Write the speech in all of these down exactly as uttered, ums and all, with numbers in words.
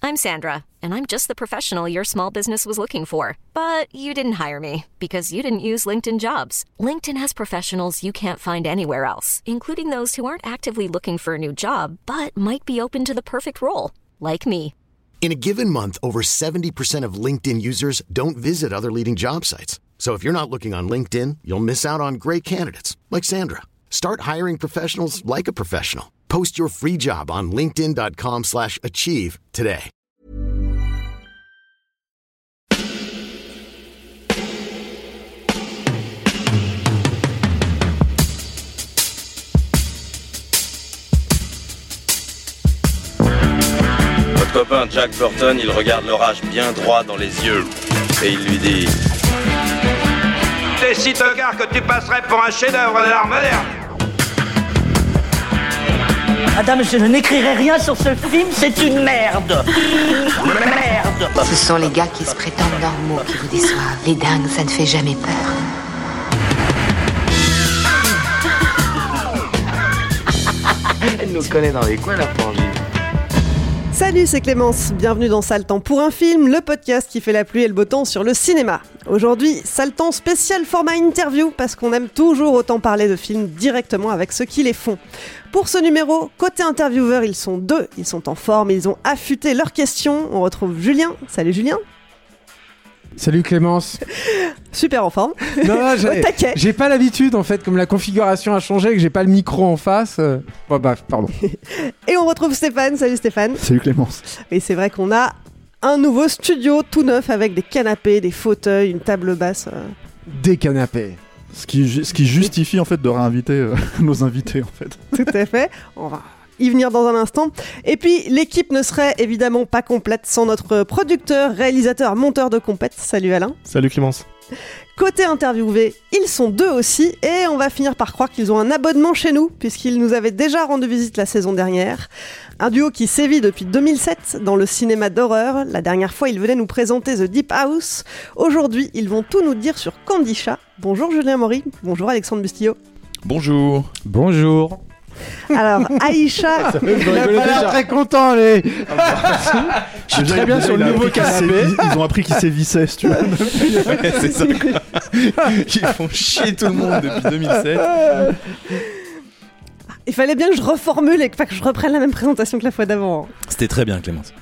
I'm Sandra, and I'm just the professional your small business was looking for. But you didn't hire me because you didn't use LinkedIn Jobs. LinkedIn has professionals you can't find anywhere else, including those who aren't actively looking for a new job, but might be open to the perfect role, like me. In a given month, over seventy percent of LinkedIn users don't visit other leading job sites. So if you're not looking on LinkedIn, you'll miss out on great candidates like Sandra. Start hiring professionals like a professional. Post your free job on linkedin.com slash achieve today. Votre copain Jack Burton, il regarde l'orage bien droit dans les yeux et il lui dit... T'es si tocard que tu passerais pour un chef-d'œuvre de l'art moderne. Madame, je n'écrirai rien sur ce film, c'est une merde. Merde. Ce sont les gars qui se prétendent normaux qui vous déçoivent. Les dingues, ça ne fait jamais peur. Elle nous connaît dans les coins, la frangine. Salut, c'est Clémence, bienvenue dans Sale Temps pour un film, le podcast qui fait la pluie et le beau temps sur le cinéma. Aujourd'hui, Sale Temps spécial format interview, parce qu'on aime toujours autant parler de films directement avec ceux qui les font. Pour ce numéro, côté intervieweur, ils sont deux, ils sont en forme, ils ont affûté leurs questions. On retrouve Julien. Salut Julien. Salut Clémence. Super en forme. Non, non j'ai, j'ai pas l'habitude en fait, comme la configuration a changé, que j'ai pas le micro en face. Euh... Bon, bah, pardon. Et on retrouve Stéphane. Salut Stéphane. Salut Clémence. Et c'est vrai qu'on a un nouveau studio tout neuf avec des canapés, des fauteuils, une table basse. Euh... Des canapés. Ce qui, ce qui justifie en fait de réinviter euh, nos invités en fait. Tout à fait. On va y venir dans un instant. Et puis l'équipe ne serait évidemment pas complète sans notre producteur, réalisateur, monteur de compète. Salut Alain. Salut Clémence. Côté interviewé, ils sont deux aussi et on va finir par croire qu'ils ont un abonnement chez nous puisqu'ils nous avaient déjà rendu visite la saison dernière. Un duo qui sévit depuis deux mille sept dans le cinéma d'horreur. La dernière fois, ils venaient nous présenter The Deep House. Aujourd'hui, ils vont tout nous dire sur Candy Chat. Bonjour Julien Maury. Bonjour Alexandre Bustillo. Bonjour. Bonjour. Alors, Aïcha... Il a pas l'air très content, les... Je suis très bien sur le nouveau canapé. Ils ont appris qu'ils sévissaient, si tu veux. Ouais, c'est ça. Ils font chier tout le monde depuis deux mille sept. Il fallait bien que je reformule et pas que je reprenne la même présentation que la fois d'avant. C'était très bien, Clémence.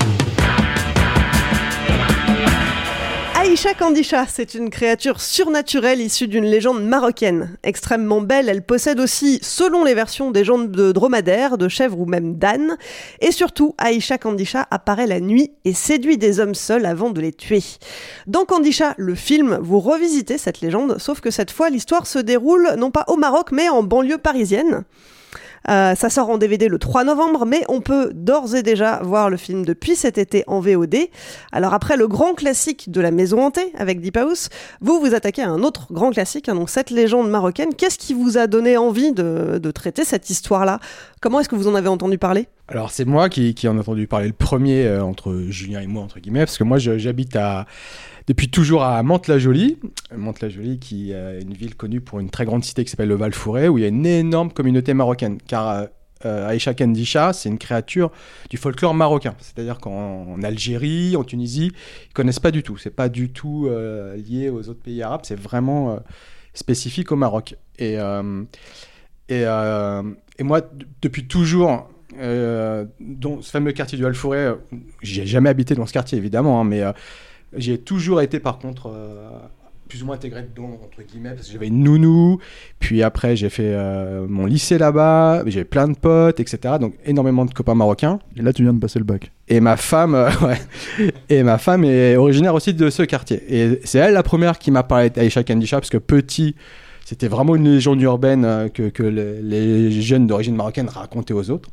Aïcha Candy Chat, c'est une créature surnaturelle issue d'une légende marocaine. Extrêmement belle, elle possède aussi, selon les versions, des jambes de dromadaire, de chèvre ou même d'âne. Et surtout, Aïcha Candy Chat apparaît la nuit et séduit des hommes seuls avant de les tuer. Dans Candy Chat, le film, vous revisitez cette légende, sauf que cette fois, l'histoire se déroule non pas au Maroc, mais en banlieue parisienne. Euh, ça sort en D V D le trois novembre, mais on peut d'ores et déjà voir le film depuis cet été en V O D. Alors après le grand classique de la maison hantée avec Deep House, vous vous attaquez à un autre grand classique, hein, donc cette légende marocaine. Qu'est-ce qui vous a donné envie de, de traiter cette histoire-là ? Comment est-ce que vous en avez entendu parler ? Alors c'est moi qui, qui en ai entendu parler le premier euh, entre Julien et moi, entre guillemets, parce que moi je, j'habite à... depuis toujours à Mantes-la-Jolie, Mantes-la-Jolie qui est une ville connue pour une très grande cité qui s'appelle le Val-Fouré, où il y a une énorme communauté marocaine, car euh, Aïcha Candy Chat, c'est une créature du folklore marocain, c'est-à-dire qu'en en Algérie, en Tunisie, ils connaissent pas du tout, c'est pas du tout euh, lié aux autres pays arabes, c'est vraiment euh, spécifique au Maroc. Et, euh, et, euh, et moi, d- depuis toujours... Euh, dans ce fameux quartier du Val-Fouré, euh, j'ai jamais habité dans ce quartier évidemment, hein, mais euh, j'ai toujours été par contre euh, plus ou moins intégré dedans, entre guillemets, parce que j'avais une nounou, puis après j'ai fait euh, mon lycée là-bas, j'avais plein de potes, et cetera. Donc énormément de copains marocains. Et là tu viens de passer le bac. Et ma femme, euh, ouais, et ma femme est originaire aussi de ce quartier. Et c'est elle la première qui m'a parlé d'Aïcha Candy Chat, parce que petit, c'était vraiment une légende urbaine euh, que, que les, les jeunes d'origine marocaine racontaient aux autres.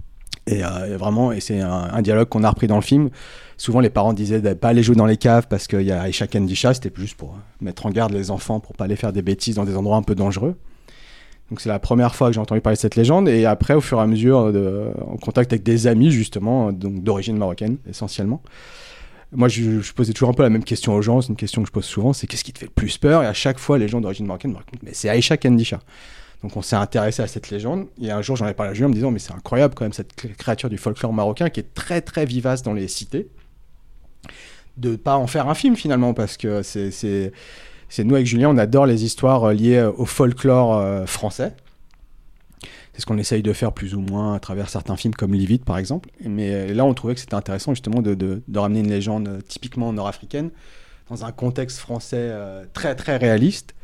Et euh, vraiment, et c'est un, un dialogue qu'on a repris dans le film. Souvent, les parents disaient de ne pas aller jouer dans les caves parce qu'il y a Aïcha Candy Chat, c'était juste pour mettre en garde les enfants pour ne pas aller faire des bêtises dans des endroits un peu dangereux. Donc c'est la première fois que j'ai entendu parler de cette légende. Et après, au fur et à mesure, de, en contact avec des amis, justement, donc d'origine marocaine, essentiellement. Moi, je, je posais toujours un peu la même question aux gens. C'est une question que je pose souvent, c'est qu'est-ce qui te fait le plus peur ? Et à chaque fois, les gens d'origine marocaine me racontent, mais c'est Aïcha Candy Chat. Donc on s'est intéressé à cette légende. Et un jour, j'en ai parlé à Julien en me disant, mais c'est incroyable quand même cette créature du folklore marocain qui est très très vivace dans les cités. de pas en faire un film finalement, parce que c'est, c'est, c'est nous avec Julien, on adore les histoires liées au folklore euh, français. C'est ce qu'on essaye de faire plus ou moins à travers certains films comme Livide par exemple. Mais là, on trouvait que c'était intéressant justement de, de, de ramener une légende typiquement nord-africaine dans un contexte français euh, très très réaliste,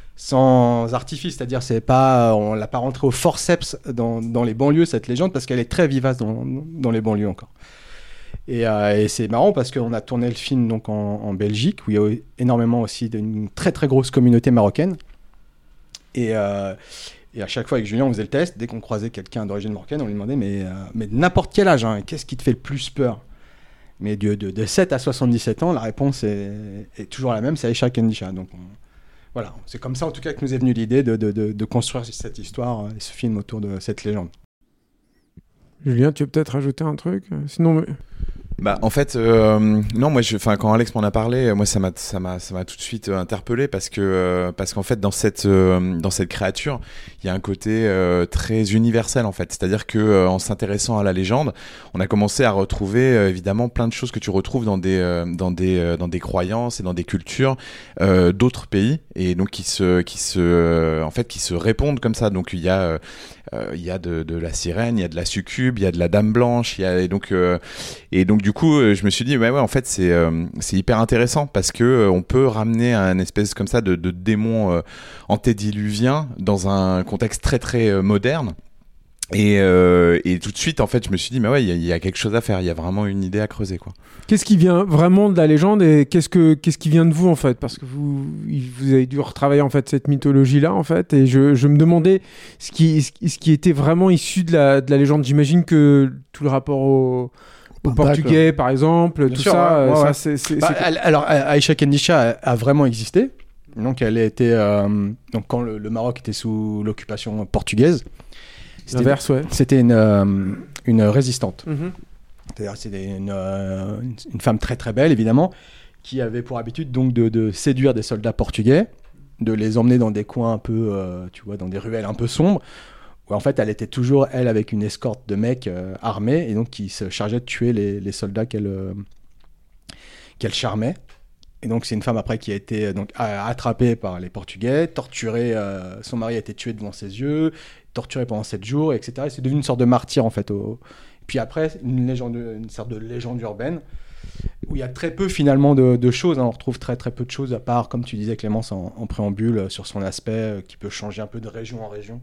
sans artifice. C'est-à-dire, c'est pas, on l'a pas rentré au forceps dans, dans les banlieues cette légende, parce qu'elle est très vivace dans, dans les banlieues encore. Et, euh, et c'est marrant parce qu'on a tourné le film donc en, en Belgique, où il y a énormément aussi d'une très très grosse communauté marocaine. Et euh, Et à chaque fois avec Julien, on faisait le test. Dès qu'on croisait quelqu'un d'origine marocaine, on lui demandait mais, euh, mais de n'importe quel âge, hein, qu'est-ce qui te fait le plus peur? Mais de, de, de sept à soixante-dix-sept ans, la réponse est, est toujours la même, c'est Aïcha Kendisha. Donc on, voilà, c'est comme ça en tout cas que nous est venue l'idée de, de, de, de construire cette histoire et ce film autour de cette légende. Julien, tu veux peut-être rajouter un truc? Sinon... Mais... Bah en fait euh, non moi je enfin quand Alex m'en a parlé, moi ça m'a ça m'a ça m'a tout de suite interpellé parce que euh, parce qu'en fait dans cette euh, dans cette créature, il y a un côté euh, très universel en fait, c'est-à-dire que euh, en s'intéressant à la légende, on a commencé à retrouver euh, évidemment plein de choses que tu retrouves dans des euh, dans des euh, dans des croyances et dans des cultures euh, d'autres pays, et donc qui se qui se euh, en fait qui se répondent comme ça. Donc il y a euh, euh, il y a de de la sirène, il y a de la succube, il y a de la dame blanche, il y a et donc euh, et donc du coup je me suis dit ouais ouais en fait c'est euh, c'est hyper intéressant parce que euh, on peut ramener un espèce comme ça de de démon euh, antédiluvien dans un contexte très très euh, moderne. Et, euh, et tout de suite, en fait, je me suis dit, mais ouais, il y, y a quelque chose à faire. Il y a vraiment une idée à creuser, quoi. Qu'est-ce qui vient vraiment de la légende et qu'est-ce que qu'est-ce qui vient de vous, en fait? Parce que vous vous avez dû retravailler en fait cette mythologie-là, en fait. Et je, je me demandais ce qui ce qui était vraiment issu de la de la légende. J'imagine que tout le rapport au Au portugais, par exemple, Bien tout sûr, ça, ouais, ouais, ça ouais. c'est, c'est, bah, c'est... Alors, Aïcha Kendisha a, a vraiment existé. Donc, elle a été euh, donc quand le, le Maroc était sous l'occupation portugaise. C'était, L'inverse, ouais. C'était une euh, une résistante. Mm-hmm. C'est-à-dire, c'était une, euh, une une femme très très belle, évidemment, qui avait pour habitude donc de, de séduire des soldats portugais, de les emmener dans des coins un peu, euh, tu vois, dans des ruelles un peu sombres. Où en fait elle était toujours, elle, avec une escorte de mecs euh, armés, et donc qui se chargeait de tuer les, les soldats qu'elle, euh, qu'elle charmait. Et donc c'est une femme après qui a été donc, attrapée par les Portugais, torturée, euh, son mari a été tué devant ses yeux, torturée pendant sept jours, et cetera. Et c'est devenu une sorte de martyr en fait. Au... Et puis après, une, légende, une sorte de légende urbaine, où il y a très peu finalement de, de choses, hein. On retrouve très très peu de choses, à part, comme tu disais Clémence en, en préambule, sur son aspect euh, qui peut changer un peu de région en région.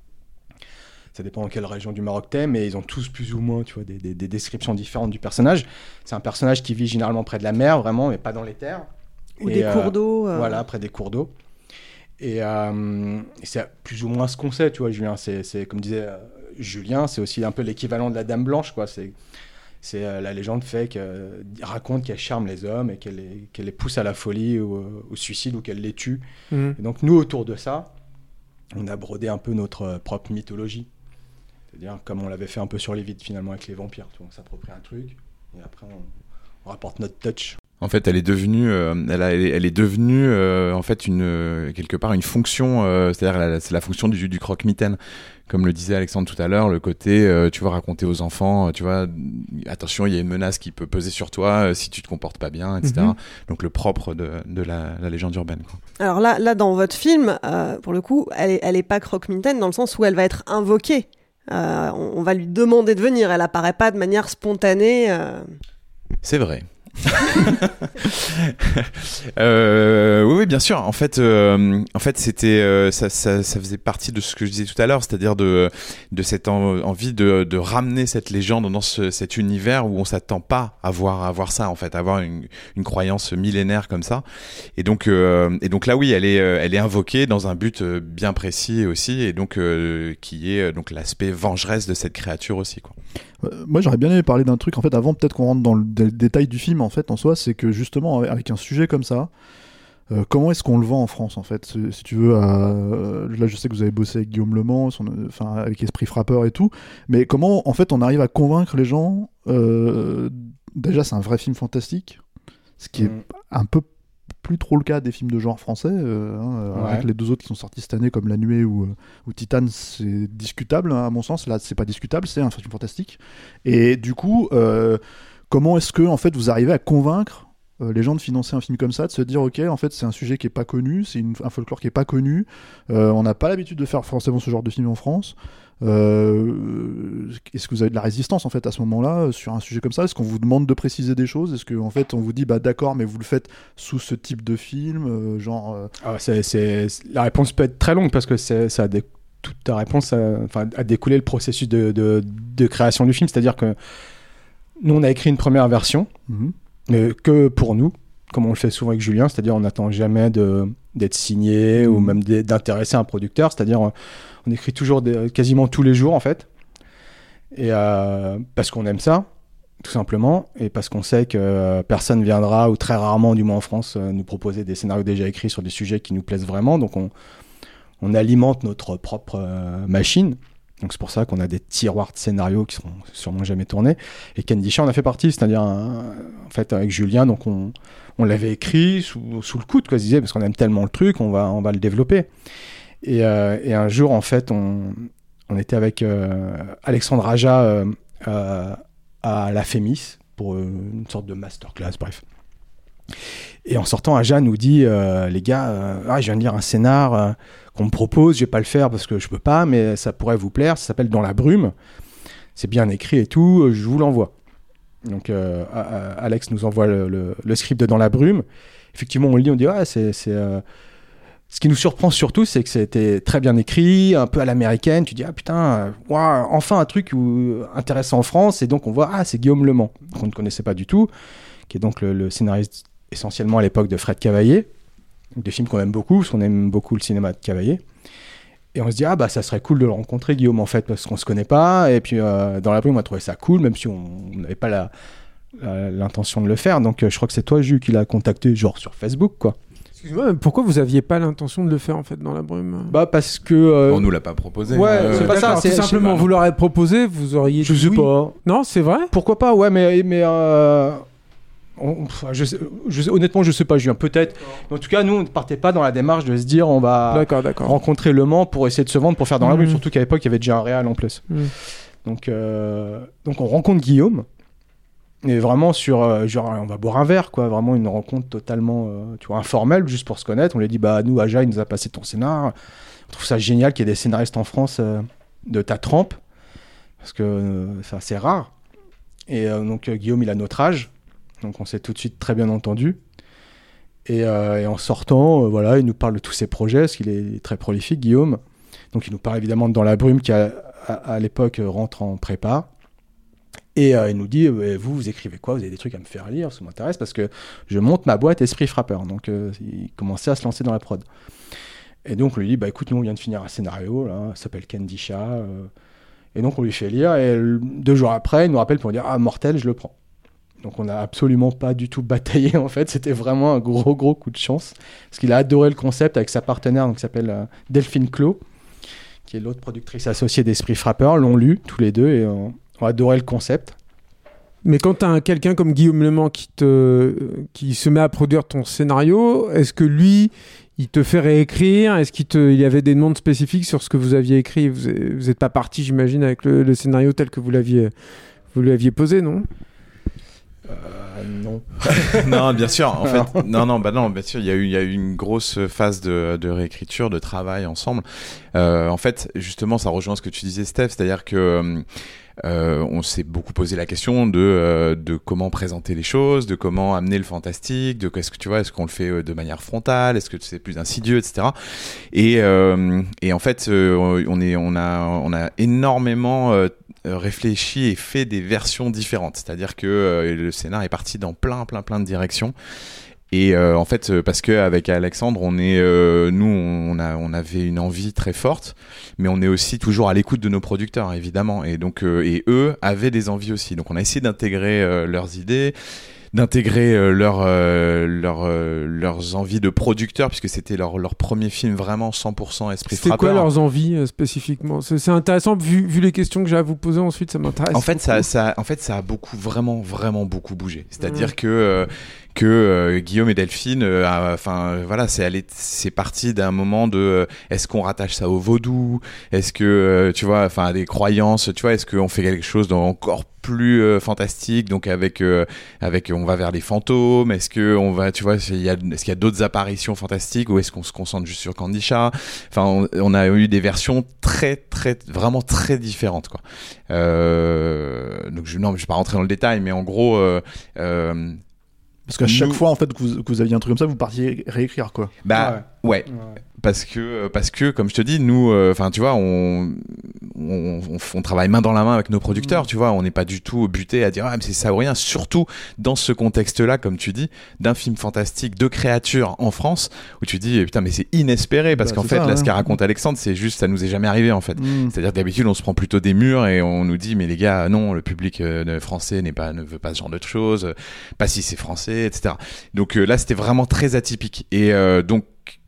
Ça dépend dans quelle région du Maroc t'es, mais ils ont tous plus ou moins, tu vois, des, des, des descriptions différentes du personnage. C'est un personnage qui vit généralement près de la mer, vraiment, mais pas dans les terres. Ou et, des euh, cours d'eau. Euh... Voilà, près des cours d'eau. Et, euh, et c'est plus ou moins ce qu'on sait, tu vois, Julien. C'est, c'est comme disait euh, Julien, c'est aussi un peu l'équivalent de la Dame Blanche, quoi. C'est, c'est euh, la légende fait que, euh, raconte qu'elle charme les hommes et qu'elle les, qu'elle les pousse à la folie ou euh, au suicide ou qu'elle les tue. Mmh. Et donc nous, autour de ça, on a brodé un peu notre euh, propre mythologie. C'est-à-dire comme on l'avait fait un peu sur les vides finalement avec les vampires. Tu vois, on s'approprie un truc et après on, on rapporte notre touch. En fait, elle est devenue, euh, elle, a, elle, est, elle est devenue euh, en fait une euh, quelque part une fonction. Euh, c'est-à-dire, la, c'est la fonction du, du croque-mitaine, comme le disait Alexandre tout à l'heure. Le côté, euh, tu vois, raconter aux enfants, tu vois, attention, il y a une menace qui peut peser sur toi euh, si tu te comportes pas bien, et cetera. Mm-hmm. Donc le propre de, de la, la légende urbaine, quoi. Alors là, là, dans votre film, euh, pour le coup, elle est, elle est pas croque-mitaine dans le sens où elle va être invoquée. Euh, on, on va lui demander de venir. Elle apparaît pas de manière spontanée. Euh... C'est vrai. euh, oui, oui, bien sûr. En fait, euh, en fait, c'était euh, ça, ça, ça faisait partie de ce que je disais tout à l'heure, c'est-à-dire de de cette en, envie de, de ramener cette légende dans ce, cet univers où on s'attend pas à voir à voir ça, en fait, à avoir une, une croyance millénaire comme ça. Et donc, euh, et donc là, oui, elle est elle est invoquée dans un but bien précis aussi, et donc euh, qui est donc l'aspect vengeresse de cette créature aussi, quoi. Euh, moi, j'aurais bien aimé parler d'un truc, en fait, avant peut-être qu'on rentre dans le dé- détail du film, en fait, en soi, c'est que justement, avec un sujet comme ça, euh, comment est-ce qu'on le vend en France, en fait, si, si tu veux, euh, là, je sais que vous avez bossé avec Guillaume Le Mans, son, enfin, avec Esprit Frappeur et tout, mais comment, en fait, on arrive à convaincre les gens, euh, déjà, c'est un vrai film fantastique, ce qui est mmh. un peu plus trop le cas des films de genre français, euh, hein, ouais. Avec les deux autres qui sont sortis cette année comme La Nuée ou, ou Titane, c'est discutable, hein, à mon sens. Là, c'est pas discutable, c'est un film fantastique. Et du coup, euh, comment est-ce que en fait vous arrivez à convaincre euh, les gens de financer un film comme ça, de se dire ok, en fait c'est un sujet qui est pas connu, c'est une, un folklore qui est pas connu, euh, on n'a pas l'habitude de faire forcément ce genre de film en France. Euh, est-ce que vous avez de la résistance en fait à ce moment-là sur un sujet comme ça? Est-ce qu'on vous demande de préciser des choses? Est-ce qu'en fait on vous dit bah d'accord, mais vous le faites sous ce type de film, euh, genre euh... ah, c'est, c'est, la réponse peut être très longue parce que c'est, ça a des, toute ta réponse a, enfin, a découlé le processus de, de, de création du film, c'est-à-dire que nous on a écrit une première version, mm-hmm. mais que pour nous, comme on le fait souvent avec Julien, c'est-à-dire on n'attend jamais de, d'être signé mmh. ou même d'intéresser un producteur, c'est-à-dire on, on écrit toujours des, quasiment tous les jours en fait, et euh, parce qu'on aime ça, tout simplement, et parce qu'on sait que euh, personne viendra, ou très rarement du moins en France, euh, nous proposer des scénarios déjà écrits sur des sujets qui nous plaisent vraiment, donc on, on alimente notre propre euh, machine. Donc c'est pour ça qu'on a des tiroirs de scénarios qui seront sûrement jamais tournés. Et Kendisha en a fait partie, c'est-à-dire un, en fait avec Julien, donc on, on l'avait écrit sous, sous le coude, quoi, je disais, parce qu'on aime tellement le truc, on va, on va le développer. Et, euh, et un jour, en fait, on, on était avec euh, Alexandre Aja euh, euh, à la Fémis pour euh, une sorte de masterclass, bref. Et en sortant, Aja nous dit euh, les gars, euh, ah, je viens de lire un scénar euh, qu'on me propose, je vais pas le faire parce que je peux pas, mais ça pourrait vous plaire, ça s'appelle Dans la brume, c'est bien écrit et tout, je vous l'envoie. Donc euh, Alex nous envoie le, le, le script de Dans la brume. Effectivement, on le lit, on dit ah, c'est, c'est euh... ce qui nous surprend surtout, c'est que c'était très bien écrit, un peu à l'américaine. Tu dis ah putain, wow, enfin un truc où, intéressant en France, et donc on voit ah c'est Guillaume Le Mans qu'on ne connaissait pas du tout, qui est donc le, le scénariste essentiellement à l'époque de Fred Cavaillé, des films qu'on aime beaucoup, parce qu'on aime beaucoup le cinéma de Cavaillé. Et on se dit, ah bah ça serait cool de le rencontrer, Guillaume, en fait, parce qu'on se connaît pas. Et puis euh, dans la brume, on a trouvé ça cool, même si on n'avait pas la, la, l'intention de le faire. Donc euh, je crois que c'est toi, Jus, qui l'a contacté, genre sur Facebook, quoi. Excuse-moi, pourquoi vous aviez pas l'intention de le faire, en fait, dans la brume? Bah parce que... Euh... On nous l'a pas proposé. Ouais, euh... c'est pas ça. C'est simplement, vous l'aurez proposé, vous auriez... Je sais oui. pas. Non, c'est vrai? Pourquoi pas, ouais, mais... mais euh... On, je sais, je sais, honnêtement, je sais pas, Julien, peut-être. Mais en tout cas, nous, on ne partait pas dans la démarche de se dire on va d'accord, d'accord. rencontrer Le Mans pour essayer de se vendre, pour faire dans mmh. la rue, surtout qu'à l'époque, il y avait déjà un réal en plus. Mmh. Donc, euh, donc, on rencontre Guillaume, et vraiment sur, euh, genre, on va boire un verre, quoi, vraiment une rencontre totalement, euh, tu vois, informelle, juste pour se connaître. On lui dit, bah, nous, Aja, il nous a passé ton scénar. On trouve ça génial qu'il y ait des scénaristes en France euh, de ta trempe, parce que euh, c'est assez rare. Et euh, donc, euh, Guillaume, il a notre âge. Donc on s'est tout de suite très bien entendu. Et, euh, et en sortant, euh, voilà, il nous parle de tous ses projets, parce qu'il est très prolifique, Guillaume. Donc il nous parle évidemment de Dans la brume, qui à, à, à l'époque rentre en prépa. Et euh, il nous dit, euh, vous, vous écrivez quoi? Vous avez des trucs à me faire lire? Ça m'intéresse parce que je monte ma boîte Esprit Frappeur. Donc euh, il commençait à se lancer dans la prod. Et donc on lui dit, bah écoute, nous on vient de finir un scénario, là, ça s'appelle Kendisha. Euh, et donc on lui fait lire, et deux jours après, il nous rappelle pour dire, ah mortel, je le prends. Donc on n'a absolument pas du tout bataillé, en fait, c'était vraiment un gros gros coup de chance, parce qu'il a adoré le concept avec sa partenaire, donc, qui s'appelle euh, Delphine Clos, qui est l'autre productrice associée d'Esprit Frappeur, l'ont lu tous les deux et euh, ont adoré le concept. Mais quand tu as quelqu'un comme Guillaume Le Mans qui, te, qui se met à produire ton scénario, est-ce que lui, il te fait réécrire? Est-ce qu'il te, il y avait des demandes spécifiques sur ce que vous aviez écrit? Vous n'êtes pas parti, j'imagine, avec le, le scénario tel que vous l'aviez, vous l'aviez posé, non? Euh, non. Non, bien sûr. En fait, non, non, bah non, bien sûr. Il y a eu, il y a eu une grosse phase de, de réécriture, de travail ensemble. Euh, en fait, justement, ça rejoint ce que tu disais, Steph, c'est-à-dire que euh, on s'est beaucoup posé la question de euh, de comment présenter les choses, de comment amener le fantastique, de qu'est-ce que tu vois, est-ce qu'on le fait de manière frontale, est-ce que c'est plus insidieux, et cetera. Et euh, et en fait, euh, on est, on a, on a énormément euh, réfléchi et fait des versions différentes, c'est-à-dire que euh, le scénar est parti dans plein plein plein de directions. Et euh, en fait, parce que avec Alexandre, on est, euh, nous, on a, on avait une envie très forte, mais on est aussi toujours à l'écoute de nos producteurs, évidemment. Et donc, euh, et eux avaient des envies aussi. Donc, on a essayé d'intégrer euh, leurs idées, d'intégrer euh, leur, euh, leur, euh, leurs envies de producteurs, puisque c'était leur, leur premier film vraiment cent pour cent Esprit Frappeur. Frappeur. C'est quoi leurs envies euh, spécifiquement? c'est, c'est intéressant, vu, vu les questions que j'ai à vous poser ensuite, ça m'intéresse. En fait, ça, ça, en fait, ça a beaucoup, vraiment, vraiment beaucoup bougé. C'est-à-dire mmh. que... Euh, que euh, Guillaume et Delphine, enfin euh, voilà, c'est allé, c'est parti d'un moment de euh, est-ce qu'on rattache ça au vaudou, est-ce que euh, tu vois, enfin à des croyances, tu vois, est-ce qu'on fait quelque chose d'encore plus euh, fantastique, donc avec euh, avec on va vers les fantômes, est-ce que on va, tu vois, il y a, est-ce qu'il y a d'autres apparitions fantastiques ou est-ce qu'on se concentre juste sur Kandisha? Enfin, on, on a eu des versions très très vraiment très différentes, quoi. Euh, donc je, non, je vais pas rentrer dans le détail, mais en gros. Euh, euh, Parce qu'à chaque nous... fois, en fait, que vous, que vous aviez un truc comme ça, vous partiez réécrire, quoi. Bah ouais. ouais. ouais. Parce que parce que comme je te dis, nous, enfin, euh, tu vois, on, on on on travaille main dans la main avec nos producteurs, mmh. tu vois. On n'est pas du tout buté à dire ah mais c'est ça ou rien. Surtout dans ce contexte-là, comme tu dis, d'un film fantastique de créatures en France, où tu dis putain mais c'est inespéré parce bah, qu'en fait ça, là, hein. ce qu'a raconte Alexandre, c'est juste ça nous est jamais arrivé en fait. Mmh. C'est-à-dire que d'habitude on se prend plutôt des murs et on nous dit mais les gars non, le public euh, français n'est pas ne veut pas ce genre de choses, pas si c'est français, et cetera. Donc euh, là c'était vraiment très atypique et euh, donc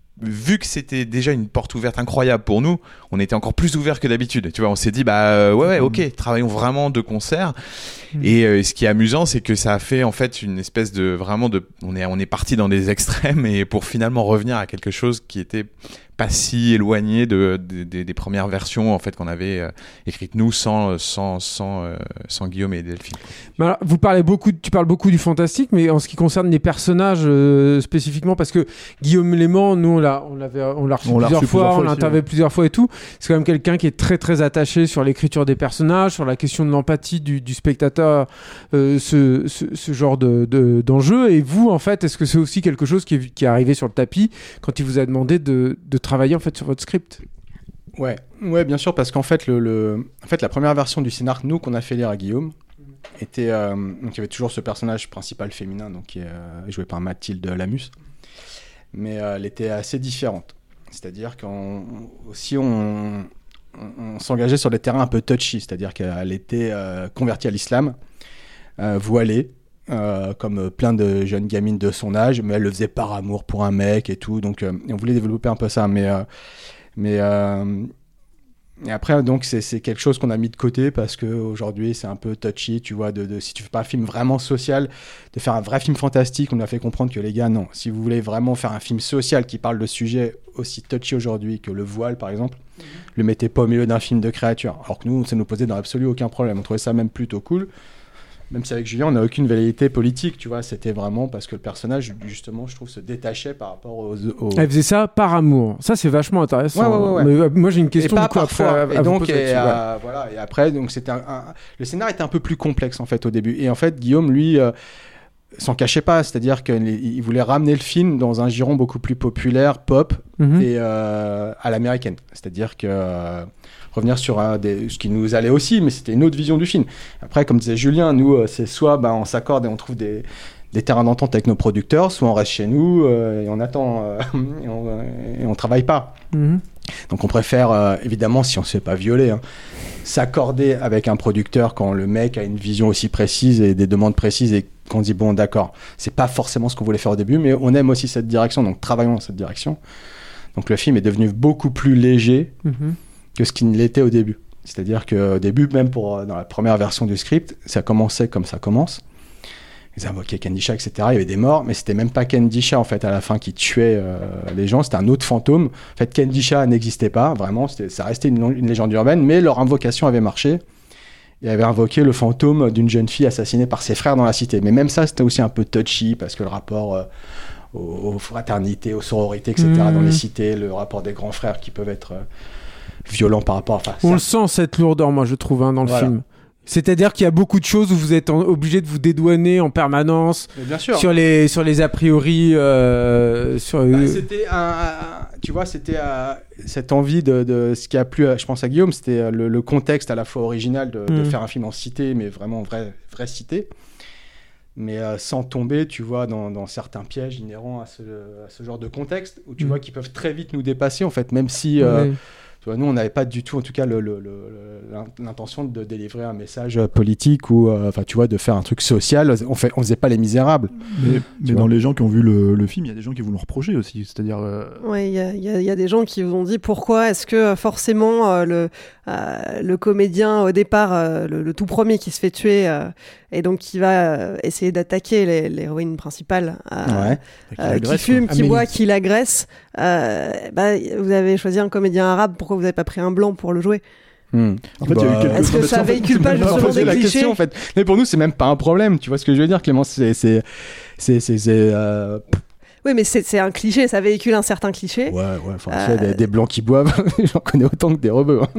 vu que c'était déjà une porte ouverte incroyable pour nous, on était encore plus ouvert que d'habitude. Tu vois, on s'est dit bah euh, ouais ouais ok, travaillons vraiment de concert. Mmh. Et euh, ce qui est amusant, c'est que ça a fait en fait une espèce de vraiment de, on est on est parti dans des extrêmes et pour finalement revenir à quelque chose qui était pas si éloigné de, de, de des premières versions en fait qu'on avait euh, écrites nous sans sans sans euh, sans Guillaume et Delphine. Mais alors, vous parlez beaucoup, tu parles beaucoup du fantastique, mais en ce qui concerne les personnages euh, spécifiquement, parce que Guillaume Léman, nous on l'a on l'avait on l'a reçu on plusieurs l'a fois, plusieurs on l'a interviewé ouais. plusieurs fois et tout. C'est quand même quelqu'un qui est très très attaché sur l'écriture des personnages, sur la question de l'empathie du, du spectateur, euh, ce, ce ce genre de, de d'enjeu. Et vous en fait, est-ce que c'est aussi quelque chose qui est qui est arrivé sur le tapis quand il vous a demandé de de travailler en fait sur votre script? Ouais, ouais, bien sûr, parce qu'en fait, le, le, en fait, la première version du scénar, nous, qu'on a fait lire à Guillaume, était, euh, donc il y avait toujours ce personnage principal féminin, donc qui est euh, joué par Mathilde Lamus, mais euh, elle était assez différente. C'est-à-dire qu'on aussi on, on, on s'engageait sur des terrains un peu touchy, c'est-à-dire qu'elle était euh, convertie à l'islam, euh, voilée. Euh, comme plein de jeunes gamines de son âge, mais elle le faisait par amour pour un mec et tout, donc euh, on voulait développer un peu ça, mais euh, mais euh, et après donc c'est c'est quelque chose qu'on a mis de côté parce que aujourd'hui c'est un peu touchy, tu vois, de, de si tu fais pas un film vraiment social, de faire un vrai film fantastique, on a fait comprendre que les gars non, si vous voulez vraiment faire un film social qui parle de sujets aussi touchy aujourd'hui que le voile par exemple, mmh. le mettez pas au milieu d'un film de créatures, alors que nous ça nous posait dans l'absolu aucun problème, on trouvait ça même plutôt cool. Même si avec Julien, on n'a aucune velléité politique, tu vois, c'était vraiment parce que le personnage, justement, je trouve, se détachait par rapport aux... aux... Elle faisait ça par amour. Ça, c'est vachement intéressant. Ouais, ouais, ouais. Mais, euh, moi, j'ai une question. Et pas parfois. Après, et donc, et, euh, voilà. Et après, donc, c'était un, un... le scénario était un peu plus complexe, en fait, au début. Et en fait, Guillaume, lui... Euh, s'en cachait pas, c'est-à-dire qu'il voulait ramener le film dans un giron beaucoup plus populaire, pop, mm-hmm. et euh, à l'américaine. C'est-à-dire que euh, revenir sur un des, ce qui nous allait aussi, mais c'était une autre vision du film. Après, comme disait Julien, nous, euh, c'est soit bah, on s'accorde et on trouve des, des terrains d'entente avec nos producteurs, soit on reste chez nous euh, et on attend euh, et, on, et on travaille pas. Mm-hmm. Donc on préfère, euh, évidemment, si on se fait pas violer, hein, s'accorder avec un producteur quand le mec a une vision aussi précise et des demandes précises et qu'on dit bon d'accord, c'est pas forcément ce qu'on voulait faire au début, mais on aime aussi cette direction, donc travaillons dans cette direction. Donc le film est devenu beaucoup plus léger mm-hmm. que ce qu'il ne l'était au début. C'est-à-dire qu'au début, même pour, dans la première version du script, ça commençait comme ça commence. Ils invoquaient Kandisha, et cetera. Il y avait des morts, mais c'était même pas Kandisha en fait à la fin qui tuait euh, les gens. C'était un autre fantôme. En fait, Kandisha n'existait pas vraiment. C'était, ça restait une, une légende urbaine, mais leur invocation avait marché. Ils avaient invoqué le fantôme d'une jeune fille assassinée par ses frères dans la cité. Mais même ça, c'était aussi un peu touchy parce que le rapport euh, aux, aux fraternités, aux sororités, et cetera. Mmh. Dans les cités, le rapport des grands frères qui peuvent être euh, violents par rapport à. Enfin, on ça... le sent cette lourdeur, moi, je trouve, hein, dans le voilà. film. C'est-à-dire qu'il y a beaucoup de choses où vous êtes en, obligé de vous dédouaner en permanence bien sûr. sur les sur les a priori. Euh, sur, bah, c'était un, un, tu vois, c'était euh, cette envie de, de ce qui a plu, à, je pense à Guillaume, c'était le, le contexte à la fois original de, mmh. de faire un film en cité, mais vraiment vraie vraie cité, mais euh, sans tomber, tu vois, dans, dans certains pièges inhérents à ce, à ce genre de contexte où tu mmh. vois qu'ils peuvent très vite nous dépasser en fait, même si. Euh, oui. Tu vois, nous, on n'avait pas du tout, en tout cas, le, le, le, l'intention de délivrer un message politique ou, enfin, euh, tu vois, de faire un truc social. On fait, on faisait pas les misérables. Mais, mais dans les gens qui ont vu le, le film, il y a des gens qui vous l'ont reproché aussi. C'est-à-dire. Euh... Oui, il y a, y, a, y a des gens qui vous ont dit pourquoi est-ce que forcément euh, le, euh, le comédien au départ, euh, le, le tout premier qui se fait tuer euh, et donc qui va euh, essayer d'attaquer les, l'héroïne principale, euh, ouais. euh, qui fume, qui boit, qui l'agresse. Euh, bah, vous avez choisi un comédien arabe. Pourquoi vous n'avez pas pris un blanc pour le jouer? Hmm. En fait, bah, il y a eu quelques... Est-ce que ça véhicule pas justement des la clichés question, en fait. Mais pour nous, c'est même pas un problème. Tu vois ce que je veux dire, Clément? C'est, c'est, c'est, c'est, c'est euh... Oui, mais c'est, c'est un cliché, ça véhicule un certain cliché. Ouais, ouais. Enfin, euh... des, des blancs qui boivent, j'en connais autant que des rebeux. Hein.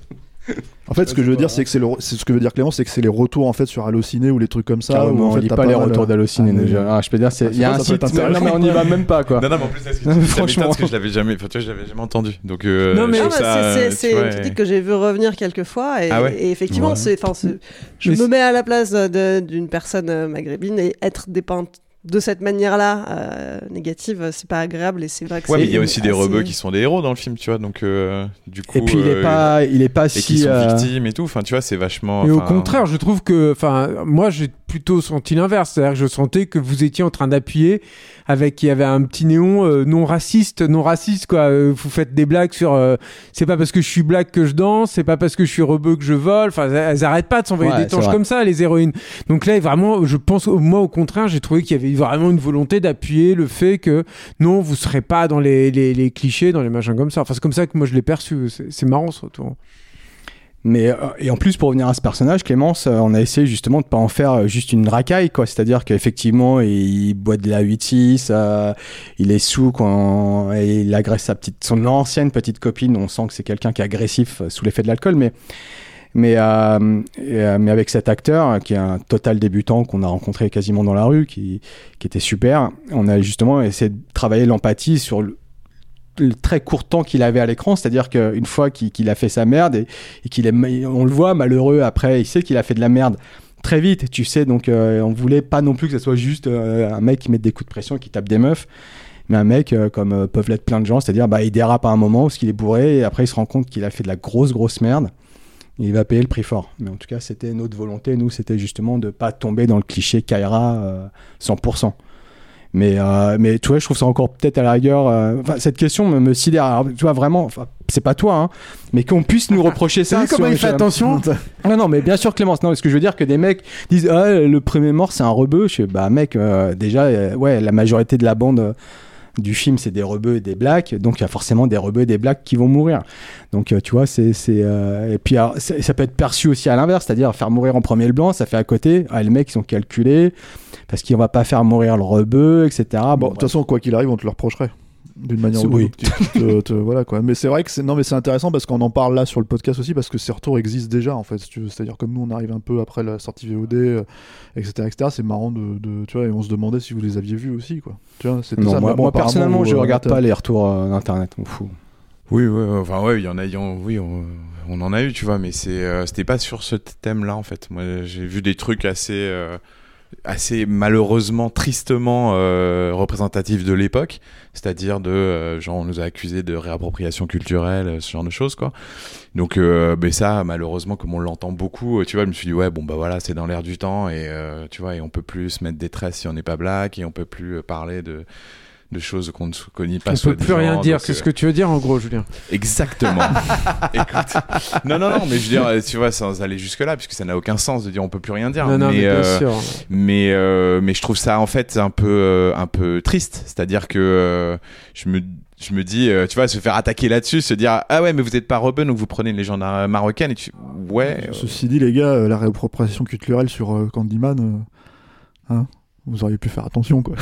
En fait, ce que je veux dire, c'est que c'est, le, c'est ce que veut dire Clément, c'est que c'est les retours en fait sur Allociné ou les trucs comme ça. Ah, où, on en fait, lit pas, pas les mal... retours d'Allociné. Ah, déjà. Ah, je peux dire, c'est il y a un site. Non, mais on y va même pas, quoi. Non, non, mais en plus, est-ce que tu franchement, parce que je l'avais jamais, enfin, tu vois, je l'avais jamais entendu. Donc, euh, non, mais ah, ça, c'est, c'est, c'est une critique que j'ai vu revenir quelques fois, et, ah ouais. et effectivement, ouais. c'est, enfin, c'est, je mais me c'est... mets à la place de, d'une personne maghrébine et être dépeinte de cette manière-là, euh, négative, c'est pas agréable et c'est vrai que ouais, c'est... mais il y a aussi assez... des rebeux qui sont des héros dans le film, tu vois, donc euh, du coup... Et puis il est euh, pas, il est pas et si... Et qui sont euh... victimes et tout, enfin tu vois, c'est vachement... Et au contraire, je trouve que, enfin, moi j'ai plutôt senti l'inverse, c'est-à-dire que je sentais que vous étiez en train d'appuyer avec, il y avait un petit néon euh, non raciste, non raciste quoi, euh, vous faites des blagues sur, euh, c'est pas parce que je suis black que je danse, c'est pas parce que je suis rebeu que je vole, enfin elles arrêtent pas de s'envoyer ouais, des tanches comme ça, les héroïnes. Donc là, vraiment, je pense, moi au contraire, j'ai trouvé qu'il y avait vraiment une volonté d'appuyer le fait que non, vous serez pas dans les, les, les clichés, dans les machins comme ça. Enfin, c'est comme ça que moi je l'ai perçu. C'est, c'est marrant ce retour. Mais, euh, et en plus, pour revenir à ce personnage, Clémence, euh, on a essayé justement de pas en faire juste une racaille, quoi. C'est-à-dire qu'effectivement, il boit de la huit six, euh, il est sous quand et il agresse sa petite, son ancienne petite copine. On sent que c'est quelqu'un qui est agressif sous l'effet de l'alcool, mais Mais, euh, et, euh, mais avec cet acteur qui est un total débutant qu'on a rencontré quasiment dans la rue, qui, qui était super, on a justement essayé de travailler l'empathie sur le, le très court temps qu'il avait à l'écran, c'est-à-dire qu'une fois qu'il, qu'il a fait sa merde et, et qu'il est, on le voit malheureux après, il sait qu'il a fait de la merde très vite, tu sais, donc euh, on voulait pas non plus que ce soit juste euh, un mec qui met des coups de pression et qui tape des meufs, mais un mec euh, comme euh, peuvent l'être plein de gens, c'est-à-dire bah, il dérape à un moment parce qu'il est bourré et après il se rend compte qu'il a fait de la grosse grosse merde. Il va payer le prix fort. Mais en tout cas, c'était notre volonté. Nous, c'était justement de ne pas tomber dans le cliché Kaira euh, cent pour cent. Mais, euh, mais tu vois, je trouve ça encore peut-être à la rigueur... Euh, cette question me, me sidère. Alors, tu vois, vraiment, c'est pas toi, hein, mais qu'on puisse nous reprocher ça... T'as vu comment il fait attention ? Non, non, mais bien sûr, Clémence. Non, ce que je veux dire, que des mecs disent ah, le premier mort, c'est un rebeu. Je sais, bah, mec, euh, déjà, euh, ouais, la majorité de la bande... Euh, du film, c'est des rebeux et des blacks, donc il y a forcément des rebeux et des blacks qui vont mourir. Donc euh, tu vois, c'est, c'est euh... et puis alors, c'est, ça peut être perçu aussi à l'inverse, c'est-à-dire faire mourir en premier le blanc, ça fait à côté, ah, les mecs ils sont calculés parce qu'on va pas faire mourir le rebeu, et cetera. Bon, de toute façon, quoi qu'il arrive, on te le reprocherait. D'une manière ou d'une autre. Tu- te- te- voilà, quoi. Mais c'est vrai que c'est, non, mais c'est intéressant parce qu'on en parle là sur le podcast aussi parce que ces retours existent déjà en fait. Si tu veux. C'est-à-dire comme nous on arrive un peu après la sortie V O D, euh, et cetera, et cetera. C'est marrant de, de, tu vois, et on se demandait si vous les aviez vus aussi, quoi. Tu vois, c'était Non, ça. moi, Mais bon, moi apparemment, personnellement, vous, je euh, regarde t'as- pas les retours euh, d'internet, on fout. Oui, oui, enfin ouais, il y en a, il y en- oui, on, on en a eu, tu vois, mais c'est, euh, c'était pas sur ce thème-là en fait. Moi, j'ai vu des trucs assez, euh, assez malheureusement, tristement euh, représentatifs de l'époque, c'est-à-dire de, euh, genre, on nous a accusés de réappropriation culturelle, ce genre de choses, quoi. Donc, euh, ben ça, malheureusement, comme on l'entend beaucoup, tu vois, je me suis dit ouais, bon bah voilà, c'est dans l'air du temps et euh, tu vois, et on peut plus se mettre des tresses si on n'est pas black et on peut plus parler de de choses qu'on ne connaît pas. On peut plus rien dire, c'est euh... ce que tu veux dire en gros, Julien. Exactement. Écoute, non, non, non, mais je veux dire, tu vois, sans aller jusque là, puisque ça n'a aucun sens de dire on peut plus rien dire. Non, non, mais, mais bien euh, sûr. mais, euh, mais je trouve ça en fait un peu, euh, un peu triste. C'est-à-dire que euh, je me je me dis, euh, tu vois, se faire attaquer là-dessus, se dire ah ouais, mais vous êtes pas rebeu, donc vous prenez une légende marocaine et tu ouais. Euh... Ceci dit, les gars, euh, la réappropriation culturelle sur euh, Candyman, euh, hein, vous auriez pu faire attention, quoi.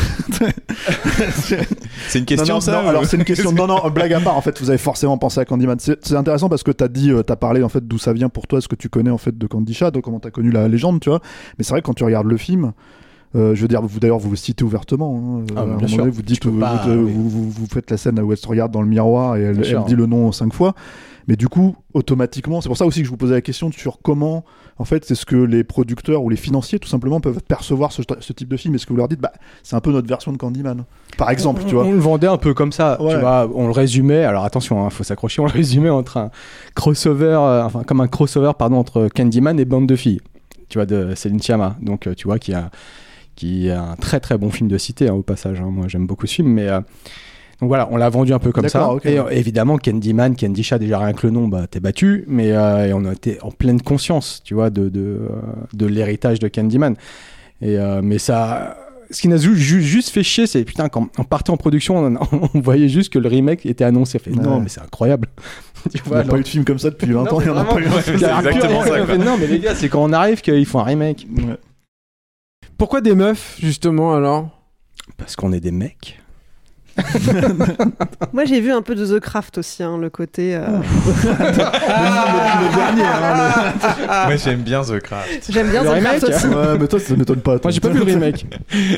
C'est une question, non, non, ça non, alors c'est une question. Non, non, blague à part. En fait, vous avez forcément pensé à Candyman. C'est, c'est intéressant parce que t'as dit, euh, t'as parlé en fait d'où ça vient pour toi, ce que tu connais en fait de Candy Shah, de comment t'as connu la légende, tu vois. Mais c'est vrai que quand tu regardes le film. Euh, je veux dire, vous d'ailleurs, vous le citez ouvertement. Hein. Ah, à un bien moment sûr. donné, vous dites, vous, pas, vous, oui. vous, vous, vous faites la scène où elle se regarde dans le miroir et elle, Bien elle sûr. dit le nom cinq fois. Mais du coup, automatiquement, c'est pour ça aussi que je vous posais la question sur comment, en fait, c'est ce que les producteurs ou les financiers, tout simplement, peuvent percevoir ce, ce type de film. Est-ce que vous leur dites, bah, c'est un peu notre version de Candyman, par exemple, on, tu vois. On le vendait un peu comme ça, Ouais. tu vois. On le résumait. Alors attention, il hein, faut s'accrocher. On le résumait entre un crossover, euh, enfin comme un crossover, pardon, entre Candyman et Bande de filles, tu vois, de Céline Sciamma. Donc, euh, tu vois, qui a qui est un très très bon film de cité hein, au passage. Hein. Moi, j'aime beaucoup ce film, mais euh, donc voilà, on l'a vendu un peu comme D'accord, ça. ok. Et euh, évidemment, Candyman, Candy Shah, déjà rien que le nom, bah t'es battu, mais euh, et on a été en pleine conscience, tu vois, de de, euh, de l'héritage de Candyman. Et euh, mais ça, ce qui nous a ju- ju- juste fait chier, c'est putain, quand on partait en production, on, on voyait juste que le remake était annoncé. On fait, non, Ouais. mais c'est incroyable. Tu Il n'y a pas eu de film comme ça depuis vingt ans, il y en a pas eu. C'est exactement ça. Fait, non, mais les gars, c'est quand on arrive qu'ils font un remake. Ouais. Pourquoi des meufs, justement, alors? Parce qu'on est des mecs. Moi, j'ai vu un peu de The Craft aussi, hein, le côté. Euh... Le dernier, hein, le- Moi j'aime bien The Craft. J'aime bien Le The remake, Craft aussi. Ouais, mais toi, ça m'étonne pas. toi. Moi, j'ai pas vu le remake.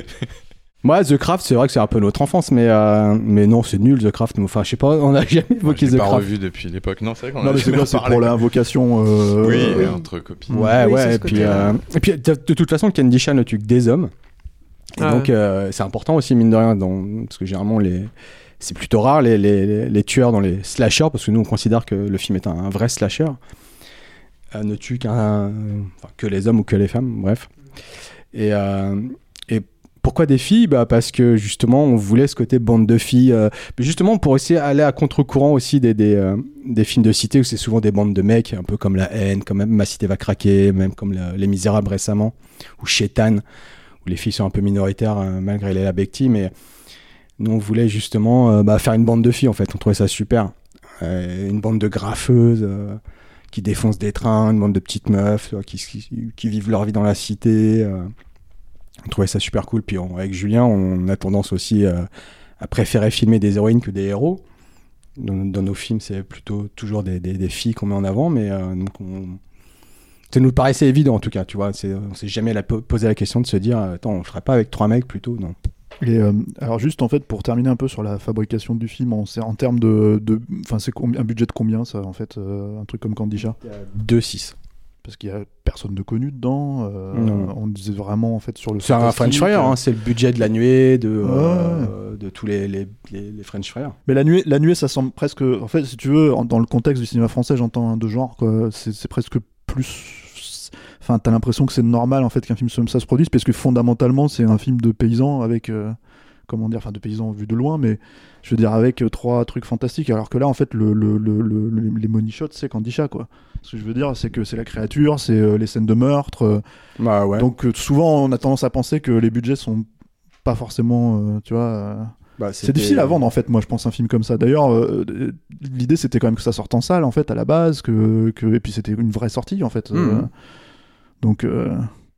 Moi, The Craft, c'est vrai que c'est un peu notre enfance, mais, euh, mais non, c'est nul, The Craft. Enfin, je sais pas, on a jamais Moi, évoqué je l'ai The pas Craft. revu depuis l'époque. Non, c'est vrai qu'on Non, a mais c'est jamais quoi? C'est parlé. pour l'invocation. Euh... Oui, euh, entre copines. Ouais, Oui, ouais, c'est ce et puis, côté-là. euh, et puis de, de toute façon, Candy Chan ne tue que des hommes. Et Ah donc, ouais. euh, c'est important aussi, mine de rien, dans, parce que généralement, les, c'est plutôt rare les, les, les, les tueurs dans les slashers, parce que nous, on considère que le film est un, un vrai slasher, euh, ne tue qu'un, enfin, que les hommes ou que les femmes, bref. Et, euh, et pourquoi des filles? Bah, parce que justement, on voulait ce côté bande de filles, euh, justement pour essayer d'aller à contre-courant aussi des, des, euh, des films de cité où c'est souvent des bandes de mecs, un peu comme La Haine, comme même Ma Cité va craquer, même comme la- Les Misérables récemment, ou Chétan, où les filles sont un peu minoritaires euh, malgré Leila Bekti, mais nous on voulait justement euh, bah, faire une bande de filles en fait, on trouvait ça super. Euh, une bande de graffeuses euh, qui défoncent des trains, une bande de petites meufs euh, qui, qui, qui vivent leur vie dans la cité. euh. On trouvait ça super cool. Puis on- avec Julien, on a tendance aussi euh, à préférer filmer des héroïnes que des héros. Dans, dans nos films, c'est plutôt toujours des, des, des filles qu'on met en avant, mais euh, donc on... ça nous paraissait évident en tout cas. Tu vois, c'est, on s'est jamais la, posé la question de se dire, attends, on ferait pas avec trois mecs plutôt, non. Et euh, alors juste en fait pour terminer un peu sur la fabrication du film en, c'est en termes de, de, enfin c'est combien- un budget de combien ça en fait euh, un truc comme Candy Chan deux six. parce qu'il y a personne de connu dedans. euh, Non. On disait vraiment en fait sur le. C'est un French fantastique, Fryer, euh, hein, c'est le budget de la nuée, de, Ouais. euh, de tous les, les, les, les French Fryers. Mais la nuée, la nuée, ça semble presque. En fait, si tu veux, en- dans le contexte du cinéma français, j'entends de genre, quoi, c'est, c'est presque plus. Enfin, t'as l'impression que c'est normal en fait qu'un film comme ça se produise, parce que fondamentalement, c'est un film de paysans avec. euh, comment dire, enfin de paysans vu de loin, mais je veux dire avec euh, trois trucs fantastiques. Alors que là, en fait, le, le, le, le- le- les money shots, c'est Candy Chan, quoi. Ce que je veux dire, c'est que c'est la créature, c'est euh, les scènes de meurtre. euh, Bah ouais. Donc euh, souvent, on a tendance à penser que les budgets sont pas forcément, euh, tu vois. euh, Bah, c'est difficile à vendre en fait, moi je pense un film comme ça. D'ailleurs, euh, euh, l'idée c'était quand même que ça sorte en salle en fait à la base, que, que... et puis c'était une vraie sortie en fait. Mmh. euh, Donc. Euh...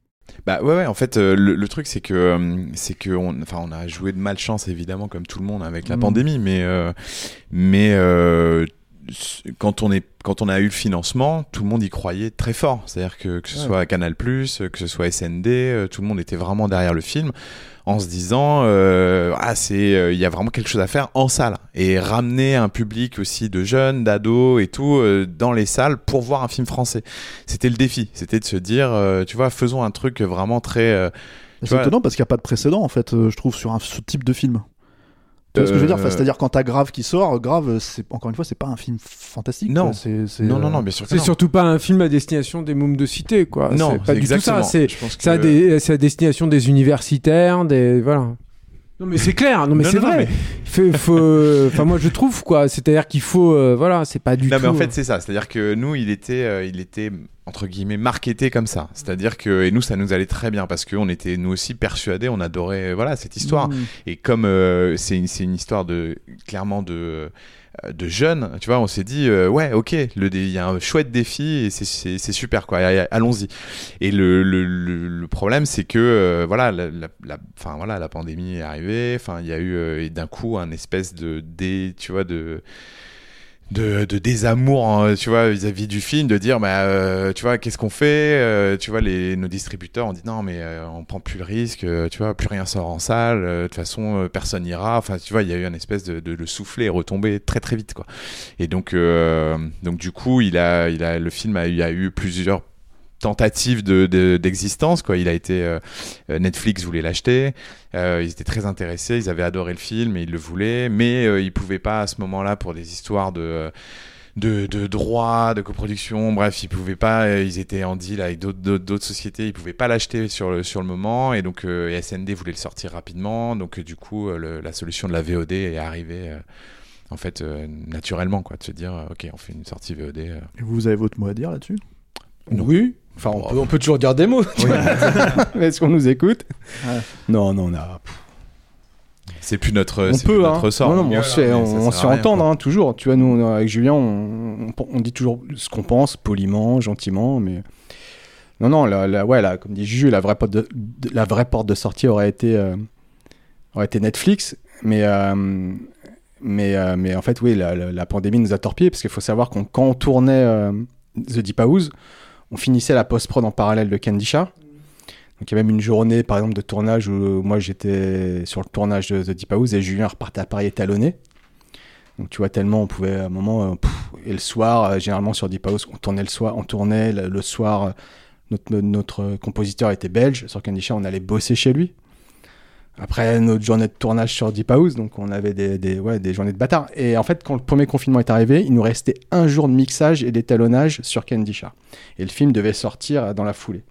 Bah ouais, ouais, en fait, euh, le, le truc c'est que euh, c'est que on, enfin, on a joué de malchance évidemment comme tout le monde avec la Mm. pandémie, mais euh, mais euh, quand on est quand on a eu le financement, tout le monde y croyait très fort. C'est-à-dire que que ce Ouais. soit Canal+, que ce soit S N D, euh, tout le monde était vraiment derrière le film, en se disant euh, ah c'est il euh, y a vraiment quelque chose à faire en salle et ramener un public aussi de jeunes, d'ados et tout euh, dans les salles pour voir un film français. C'était le défi, c'était de se dire euh, tu vois, faisons un truc vraiment très euh, tu C'est vois, étonnant parce qu'il n'y a pas de précédent en fait, euh, je trouve, sur un, ce type de film. Tu vois ce que je veux dire? Enfin, Euh, c'est-à-dire quand t'as Grave qui sort, Grave, c'est encore une fois, c'est pas un film fantastique. Non. quoi. C'est, c'est, non, euh, non, non, bien sûr que C'est non. surtout pas un film à destination des mômes de cité, quoi. Non, c'est pas du tout exactement. ça. C'est, Je pense c'est, à que- des- c'est à destination des universitaires, des voilà. Non mais c'est clair, non mais Non, c'est non, non, vrai. Faut, faut- enfin moi je trouve quoi. C'est-à-dire qu'il faut, euh, voilà, c'est pas du Non tout. mais en fait c'est ça, c'est-à-dire que nous il était, euh, il était entre guillemets marketé comme ça, c'est-à-dire que et nous ça nous allait très bien parce qu'on était nous aussi persuadés, on adorait euh, voilà cette histoire Mmh. et comme euh, c'est une c'est une histoire de clairement de euh, de jeunes, tu vois, on s'est dit euh, ouais ok le dé- il y a un chouette défi et c'est c'est, c'est super quoi, allez, allons-y. Et le le, le, le problème c'est que euh, voilà la la, la enfin voilà la pandémie est arrivée, enfin il y a eu euh, et d'un coup un espèce de dé, tu vois de de, de désamour hein, tu vois vis-à-vis du film, de dire bah euh, tu vois qu'est-ce qu'on fait euh, tu vois les nos distributeurs ont dit non mais euh, on prend plus le risque euh, tu vois plus rien sort en salle euh, de toute façon euh, personne n'ira, enfin tu vois il y a eu une espèce de, de le soufflet est retombé très très vite quoi. Et donc euh, donc du coup il a il a le film a eu, a eu plusieurs tentative de, de, d'existence quoi. Il a été euh, Netflix voulait l'acheter, euh, ils étaient très intéressés, ils avaient adoré le film et ils le voulaient, mais euh, ils pouvaient pas à ce moment-là pour des histoires de de, de droits, de coproduction, bref, ils pouvaient pas, euh, ils étaient en deal avec d'autres, d'autres, d'autres sociétés, ils pouvaient pas l'acheter sur le, sur le moment, et donc euh, S N D voulait le sortir rapidement, donc euh, du coup euh, le, la solution de la V O D est arrivée euh, en fait euh, naturellement quoi, de se dire euh, ok on fait une sortie V O D. Euh. Et vous avez votre mot à dire là-dessus? Oui, Enfin, on, oh. peut, on peut toujours dire des mots. Oui. Mais est-ce qu'on nous écoute? Ouais. Non, non, on a. C'est plus notre, on c'est peut, plus hein. notre sort. Non, non, on se fait, on, on se fait entendre hein, toujours. Tu vois, nous, avec Julien, on, on, on dit toujours ce qu'on pense, poliment, gentiment, mais non, non, la, la, ouais, la, comme dit Juju, la vraie porte de, de, la vraie porte de sortie aurait été, euh, aurait été Netflix, mais, euh, mais, euh, mais en fait, oui, la, la, la pandémie nous a torpillés parce qu'il faut savoir qu'on, quand on tournait euh, The Deep House, on finissait la post-prod en parallèle de Kandisha. Donc il y a même une journée, par exemple, de tournage où moi j'étais sur le tournage de The Deep House et Julien repartait à Paris étalonné. Donc tu vois, tellement on pouvait à un moment... Euh, pff, et le soir, euh, généralement sur Deep House, on tournait le soir, on tournait le, le soir... Euh, notre, notre, notre compositeur était belge. Sur Kandisha, on allait bosser chez lui. Après notre journée de tournage sur Deep House, donc on avait des, des, ouais, des journées de bâtard. Et en fait, quand le premier confinement est arrivé, il nous restait un jour de mixage et d'étalonnage sur Kandisha. Et le film devait sortir dans la foulée,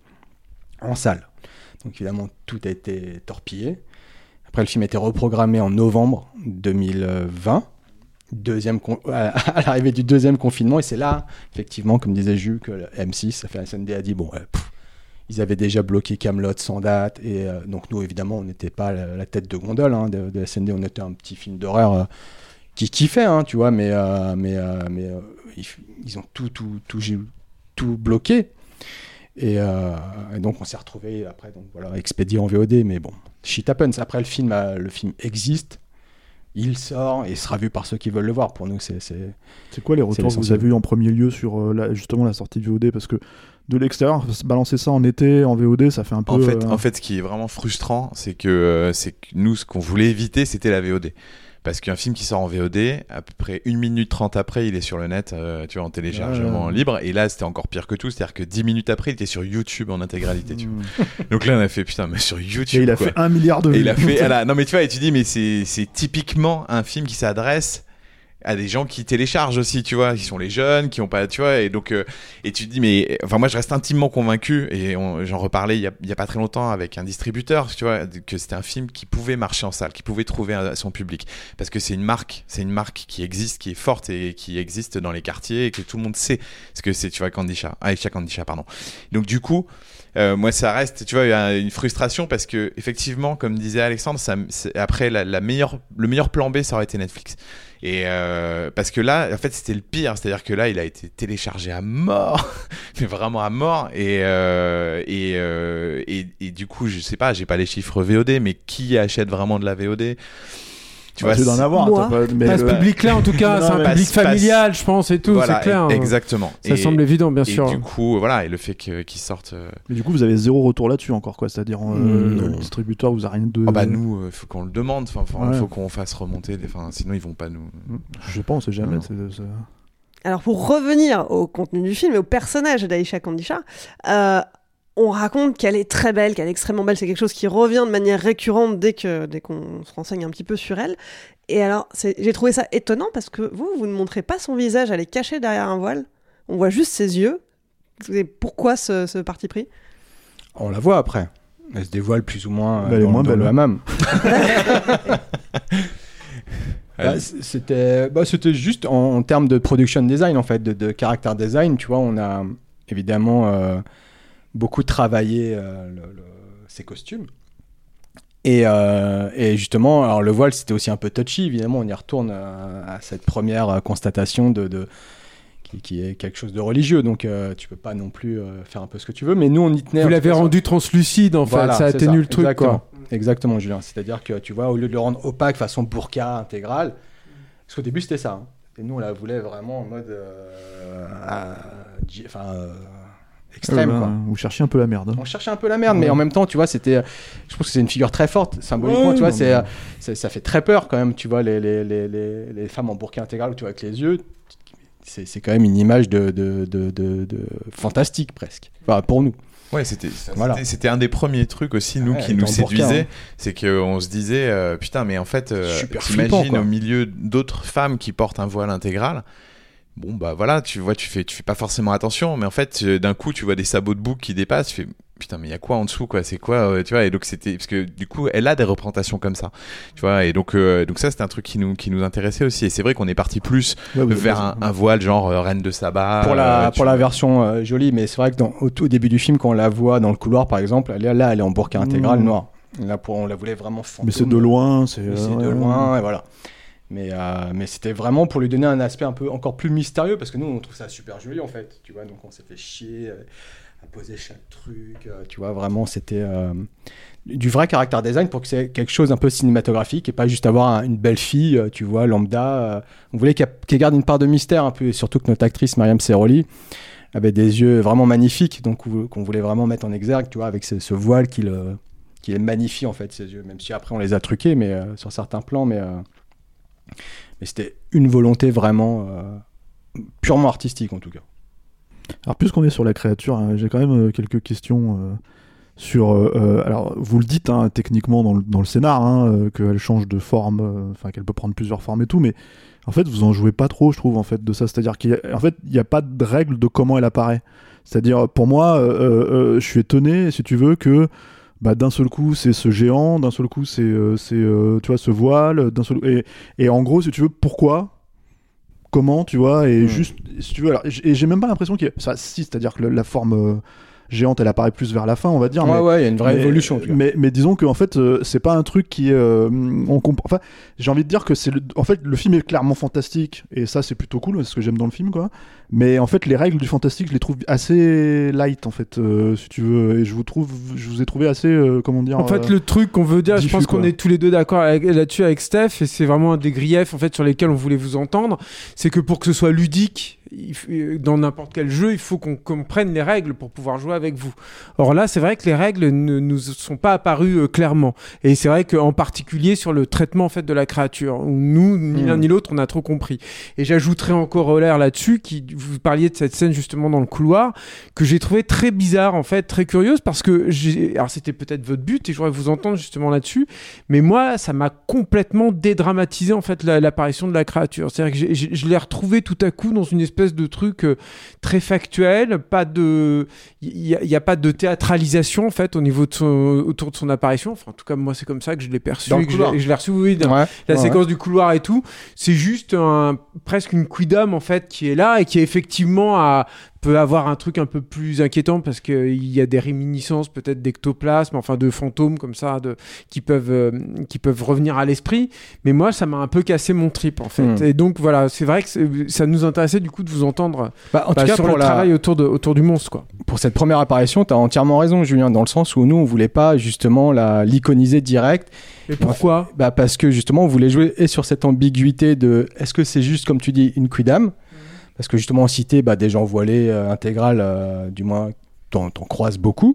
en salle. Donc évidemment, tout a été torpillé. Après, le film a été reprogrammé en novembre deux mille vingt, deuxième con- à l'arrivée du deuxième confinement. Et c'est là, effectivement, comme disait Jules, que le M six, ça fait S N D, a dit, bon, euh, pff, ils avaient déjà bloqué Kaamelott sans date. Et euh, donc nous, évidemment, on n'était pas la, la tête de gondole hein, de, de S N D. On était un petit film d'horreur euh, qui kiffait, hein, tu vois, mais, euh, mais, euh, mais euh, ils, ils ont tout, tout, tout, tout, tout bloqué. Et, euh, et donc on s'est retrouvé après, donc voilà, expédié en V O D, mais bon, shit happens. Après le film, euh, le film existe, il sort et sera vu par ceux qui veulent le voir. Pour nous, c'est c'est. C'est quoi les retours que vous avez eu en premier lieu sur euh, la, justement la sortie de V O D, parce que de l'extérieur, balancer ça en été en V O D, ça fait un peu. En fait, euh... en fait, ce qui est vraiment frustrant, c'est que euh, c'est que nous, ce qu'on voulait éviter, c'était la V O D. Parce qu'un film qui sort en V O D, à peu près une minute trente après, il est sur le net, euh, tu vois, en téléchargement ouais. libre. Et là, c'était encore pire que tout. C'est-à-dire que dix minutes après, il était sur YouTube en intégralité, tu vois. Donc là, on a fait, putain, mais sur YouTube, et il a quoi. fait un milliard de vues. Et il a fait, ah là, non mais tu vois, et tu dis, mais c'est, c'est typiquement un film qui s'adresse à des gens qui téléchargent aussi, tu vois, qui sont les jeunes, qui ont pas, tu vois, et donc, euh, et tu te dis, mais, enfin, moi, je reste intimement convaincu, et on, j'en reparlais il y, a, il y a pas très longtemps avec un distributeur, tu vois, que c'était un film qui pouvait marcher en salle, qui pouvait trouver un, son public, parce que c'est une marque, c'est une marque qui existe, qui est forte et qui existe dans les quartiers et que tout le monde sait ce que c'est, tu vois, Kandisha, Aïcha Kandisha, pardon. Donc, du coup, Euh, moi ça reste, tu vois, il y a une frustration parce que effectivement, comme disait Alexandre, ça, après la, la meilleure, le meilleur plan B, ça aurait été Netflix. Et euh, parce que là, en fait, c'était le pire, c'est-à-dire que là, il a été téléchargé à mort, mais vraiment à mort. Et euh, et, euh, et et du coup, je sais pas, j'ai pas les chiffres V O D, mais qui achète vraiment de la V O D? Tu vois, c'est d'en avoir. Moi. Pas, mais pas le... ce public-là, en tout cas, non, c'est un public passe, familial, passe... je pense, et tout, voilà, c'est clair. Exactement. Ça et, semble évident, bien et sûr. Et du coup, voilà, et le fait que, qu'ils sortent. Euh... Mais du coup, vous avez zéro retour là-dessus encore, quoi. C'est-à-dire, euh, mmh, le distributeur vous a rien de. Ah bah nous, il euh, faut qu'on le demande. Enfin, il ouais. faut qu'on fasse remonter. Des... Enfin, sinon, ils vont pas nous. Je sais pas, on sait jamais. C'est, c'est... Alors, pour revenir au contenu du film et au personnage d'Aïcha Kandisha. Euh, On raconte qu'elle est très belle, qu'elle est extrêmement belle. C'est quelque chose qui revient de manière récurrente dès, que, dès qu'on se renseigne un petit peu sur elle. Et alors, c'est, j'ai trouvé ça étonnant parce que vous, vous ne montrez pas son visage, elle est cachée derrière un voile. On voit juste ses yeux. Et pourquoi ce, ce parti pris ? On la voit après. Elle se dévoile plus ou moins bah, dans, moins dans belle, le hammam. Bah, c'était, bah, c'était juste en, en termes de production design, en fait, de, de character design. Tu vois, on a évidemment... Euh, beaucoup travaillé euh, le, le, ses costumes et, euh, et justement alors le voile c'était aussi un peu touchy, évidemment on y retourne à, à cette première constatation de, de qui, qui est quelque chose de religieux, donc euh, tu peux pas non plus euh, faire un peu ce que tu veux, mais nous on y tenait. Vous l'avez rendu translucide en voilà, fait, ça atténue le truc. Exactement. Quoi. Exactement Julien, c'est-à-dire que tu vois, au lieu de le rendre opaque façon burqa intégrale, parce qu'au début c'était ça hein. Et nous on la voulait vraiment en mode euh, enfin euh, extrême, euh, quoi. Vous cherchiez un peu la merde. On cherchait un peu la merde, ouais. Mais en même temps, tu vois, c'était. Je pense que c'est une figure très forte, symboliquement, ouais, tu vois, c'est, mais... c'est, ça fait très peur quand même, tu vois, les, les, les, les, les femmes en burqa intégral, tu vois, avec les yeux. C'est, c'est quand même une image de, de, de, de, de fantastique presque, enfin, pour nous. Ouais, c'était, ça, voilà. c'était, c'était un des premiers trucs aussi, nous, ouais, qui nous séduisait. Burqa, hein. C'est qu'on se disait, euh, putain, mais en fait, euh, t'imagines au milieu d'autres femmes qui portent un voile intégral. Bon bah voilà, tu vois, tu fais tu fais pas forcément attention, mais en fait d'un coup tu vois des sabots de bouc qui dépassent, tu fais putain, mais il y a quoi en dessous, quoi, c'est quoi, euh, tu vois, et donc c'était, parce que du coup, elle a des représentations comme ça, tu vois, et donc, euh, donc ça, c'était un truc qui nous, qui nous intéressait aussi, et c'est vrai qu'on est parti plus ouais, vers un, un voile genre euh, Reine de Saba. Pour la, euh, pour la version euh, jolie, mais c'est vrai que dans, au tout début du film, quand on la voit dans le couloir, par exemple, elle est, là, elle est en burqa intégrale mmh. noire. Là, pour, on la voulait vraiment fantôme. Mais c'est de loin, c'est, c'est euh, de ouais, loin, ouais. et voilà. Mais, euh, mais c'était vraiment pour lui donner un aspect un peu encore plus mystérieux, parce que nous, on trouve ça super joli, en fait, tu vois, donc on s'est fait chier euh, à poser chaque truc, euh, tu vois, vraiment, c'était euh, du vrai caractère design pour que c'est quelque chose un peu cinématographique et pas juste avoir un, une belle fille, euh, tu vois, lambda. Euh, on voulait qu'elle, qu'elle garde une part de mystère un peu, et surtout que notre actrice, Myriam Seroli, avait des yeux vraiment magnifiques, donc qu'on voulait vraiment mettre en exergue, tu vois, avec ce, ce voile qui, le, qui les magnifie, en fait, ses yeux, même si après on les a truqués, mais euh, sur certains plans, mais... Euh, mais c'était une volonté vraiment euh, purement artistique en tout cas. Alors puisqu'on est sur la créature, hein, j'ai quand même euh, quelques questions euh, sur... Euh, alors vous le dites hein, techniquement dans le, dans le scénar, hein, euh, qu'elle change de forme, enfin euh, qu'elle peut prendre plusieurs formes et tout, mais en fait vous en jouez pas trop je trouve en fait de ça, c'est-à-dire qu'il y a, en fait il n'y a pas de règle de comment elle apparaît. C'est-à-dire pour moi, euh, euh, je suis étonné si tu veux que bah, d'un seul coup c'est ce géant, d'un seul coup c'est, euh, c'est euh, tu vois, ce voile, d'un seul... et, et en gros si tu veux pourquoi, comment tu vois, et mmh. juste si tu veux, alors, et j'ai même pas l'impression qu'il y a... ça, si, c'est-à-dire que le, la forme euh, géante elle apparaît plus vers la fin on va dire, ouais mais, ouais il y a une vraie mais, évolution en tout cas. mais, mais disons que en fait euh, c'est pas un truc qui euh, on comp... enfin j'ai envie de dire que c'est le... en fait le film est clairement fantastique et ça c'est plutôt cool, c'est ce que j'aime dans le film quoi, mais en fait les règles du fantastique je les trouve assez light en fait euh, si tu veux, et je vous trouve je vous ai trouvé assez euh, comment dire en fait euh, le truc qu'on veut dire diffus, je pense qu'on quoi. Est tous les deux d'accord avec, là-dessus avec Steph, et c'est vraiment un des griefs en fait sur lesquels on voulait vous entendre, c'est que pour que ce soit ludique il, dans n'importe quel jeu il faut qu'on comprenne les règles pour pouvoir jouer avec vous. Or là c'est vrai que les règles ne nous sont pas apparues euh, clairement, et c'est vrai qu'en particulier sur le traitement en fait de la créature où nous ni mmh. l'un ni l'autre on a trop compris. Et j'ajouterais en corollaire là-dessus, qui vous parliez de cette scène justement dans le couloir que j'ai trouvé très bizarre en fait, très curieuse, parce que j'ai... alors c'était peut-être votre but et je voudrais vous entendre justement là-dessus, mais moi ça m'a complètement dédramatisé en fait la, l'apparition de la créature. C'est-à-dire que j'ai, j'ai, je l'ai retrouvé tout à coup dans une espèce de truc euh, très factuel, pas de il y, y a pas de théâtralisation en fait au niveau de son, autour de son apparition, enfin en tout cas moi c'est comme ça que je l'ai perçu et que je l'ai, je l'ai reçu oui, dans ouais, la ouais. séquence du couloir et tout, c'est juste un, presque une quidam en fait qui est là et qui effectivement a peut avoir un truc un peu plus inquiétant parce qu'il y a des réminiscences peut-être d'ectoplasme, enfin de fantômes comme ça, de, qui, peuvent, euh, qui peuvent revenir à l'esprit. Mais moi, ça m'a un peu cassé mon trip en fait. Mmh. Et donc voilà, c'est vrai que ça nous intéressait du coup de vous entendre bah, en bah, tout cas, sur pour le la... travail autour, de, autour du monstre. Quoi. Pour cette première apparition, tu as entièrement raison Julien, dans le sens où nous, on voulait pas justement la, l'iconiser direct. Et pourquoi ? Bah, parce que justement, on voulait jouer et sur cette ambiguïté de est-ce que c'est juste, comme tu dis, une quidam ? Parce que justement, on citait bah, des gens voilés euh, intégrales, euh, du moins, t'en, t'en croises beaucoup.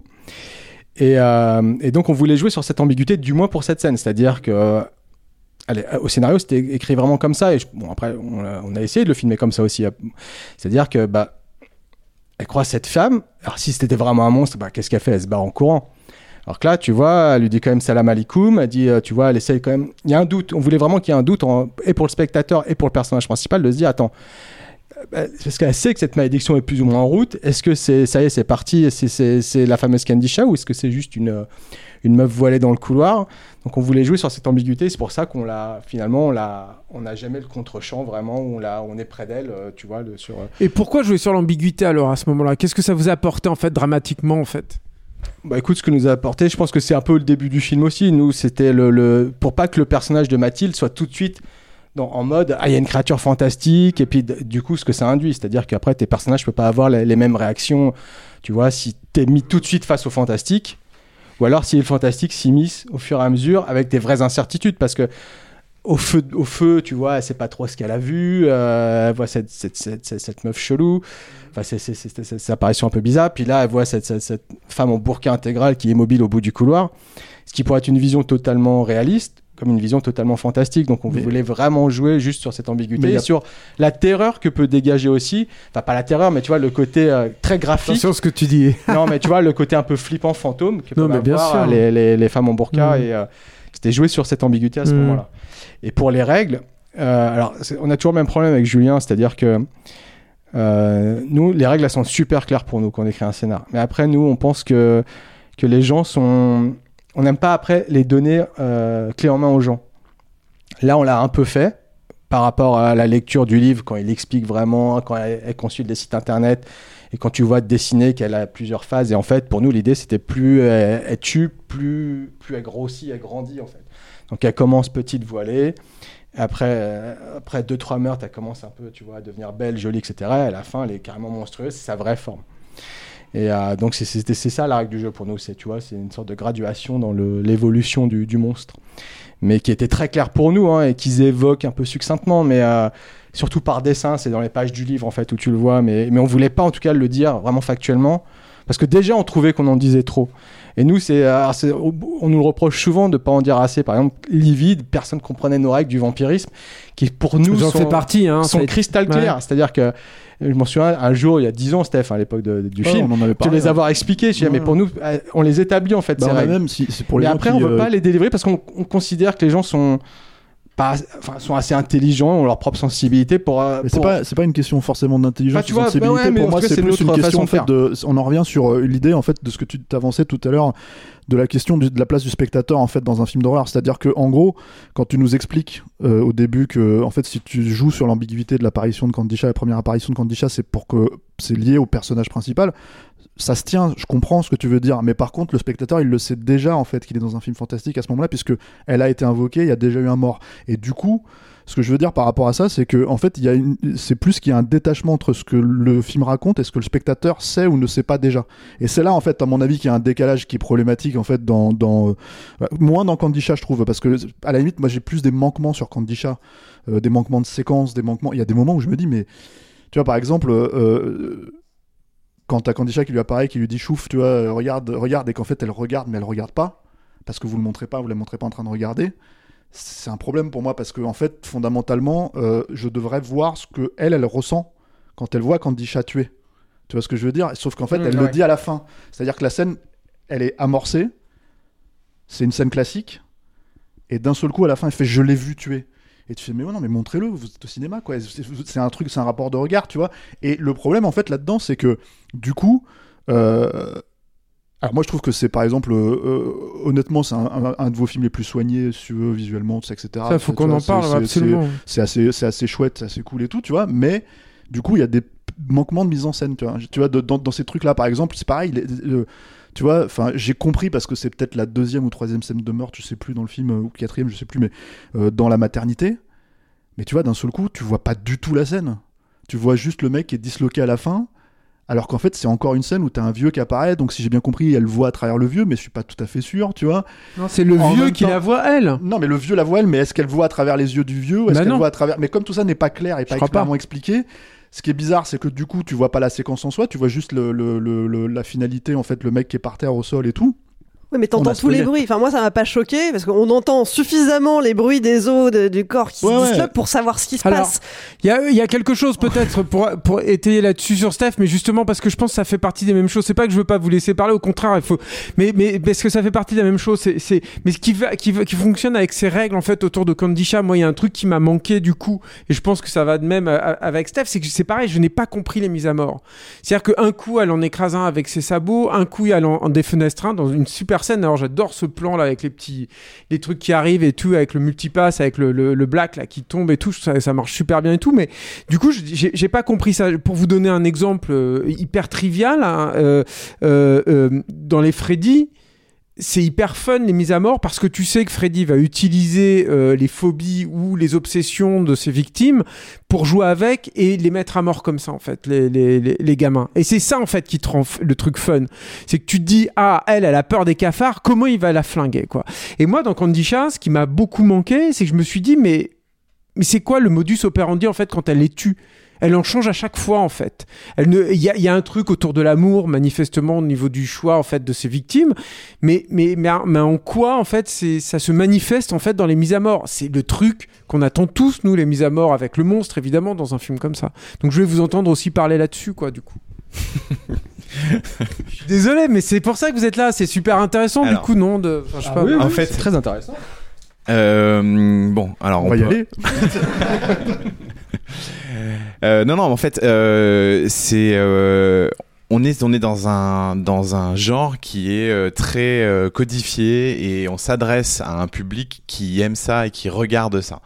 Et, euh, et donc, on voulait jouer sur cette ambiguïté, du moins pour cette scène. C'est-à-dire que, euh, allez, au scénario, c'était écrit vraiment comme ça. Et je, bon, après, on a, on a essayé de le filmer comme ça aussi. C'est-à-dire que, bah, elle croise cette femme. Alors, si c'était vraiment un monstre, bah, qu'est-ce qu'elle fait ? Elle se barre en courant. Alors que là, tu vois, elle lui dit quand même salam alaikum. Elle dit, euh, tu vois, elle essaye quand même. Il y a un doute. On voulait vraiment qu'il y ait un doute, en, et pour le spectateur et pour le personnage principal, de se dire, attends. Parce qu'elle sait que cette malédiction est plus ou moins en route. Est-ce que c'est, ça y est, c'est parti, c'est, c'est, c'est la fameuse Kandisha, ou est-ce que c'est juste une, une meuf voilée dans le couloir ? Donc on voulait jouer sur cette ambiguïté, c'est pour ça qu'on l'a, finalement, on l'a, on n'a jamais le contre-champ vraiment, où on, l'a, on est près d'elle, tu vois. Le, sur... Et pourquoi jouer sur l'ambiguïté alors à ce moment-là ? Qu'est-ce que ça vous a apporté en fait, dramatiquement en fait ? Bah écoute, ce que nous a apporté, je pense que c'est un peu le début du film aussi. Nous, c'était le, le... pour pas que le personnage de Mathilde soit tout de suite Dans, en mode, ah, il y a une créature fantastique, et puis d- du coup, ce que ça induit, c'est-à-dire qu'après, tes personnages ne peuvent pas avoir les, les mêmes réactions, tu vois, si t'es mis tout de suite face au fantastique, ou alors si le fantastique s'immisce au fur et à mesure avec des vraies incertitudes, parce que au feu, au feu tu vois, elle sait pas trop ce qu'elle a vu, euh, elle voit cette, cette, cette, cette, cette meuf chelou, enfin, c'est, c'est, c'est, c'est, c'est, c'est apparition un peu bizarre, puis là, elle voit cette, cette, cette femme en burqa intégrale qui est immobile au bout du couloir, ce qui pourrait être une vision totalement réaliste, comme une vision totalement fantastique. Donc on mais... voulait vraiment jouer juste sur cette ambiguïté, et a... sur la terreur que peut dégager aussi, enfin pas la terreur, mais tu vois le côté euh, très graphique. Attention ce que tu dis. Non mais tu vois le côté un peu flippant fantôme que non, peuvent mais bien avoir sûr. Les, les, les femmes en burqa, mmh. et euh, c'était jouer sur cette ambiguïté à ce mmh. moment-là. Et pour les règles, euh, alors on a toujours le même problème avec Julien, c'est-à-dire que euh, nous les règles elles sont super claires pour nous quand on écrit un scénar, mais après nous on pense que que les gens sont... On n'aime pas après les donner euh, clé en main aux gens. Là, on l'a un peu fait par rapport à la lecture du livre, quand il explique vraiment, quand elle, elle consulte des sites internet, et quand tu vois dessiner qu'elle a plusieurs phases. Et en fait, pour nous, l'idée, c'était plus elle, elle tue, plus, plus elle grossit, elle grandit, en fait. Donc, elle commence petite, voilée. Après, euh, après deux, trois meurtres, elle commence un peu, tu vois, à devenir belle, jolie, et cetera. Et à la fin, elle est carrément monstrueuse, c'est sa vraie forme. Et euh, donc, c'est, c'est, c'est ça la règle du jeu pour nous. C'est, tu vois, c'est une sorte de graduation dans le, l'évolution du, du monstre. Mais qui était très clair pour nous, hein, et qu'ils évoquent un peu succinctement, mais euh, surtout par dessin, c'est dans les pages du livre, en fait, où tu le vois. Mais, mais on voulait pas, en tout cas, le dire vraiment factuellement. Parce que déjà, on trouvait qu'on en disait trop. Et nous, c'est, alors c'est, on nous le reproche souvent de ne pas en dire assez. Par exemple, Livide, personne ne comprenait nos règles du vampirisme, qui pour nous J'en sont, fais partie, hein, sont fait... cristal clairs. Ouais. C'est-à-dire que, je m'en souviens, un jour, il y a dix ans, Steph, à l'époque de, de, du ouais, film, on en avait parlé, tu les ouais. avoir expliqués. Je disais, ouais. mais pour nous, on les établit en fait, bah, ces règles. Même si c'est pour les mais gens après, qui, on ne veut euh... pas les délivrer parce qu'on on considère que les gens sont... Pas, enfin, sont assez intelligents, ont leur propre sensibilité pour. Mais pour... c'est pas, c'est pas une question forcément d'intelligence bah, tu ou de vois, sensibilité. bah ouais, pour moi, c'est, c'est plus une question en fait de. On en revient sur euh, l'idée en fait de ce que tu t'avançais tout à l'heure, de la question du, de la place du spectateur en fait dans un film d'horreur. C'est-à-dire que en gros, quand tu nous expliques euh, au début que en fait si tu joues sur l'ambiguïté de l'apparition de Kandisha, la première apparition de Kandisha, c'est pour que c'est lié au personnage principal. Ça se tient, je comprends ce que tu veux dire, mais par contre le spectateur il le sait déjà en fait qu'il est dans un film fantastique à ce moment-là, puisque elle a été invoquée, il y a déjà eu un mort, et du coup ce que je veux dire par rapport à ça, c'est que en fait il y a une... c'est plus qu'il y a un détachement entre ce que le film raconte et ce que le spectateur sait ou ne sait pas déjà, et c'est là en fait à mon avis qu'il y a un décalage qui est problématique en fait dans, dans... Euh, moins dans Kandisha je trouve, parce que à la limite moi j'ai plus des manquements sur Kandisha, euh, des manquements de séquence, des manquements, il y a des moments où je me dis mais tu vois par exemple euh, quand t'as Kandisha qui lui apparaît, qui lui dit chouf, tu vois, euh, regarde, regarde, et qu'en fait elle regarde, mais elle regarde pas, parce que vous le montrez pas, vous la montrez pas en train de regarder, c'est un problème pour moi, parce que en fait, fondamentalement, euh, je devrais voir ce que elle, elle ressent quand elle voit Kandisha tuer. Tu vois ce que je veux dire ? Sauf qu'en fait, mmh, elle ouais. le dit à la fin. C'est-à-dire que la scène, elle est amorcée, c'est une scène classique, et d'un seul coup, à la fin, elle fait « je l'ai vu tuer ». Et tu fais, mais ouais, non, mais montrez-le, vous êtes au cinéma, quoi. C'est, c'est un truc, c'est un rapport de regard, tu vois. Et le problème, en fait, là-dedans, c'est que, du coup, euh... alors moi, je trouve que c'est, par exemple, euh, honnêtement, c'est un, un, un de vos films les plus soignés, sur, visuellement, tout ça, et cetera. Ça, faut c'est, qu'on vois, en parle, c'est, absolument. C'est, c'est, assez, c'est assez chouette, c'est assez cool et tout, tu vois. Mais, du coup, il y a des manquements de mise en scène, tu vois. Tu vois, de, dans, dans ces trucs-là, par exemple, c'est pareil, les, le, tu vois, enfin, j'ai compris parce que c'est peut-être la deuxième ou troisième scène de meurtre, je sais plus dans le film, ou quatrième, je sais plus, mais euh, dans la maternité. Mais tu vois, d'un seul coup, tu vois pas du tout la scène. Tu vois juste le mec qui est disloqué à la fin, alors qu'en fait, c'est encore une scène où t'as un vieux qui apparaît, donc si j'ai bien compris, elle voit à travers le vieux, mais je suis pas tout à fait sûr, tu vois. Non, c'est le en vieux qui temps... la voit, elle. Non, mais le vieux la voit, elle, mais est-ce qu'elle voit à travers les yeux du vieux, ou est-ce bah qu'elle non. voit à travers... Mais comme tout ça n'est pas clair et pas clairement pas. expliqué, ce qui est bizarre, c'est que du coup, tu vois pas la séquence en soi, tu vois juste le, le, le, le, la finalité, en fait, le mec qui est par terre au sol et tout. Oui, mais t'entends tous les bruits. Enfin, moi, ça m'a pas choqué parce qu'on entend suffisamment les bruits des os de, du corps qui ouais, se disloquent ouais. pour savoir ce qui se Alors, passe. Il y a, y a quelque chose peut-être pour, pour étayer là-dessus sur Steph, mais justement parce que je pense que ça fait partie des mêmes choses. C'est pas que je veux pas vous laisser parler, au contraire, il faut. Mais, mais parce que ça fait partie de la même chose. C'est, c'est... Mais ce qui, va, qui, qui fonctionne avec ces règles en fait autour de Kandisha, moi, il y a un truc qui m'a manqué du coup, et je pense que ça va de même avec Steph, c'est que c'est pareil, je n'ai pas compris les mises à mort. C'est-à-dire qu'un coup, elle en écrase un avec ses sabots, un coup, elle en, en défenestre un dans une super scène. Alors, j'adore ce plan là avec les petits les trucs qui arrivent et tout, avec le multipass, avec le, le, le black là qui tombe et tout, ça, ça marche super bien et tout, mais du coup j'ai, j'ai pas compris ça. Pour vous donner un exemple euh, hyper trivial, hein, euh, euh, euh, dans les Freddy, c'est hyper fun les mises à mort parce que tu sais que Freddy va utiliser euh, les phobies ou les obsessions de ses victimes pour jouer avec et les mettre à mort comme ça en fait, les, les, les, les gamins. Et c'est ça en fait qui te rend f- le truc fun. C'est que tu te dis, ah, elle, elle a peur des cafards, comment il va la flinguer quoi. Et moi dans Kandisha, ce qui m'a beaucoup manqué, c'est que je me suis dit, mais, mais c'est quoi le modus operandi en fait quand elle les tue ? Elle en change à chaque fois en fait. Elle ne, il y a, il y a un truc autour de l'amour manifestement au niveau du choix en fait de ses victimes, mais mais mais, mais en quoi en fait c'est ça se manifeste en fait dans les mises à mort. C'est le truc qu'on attend tous nous, les mises à mort avec le monstre évidemment dans un film comme ça. Donc je vais vous entendre aussi parler là-dessus quoi du coup. Je suis désolé mais c'est pour ça que vous êtes là. C'est super intéressant. Alors, du coup non de. Enfin, je sais ah pas. Oui, en oui, fait c'est très intéressant. Euh, bon alors on, on va peut... y aller. Euh, non, non, en fait, euh, c'est, euh, on est on est dans un dans un genre qui est euh, très euh, codifié et on s'adresse à un public qui aime ça et qui regarde ça.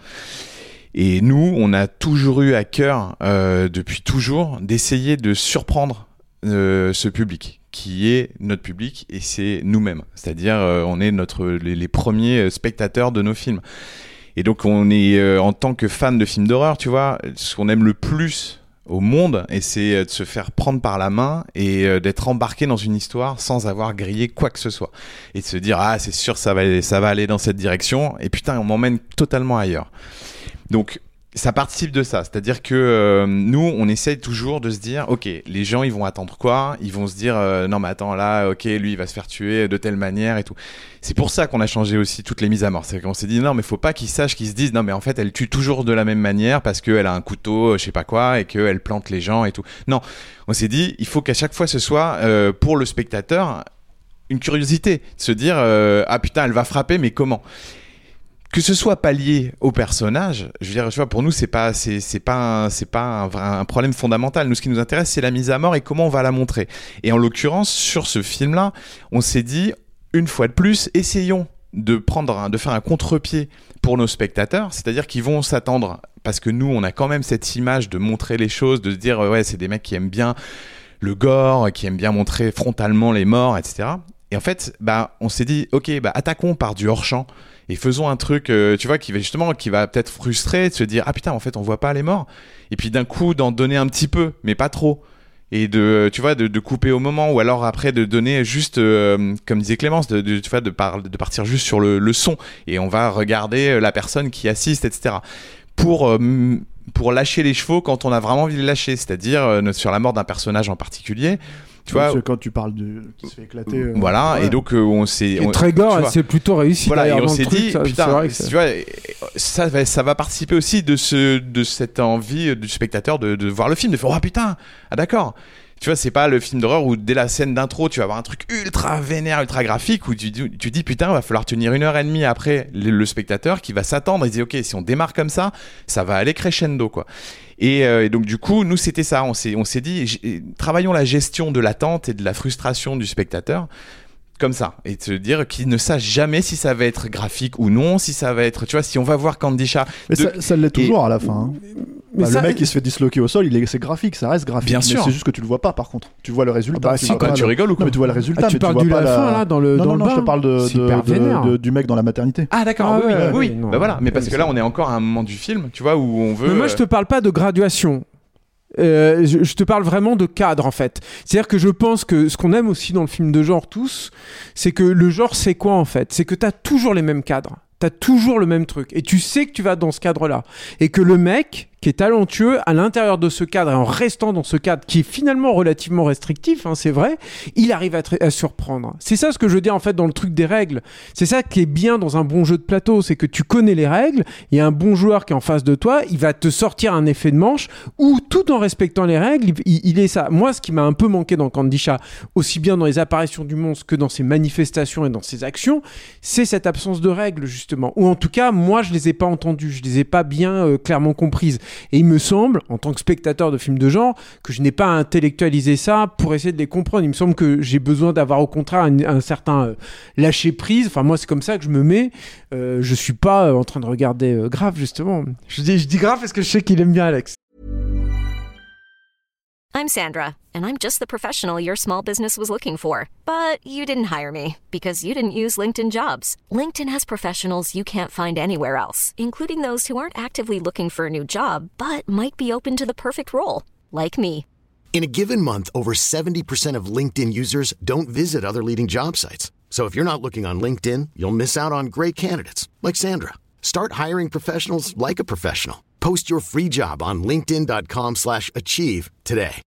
Et nous, on a toujours eu à cœur euh, depuis toujours d'essayer de surprendre euh, ce public qui est notre public et c'est nous-mêmes. C'est-à-dire euh, on est notre les, les premiers spectateurs de nos films. Et donc on est euh, en tant que fan de films d'horreur, tu vois, ce qu'on aime le plus au monde, et c'est de se faire prendre par la main et euh, d'être embarqué dans une histoire sans avoir grillé quoi que ce soit. Et de se dire, ah, c'est sûr, ça va aller, ça va aller dans cette direction, et putain, on m'emmène totalement ailleurs. Donc, ça participe de ça. C'est-à-dire que euh, nous, on essaye toujours de se dire, ok, les gens, ils vont attendre quoi ? Ils vont se dire, euh, non, mais attends, là, ok, lui, il va se faire tuer de telle manière et tout. C'est pour ça qu'on a changé aussi toutes les mises à mort. C'est qu'on s'est dit, non, mais faut pas qu'ils sachent, qu'ils se disent, non, mais en fait, elle tue toujours de la même manière parce qu'elle a un couteau, je sais pas quoi, et qu'elle plante les gens et tout. Non, on s'est dit, il faut qu'à chaque fois, ce soit euh, pour le spectateur une curiosité, de se dire, euh, ah putain, elle va frapper, mais comment ? Que ce soit pas lié au personnage, je veux dire, tu vois, pour nous, c'est pas, c'est, c'est pas, un, c'est pas un, un problème fondamental. Nous, ce qui nous intéresse, c'est la mise à mort et comment on va la montrer. Et en l'occurrence, sur ce film-là, on s'est dit, une fois de plus, essayons de prendre, un, de faire un contre-pied pour nos spectateurs, c'est-à-dire qu'ils vont s'attendre, parce que nous, on a quand même cette image de montrer les choses, de se dire, ouais, c'est des mecs qui aiment bien le gore, qui aiment bien montrer frontalement les morts, et cetera. Et en fait, bah, on s'est dit, ok, bah, attaquons par du hors-champ. Et faisons un truc, euh, tu vois, qui va justement, qui va peut-être frustrer, de se dire, ah putain, en fait, on voit pas les morts. Et puis d'un coup, d'en donner un petit peu, mais pas trop. Et de, tu vois, de, de couper au moment, ou alors après de donner juste, euh, comme disait Clémence, de, de, tu vois, de, par, de partir juste sur le, le son. Et on va regarder la personne qui assiste, et cetera. Pour, euh, pour lâcher les chevaux quand on a vraiment envie de les lâcher. C'est-à-dire, euh, sur la mort d'un personnage en particulier. Tu vois, quand tu parles de qui se fait éclater, euh, voilà, ouais. Et donc euh, on s'est on, très gore, c'est plutôt réussi. Voilà, et on dans s'est le truc, dit, ça, putain, vrai que tu vois, ça va, ça va participer aussi de ce, de cette envie du spectateur de, de voir le film, de faire, oh putain, ah d'accord. Tu vois, c'est pas le film d'horreur où dès la scène d'intro, tu vas avoir un truc ultra vénère, ultra graphique, où tu, tu dis, putain, va falloir tenir une heure et demie après le, le spectateur qui va s'attendre et dire, ok, si on démarre comme ça, ça va aller crescendo, quoi. Et, euh, et donc, du coup, nous, c'était ça. On s'est, on s'est dit, j- travaillons la gestion de l'attente et de la frustration du spectateur comme ça. Et de se dire qu'il ne sache jamais si ça va être graphique ou non, si ça va être, tu vois, si on va voir Kandisha. Mais de... ça, ça l'est toujours et... à la fin. Hein. Mais bah, ça... Le mec, il se fait disloquer au sol, il est... c'est graphique, ça reste graphique. Bien mais sûr. C'est juste que tu le vois pas, par contre. Tu vois le résultat. Ah bah, tu si, quoi, tu le... rigoles ou quoi ? Non, mais tu vois le résultat. Ah, tu mais parles tu vois du pas la la fin, là, dans le Non, dans non, le non, bain. je te parle de, de, de, de, de, du mec dans la maternité. Ah, d'accord, ah, oui, ouais, oui. oui. non, bah voilà, mais parce mais que là, on est encore à un moment du film, tu vois, où on veut. Mais moi, je te parle pas de graduation. Euh, je, je te parle vraiment de cadre en fait. C'est-à-dire que je pense que ce qu'on aime aussi dans le film de genre tous, c'est que le genre c'est quoi en fait ? C'est que t'as toujours les mêmes cadres, t'as toujours le même truc et tu sais que tu vas dans ce cadre-là et que le mec qui est talentueux à l'intérieur de ce cadre et en restant dans ce cadre qui est finalement relativement restrictif, hein, c'est vrai, il arrive à, tra- à surprendre. C'est ça ce que je veux dire en fait dans le truc des règles. C'est ça qui est bien dans un bon jeu de plateau, c'est que tu connais les règles, il y a un bon joueur qui est en face de toi, il va te sortir un effet de manche où tout en respectant les règles, il, il est ça. Moi, ce qui m'a un peu manqué dans Kandisha, aussi bien dans les apparitions du monstre que dans ses manifestations et dans ses actions, c'est cette absence de règles justement. Ou en tout cas, moi, je les ai pas entendues, je les ai pas bien euh, clairement comprises. Et il me semble, en tant que spectateur de films de genre, que je n'ai pas intellectualisé ça pour essayer de les comprendre. Il me semble que j'ai besoin d'avoir au contraire un, un certain euh, lâcher-prise. Enfin, moi, c'est comme ça que je me mets. Euh, je suis pas euh, en train de regarder euh, Grave, justement. Je dis, je dis Grave parce que je sais qu'il aime bien Alex. I'm Sandra, and I'm just the professional your small business was looking for. But you didn't hire me because you didn't use LinkedIn Jobs. LinkedIn has professionals you can't find anywhere else, including those who aren't actively looking for a new job, but might be open to the perfect role, like me. In a given month, over seventy percent of LinkedIn users don't visit other leading job sites. So if you're not looking on LinkedIn, you'll miss out on great candidates like Sandra. Start hiring professionals like a professional. Post your free job on linkedin.com slash achieve today.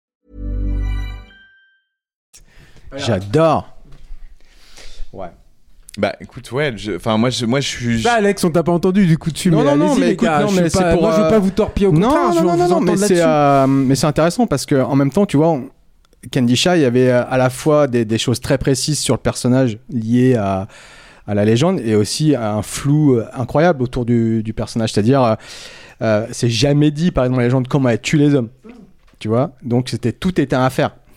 J'adore. Ouais. Bah écoute, ouais, enfin moi je, moi je suis. Bah Alex, on t'a pas entendu du coup dessus. Non, mais non, non, allez-y, mais les écoute, gars, non, je mais suis c'est pas, pour, moi je veux euh, pas vous torpiller au non, contraire. non, je veux non, vous non, entendre mais là-dessus. c'est, euh, mais c'est intéressant parce que en même temps, tu vois, on... Kandisha, il y avait à la fois des, des choses très précises sur le personnage liées à, à la légende et aussi un flou incroyable autour du, du personnage. C'est-à-dire, euh, c'est jamais dit, par exemple, dans la légende, comment elle tue les hommes. Tu vois, donc c'était tout était à faire.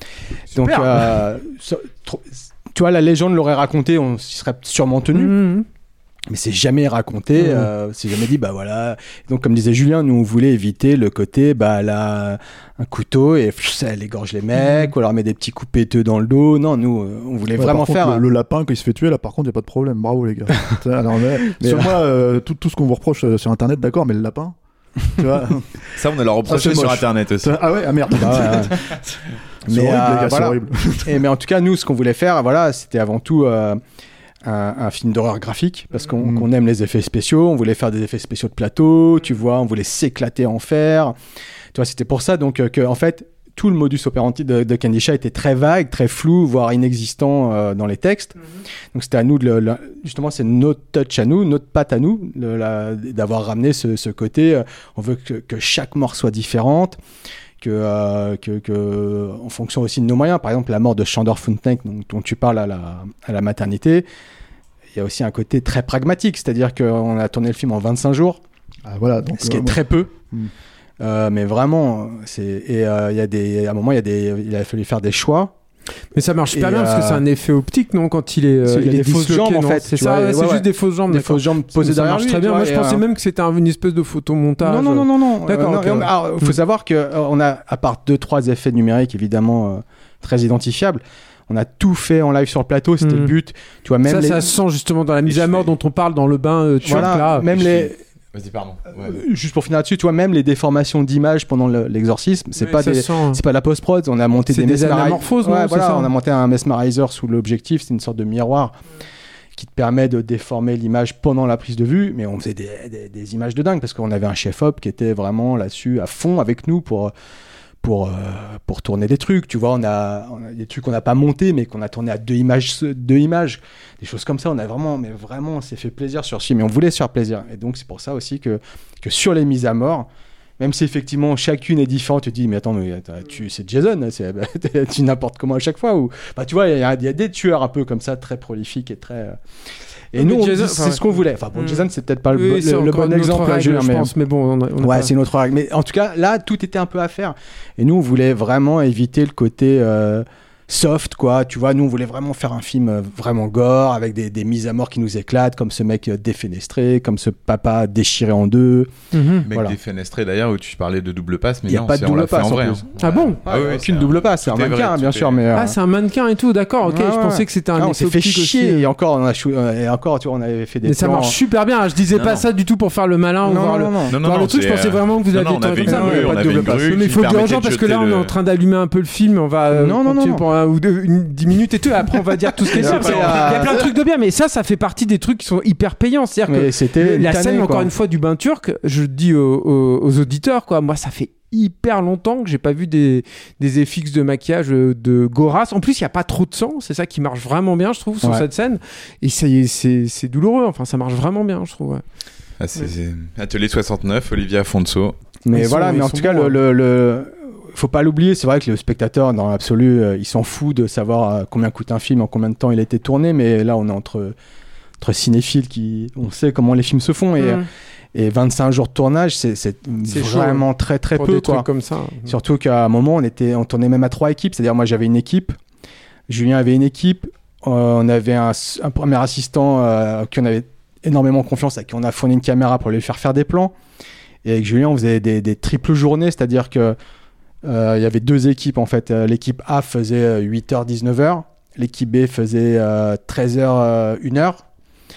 Donc, euh, so, trop, tu vois, la légende l'aurait raconté, on s'y serait sûrement tenu. Mmh. Mais c'est jamais raconté, mmh. euh, c'est jamais dit, bah voilà. Donc, comme disait Julien, nous, on voulait éviter le côté, bah, elle a un couteau et pff, elle égorge les mecs, mmh. ou elle leur met des petits coups péteux dans le dos. Non, nous, on voulait ouais, vraiment par faire. Contre, le, le lapin, quand il se fait tuer, là, par contre, il n'y a pas de problème. Bravo, les gars. Alors, mais, mais sur moi, euh, tout, tout ce qu'on vous reproche euh, sur Internet, d'accord, mais le lapin, tu vois. Ça, on a leur reproché ah, sur Internet aussi. Ah ouais, ah merde. Ah, ouais, ouais. mais, horrible, euh, les gars, voilà. C'est horrible. Et, mais en tout cas, nous, ce qu'on voulait faire, voilà, c'était avant tout. Euh, Un, un film d'horreur graphique parce qu'on, mmh. qu'on aime les effets spéciaux, on voulait faire des effets spéciaux de plateau, tu vois, on voulait s'éclater en faire, tu vois, c'était pour ça donc euh, que en fait tout le modus operandi de, de Candy Shy était très vague, très flou, voire inexistant euh, dans les textes. Mmh. Donc c'était à nous de le, le, justement c'est notre touch à nous, notre patte à nous, le, la, d'avoir ramené ce, ce côté. Euh, on veut que, que chaque mort soit différente. Que, euh, que, que, en fonction aussi de nos moyens, par exemple la mort de Chandor Funtank dont, dont tu parles à la, à la maternité, il y a aussi un côté très pragmatique, c'est-à-dire qu'on a tourné le film en vingt-cinq jours, ah, voilà, donc, ce qui euh, est très peu, hmm. euh, mais vraiment, c'est, et euh, il y a des, à un moment il, y a des, il a fallu faire des choix. Mais ça marche super et bien euh... parce que c'est un effet optique, non, quand il est, euh, il, il est des fausses jambes en fait. C'est ça, ouais, ouais, c'est ouais, juste ouais. des fausses jambes. Des fausses jambes posées ça derrière marche lui, très bien. vois, Moi, je pensais euh... même que c'était un, une espèce de photomontage. Non, non, non, non, non. D'accord. Euh, okay, non ouais. Alors, faut savoir que euh, on a, à part deux, trois effets numériques évidemment euh, très identifiables. On a tout fait en live sur le plateau, c'était mmh. le but. Tu vois, même ça, les... ça se sent justement dans la mise à mort dont on parle dans le bain euh, turc voilà, là. Même les. Vas-y, pardon. Ouais. Euh, juste pour finir là-dessus, tu vois, même les déformations d'image pendant le, l'exorcisme, c'est, oui, pas des, c'est pas la post-prod, on a monté c'est des, des anamorphoses, ouais, non, voilà, ça on a monté un mesmerizer sous l'objectif, c'est une sorte de miroir qui te permet de déformer l'image pendant la prise de vue, mais on faisait des, des, des images de dingue parce qu'on avait un chef-op qui était vraiment là-dessus à fond avec nous pour. Pour, euh, pour tourner des trucs, tu vois, on a, on a des trucs qu'on n'a pas montés, mais qu'on a tourné à deux images, deux images, des choses comme ça, on a vraiment, mais vraiment, on s'est fait plaisir sur ce film, et on voulait se faire plaisir, et donc c'est pour ça aussi que, que sur les mises à mort, même si effectivement chacune est différente, tu te dis, mais attends, mais tu, c'est Jason, c'est, bah, tu n'importe comment à chaque fois, ou, bah, tu vois, il y, y a des tueurs un peu comme ça, très prolifiques et très... Euh, Et non, nous, Jason, c'est enfin, ce qu'on voulait. Enfin, bon, mmh. Jason, c'est peut-être pas le, oui, bo- le, le bon exemple, règle, Julien, je mais... pense, mais bon, on a, on a ouais, pas... c'est une autre règle. Mais en tout cas, là, tout était un peu à faire. Et nous, on voulait vraiment éviter le côté euh, soft, quoi. Tu vois, nous, on voulait vraiment faire un film euh, vraiment gore, avec des, des mises à mort qui nous éclatent, comme ce mec euh, défenestré, comme ce papa déchiré en deux. Mmh. Mec voilà. défenestré, d'ailleurs, où tu parlais de double passe, mais il n'y a non, pas de double passe en vrai. Hein. Ah bon? Ah oui, aucune double passe, c'est un mannequin, hein, bien sûr. Mais, euh... Ah, c'est un mannequin et tout, d'accord, ok. Ah, je pensais que c'était un ah, on s'est fait chier. Aussi. Et encore, on a chou... et encore, tu vois, on avait fait des. Mais ça marche super bien. Je disais pas ça du tout pour faire le malin ou voir le truc. Je pensais vraiment que vous aviez comme ça. Pas de double passe. Mais il faut dire aux gens parce que là, on est en train d'allumer un peu le film. On va continuer pendant un ou deux, dix minutes et tout. Après, on va dire tout ce qui est sûr. Il y a plein de trucs de bien, mais ça, ça fait partie des trucs qui sont hyper payants. C'est-à-dire que c'était la scène, encore une fois, du bain turc, je dis aux auditeurs, quoi. Moi, ça fait hyper longtemps que j'ai pas vu des, des F X de maquillage de Goras. En plus, il y a pas trop de sang, c'est ça qui marche vraiment bien, je trouve, sur ouais. cette scène. Et ça y est, c'est, c'est douloureux. Enfin, ça marche vraiment bien, je trouve. Ouais. Ah, c'est, c'est Atelier soixante-neuf, Olivier Afonso. Mais ils voilà, sont, mais en tout cas, bons, le, le, le... faut pas l'oublier. C'est vrai que le spectateur, dans l'absolu, euh, il s'en fout de savoir euh, combien coûte un film, en combien de temps il a été tourné. Mais là, on est entre entre cinéphiles qui, on sait comment les films se font et. Mmh. Et vingt-cinq jours de tournage, c'est, c'est, c'est vraiment chaud, très très pour peu. Des quoi. Trucs comme ça. Surtout qu'à un moment, on, était, on tournait même à trois équipes. C'est-à-dire, moi j'avais une équipe, Julien avait une équipe, euh, on avait un, un premier assistant euh, à qui on avait énormément confiance, à qui on a fourni une caméra pour lui faire faire des plans. Et avec Julien, on faisait des, des triples journées, c'est-à-dire qu'il euh, y avait deux équipes en fait. L'équipe A faisait huit heures dix-neuf heures, l'équipe B faisait euh, treize heures une heure.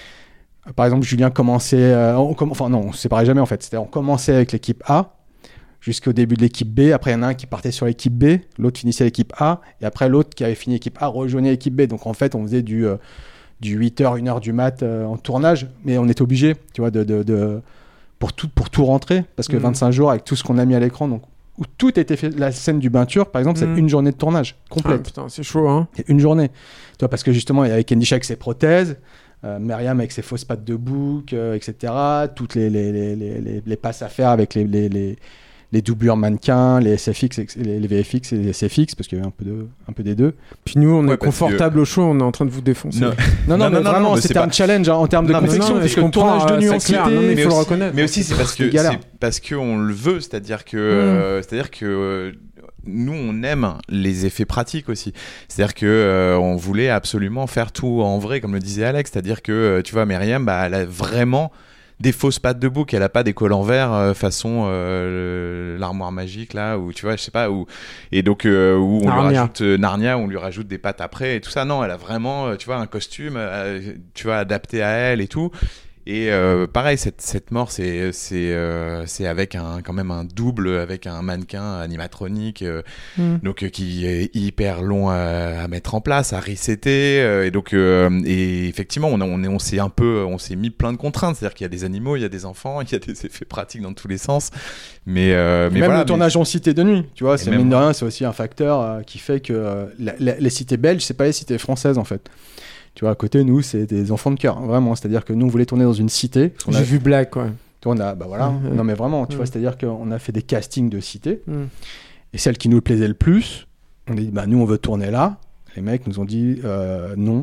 Par exemple, Julien commençait... Euh, on comm... Enfin non, on ne se séparait jamais en fait. C'était, on commençait avec l'équipe A jusqu'au début de l'équipe B. Après, il y en a un qui partait sur l'équipe B, l'autre finissait l'équipe A. Et après, l'autre qui avait fini l'équipe A rejoignait l'équipe B. Donc en fait, on faisait du, euh, du huit heures, une heure du mat euh, en tournage. Mais on était obligé, tu vois, de, de, de, pour, tout, pour tout rentrer. Parce que mmh. vingt-cinq jours avec tout ce qu'on a mis à l'écran, donc, où tout était fait. La scène du bain turc, par exemple, mmh. c'est une journée de tournage complète. Ah, putain, c'est chaud, hein. C'est une journée. Tu vois, parce que justement, il y avait Candy Shy avec ses prothèses. Euh, Myriam avec ses fausses pattes de bouc, euh, et cetera. Toutes les, les, les, les, les passes à faire avec les, les, les, les doublures mannequins, les S F X, les, les V F X et les S F X, parce qu'il y avait un peu, de, un peu des deux. Puis nous, on ouais, est confortable que... au show, on est en train de vous défoncer. Non, non, non, non, mais non vraiment, non, mais c'était un pas... challenge hein, en termes de non, confection, non, parce que le tournage de nuancité, il faut le reconnaître. Mais aussi, c'est parce, que, c'est parce qu'on le veut, c'est-à-dire que... Mm. Euh, c'est-à-dire que euh, nous on aime les effets pratiques aussi. C'est-à-dire que euh, on voulait absolument faire tout en vrai, comme le disait Alex. C'est-à-dire que euh, tu vois, Myriam, bah, elle a vraiment des fausses pattes de bouc, elle a pas des collants verts euh, façon euh, le, l'armoire magique là, ou tu vois, je sais pas, où et donc euh, où on Narnia. lui rajoute euh, Narnia, où on lui rajoute des pattes après et tout ça. Non, elle a vraiment, euh, tu vois, un costume, euh, tu vois, adapté à elle et tout. Et euh, pareil, cette, cette mort, c'est, c'est, euh, c'est avec un, quand même un double, avec un mannequin animatronique, euh, mm. donc euh, qui est hyper long à, à mettre en place, à resetter. Euh, et donc, euh, et effectivement, on, a, on, est, on s'est un peu, on s'est mis plein de contraintes. C'est-à-dire qu'il y a des animaux, il y a des enfants, il y a des effets pratiques dans tous les sens. Mais, euh, mais même voilà, le tournage mais... en cité de nuit, tu vois, et c'est même... mine de rien, c'est aussi un facteur euh, qui fait que euh, la, la, les cités belges, c'est pas les cités françaises en fait. Tu vois, à côté, nous, c'est des enfants de cœur, vraiment. C'est-à-dire que nous, on voulait tourner dans une cité. J'ai a... vu Black, ouais. On a, bah voilà. Mmh. Non, mais vraiment, tu mmh. vois, c'est-à-dire qu'on a fait des castings de cités. Mmh. Et celle qui nous plaisait le plus, on a dit, bah, nous, on veut tourner là. Les mecs nous ont dit, euh, non.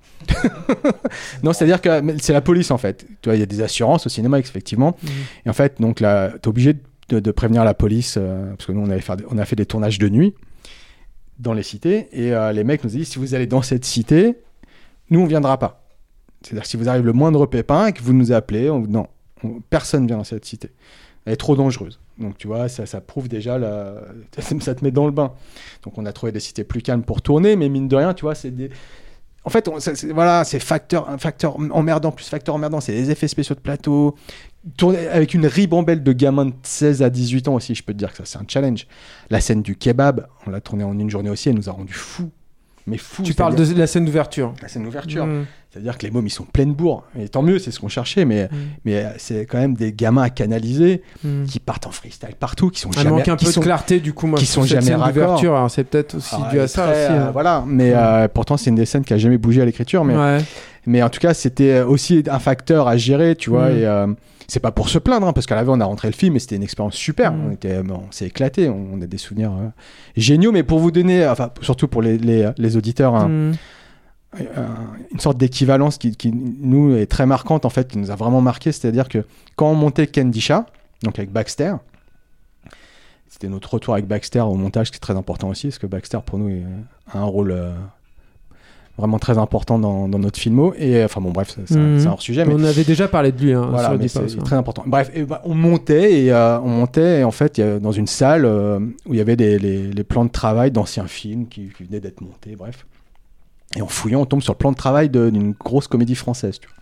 Non, c'est-à-dire que c'est la police, en fait. Tu vois, il y a des assurances au cinéma, effectivement. Mmh. Et en fait, donc, là, t'es obligé de, de prévenir la police, euh, parce que nous, on, avait fait, on a fait des tournages de nuit dans les cités. Et euh, les mecs nous ont dit, si vous allez dans cette cité, nous, on ne viendra pas. C'est-à-dire que si vous arrive le moindre pépin et que vous nous appelez, on... non, on... personne ne vient dans cette cité. Elle est trop dangereuse. Donc, tu vois, ça, ça prouve déjà, la... ça te met dans le bain. Donc, on a trouvé des cités plus calmes pour tourner, mais mine de rien, tu vois, c'est des... En fait, on... c'est, c'est... voilà, c'est facteur, un facteur emmerdant, plus facteur emmerdant, c'est les effets spéciaux de plateau. Tourner avec une ribambelle de gamins de seize à dix-huit ans aussi, je peux te dire que ça, c'est un challenge. La scène du kebab, on l'a tournée en une journée aussi, elle nous a rendu fous. Mais fou. Tu parles de la scène d'ouverture. La scène d'ouverture. Mmh. C'est-à-dire que les mômes, ils sont pleins de bourre. Et tant mieux, c'est ce qu'on cherchait, mais, mmh. mais c'est quand même des gamins à canaliser mmh. qui partent en freestyle partout, qui sont ah, jamais... manque un peu sont, de clarté, du coup, moi, qui sont jamais raccords. D'ouverture, alors c'est peut-être aussi ah, dû à ça très, aussi. Euh, hein. Voilà, mais mmh. euh, pourtant, c'est une des scènes qui a jamais bougé à l'écriture. Mais, ouais. mais en tout cas, c'était aussi un facteur à gérer, tu vois, mmh. et... Euh, c'est pas pour se plaindre, hein, parce qu'à la fin, on a rentré le film et c'était une expérience super. Mmh. On, était, bon, on s'est éclaté, on, on a des souvenirs euh, géniaux. Mais pour vous donner, enfin, surtout pour les, les, les auditeurs, hein, mmh. euh, une sorte d'équivalence qui, qui, nous, est très marquante, en fait, qui nous a vraiment marqué. C'est-à-dire que quand on montait Kendisha, donc avec Baxter, c'était notre retour avec Baxter au montage, qui est très important aussi, parce que Baxter, pour nous, a un rôle... Euh, vraiment très important dans, dans notre filmo et enfin bon bref c'est, mmh. c'est un hors sujet mais on avait déjà parlé de lui hein, voilà sur mais c'est passes, très important bref et, bah, on montait et euh, on montait et en fait y a, dans une salle euh, où il y avait des, les, les plans de travail d'anciens films qui, qui venaient d'être montés bref et en fouillant on tombe sur le plan de travail de, d'une grosse comédie française tu vois.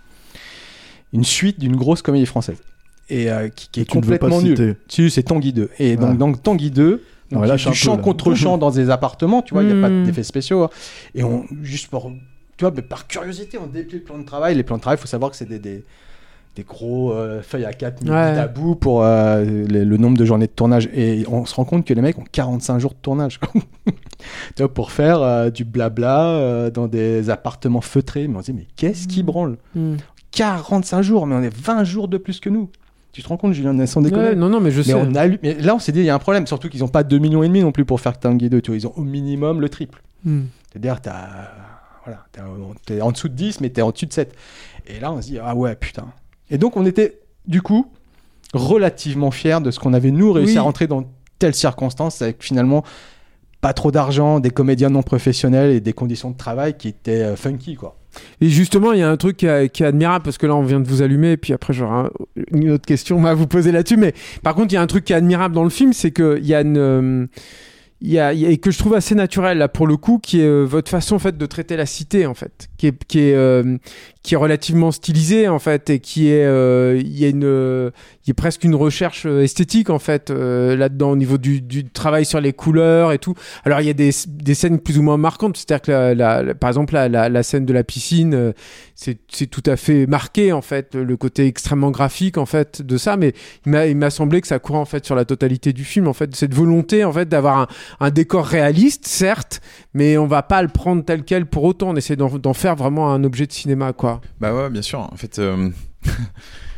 Une suite d'une grosse comédie française et euh, qui, qui est complètement nulle si c'est Tanguy deux et donc, ouais. donc Tanguy deux donc, là, du champ contre champ dans des appartements, tu vois, il mmh. n'y a pas d'effets spéciaux. Hein. Et on, juste pour, tu vois, par curiosité, on déplie le plan de travail. Les plans de travail, il faut savoir que c'est des, des, des gros euh, feuilles à quatre mis ouais. à bout pour euh, le, le nombre de journées de tournage. Et on se rend compte que les mecs ont quarante-cinq jours de tournage. Tu vois, pour faire euh, du blabla euh, dans des appartements feutrés. Mais on se dit, mais qu'est-ce qui branle mmh. quarante-cinq jours, mais on est vingt jours de plus que nous. Tu te rends compte, Julien, sans déconner. Ouais, non, non, mais je mais sais. On a lu... mais là, on s'est dit, il y a un problème. Surtout qu'ils n'ont pas deux virgule cinq millions non plus pour faire Tanguy deux. Tu vois, ils ont au minimum le triple. Mm. C'est-à-dire, t'as... Voilà, t'as... t'es en dessous de dix, mais t'es en dessus de sept. Et là, on se dit, ah ouais, putain. Et donc, on était, du coup, relativement fiers de ce qu'on avait, nous, réussi oui. à rentrer dans telles circonstances, avec finalement pas trop d'argent, des comédiens non professionnels et des conditions de travail qui étaient euh, funky, quoi. Et justement, il y a un truc qui est, qui est admirable, parce que là, on vient de vous allumer, et puis après, j'aurai un, une autre question à vous poser là-dessus. Mais par contre, il y a un truc qui est admirable dans le film, c'est qu'il y a une... Euh, il y a, il y a, et que je trouve assez naturel, là, pour le coup, qui est euh, votre façon, en fait, de traiter la cité, en fait, qui est, qui est, euh, qui est relativement stylisée, en fait, et qui est... Euh, il y a une... Euh, il y a presque une recherche esthétique, en fait, euh, là-dedans, au niveau du, du travail sur les couleurs et tout. Alors, il y a des, des scènes plus ou moins marquantes. C'est-à-dire que, la, la, la, par exemple, la, la, la scène de la piscine, euh, c'est, c'est tout à fait marqué, en fait, le côté extrêmement graphique, en fait, de ça. Mais il m'a, il m'a semblé que ça courait, en fait, sur la totalité du film, en fait, cette volonté, en fait, d'avoir un, un décor réaliste, certes, mais on va pas le prendre tel quel pour autant. On essaie d'en, d'en faire vraiment un objet de cinéma, quoi. Bah ouais, bien sûr. En fait... Euh...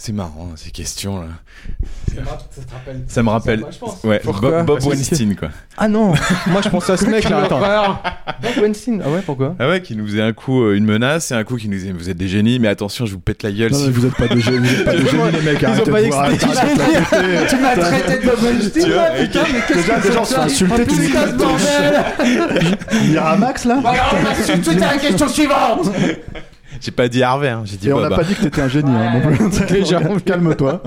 C'est marrant ces questions là. Ça, ça te rappelle Ça me rappelle. Ça, moi, je pense. Ouais, Pourquoi? Bob, Bob Parce que Weinstein c'est- quoi. Ah non, moi je pense à ce mec là. Attends. Bob Weinstein. Ah ouais, pourquoi? Ah ouais, qui nous faisait un coup euh, une menace et un coup qui nous disait vous êtes des génies, mais attention, je vous pète la gueule. Non, si mais vous êtes pas des génies, vous êtes pas des génies, les mecs. Ils ont arrêtez pas de voir- expliqué. arrêtez de la péter. Tu m'as traité de Bob Weinstein, Tu vois, là, putain, mais qu'est-ce Déjà, que déjà, on c'est se fait que ça insulter En tous plus, les casse quatre. bordel. Miramax là. Alors, on insulte tout à la question suivante. J'ai pas dit Harvey, hein, j'ai dit Et on Bob. n'a pas dit que t'étais un génie. Hein, non plus. Déjà. Calme-toi.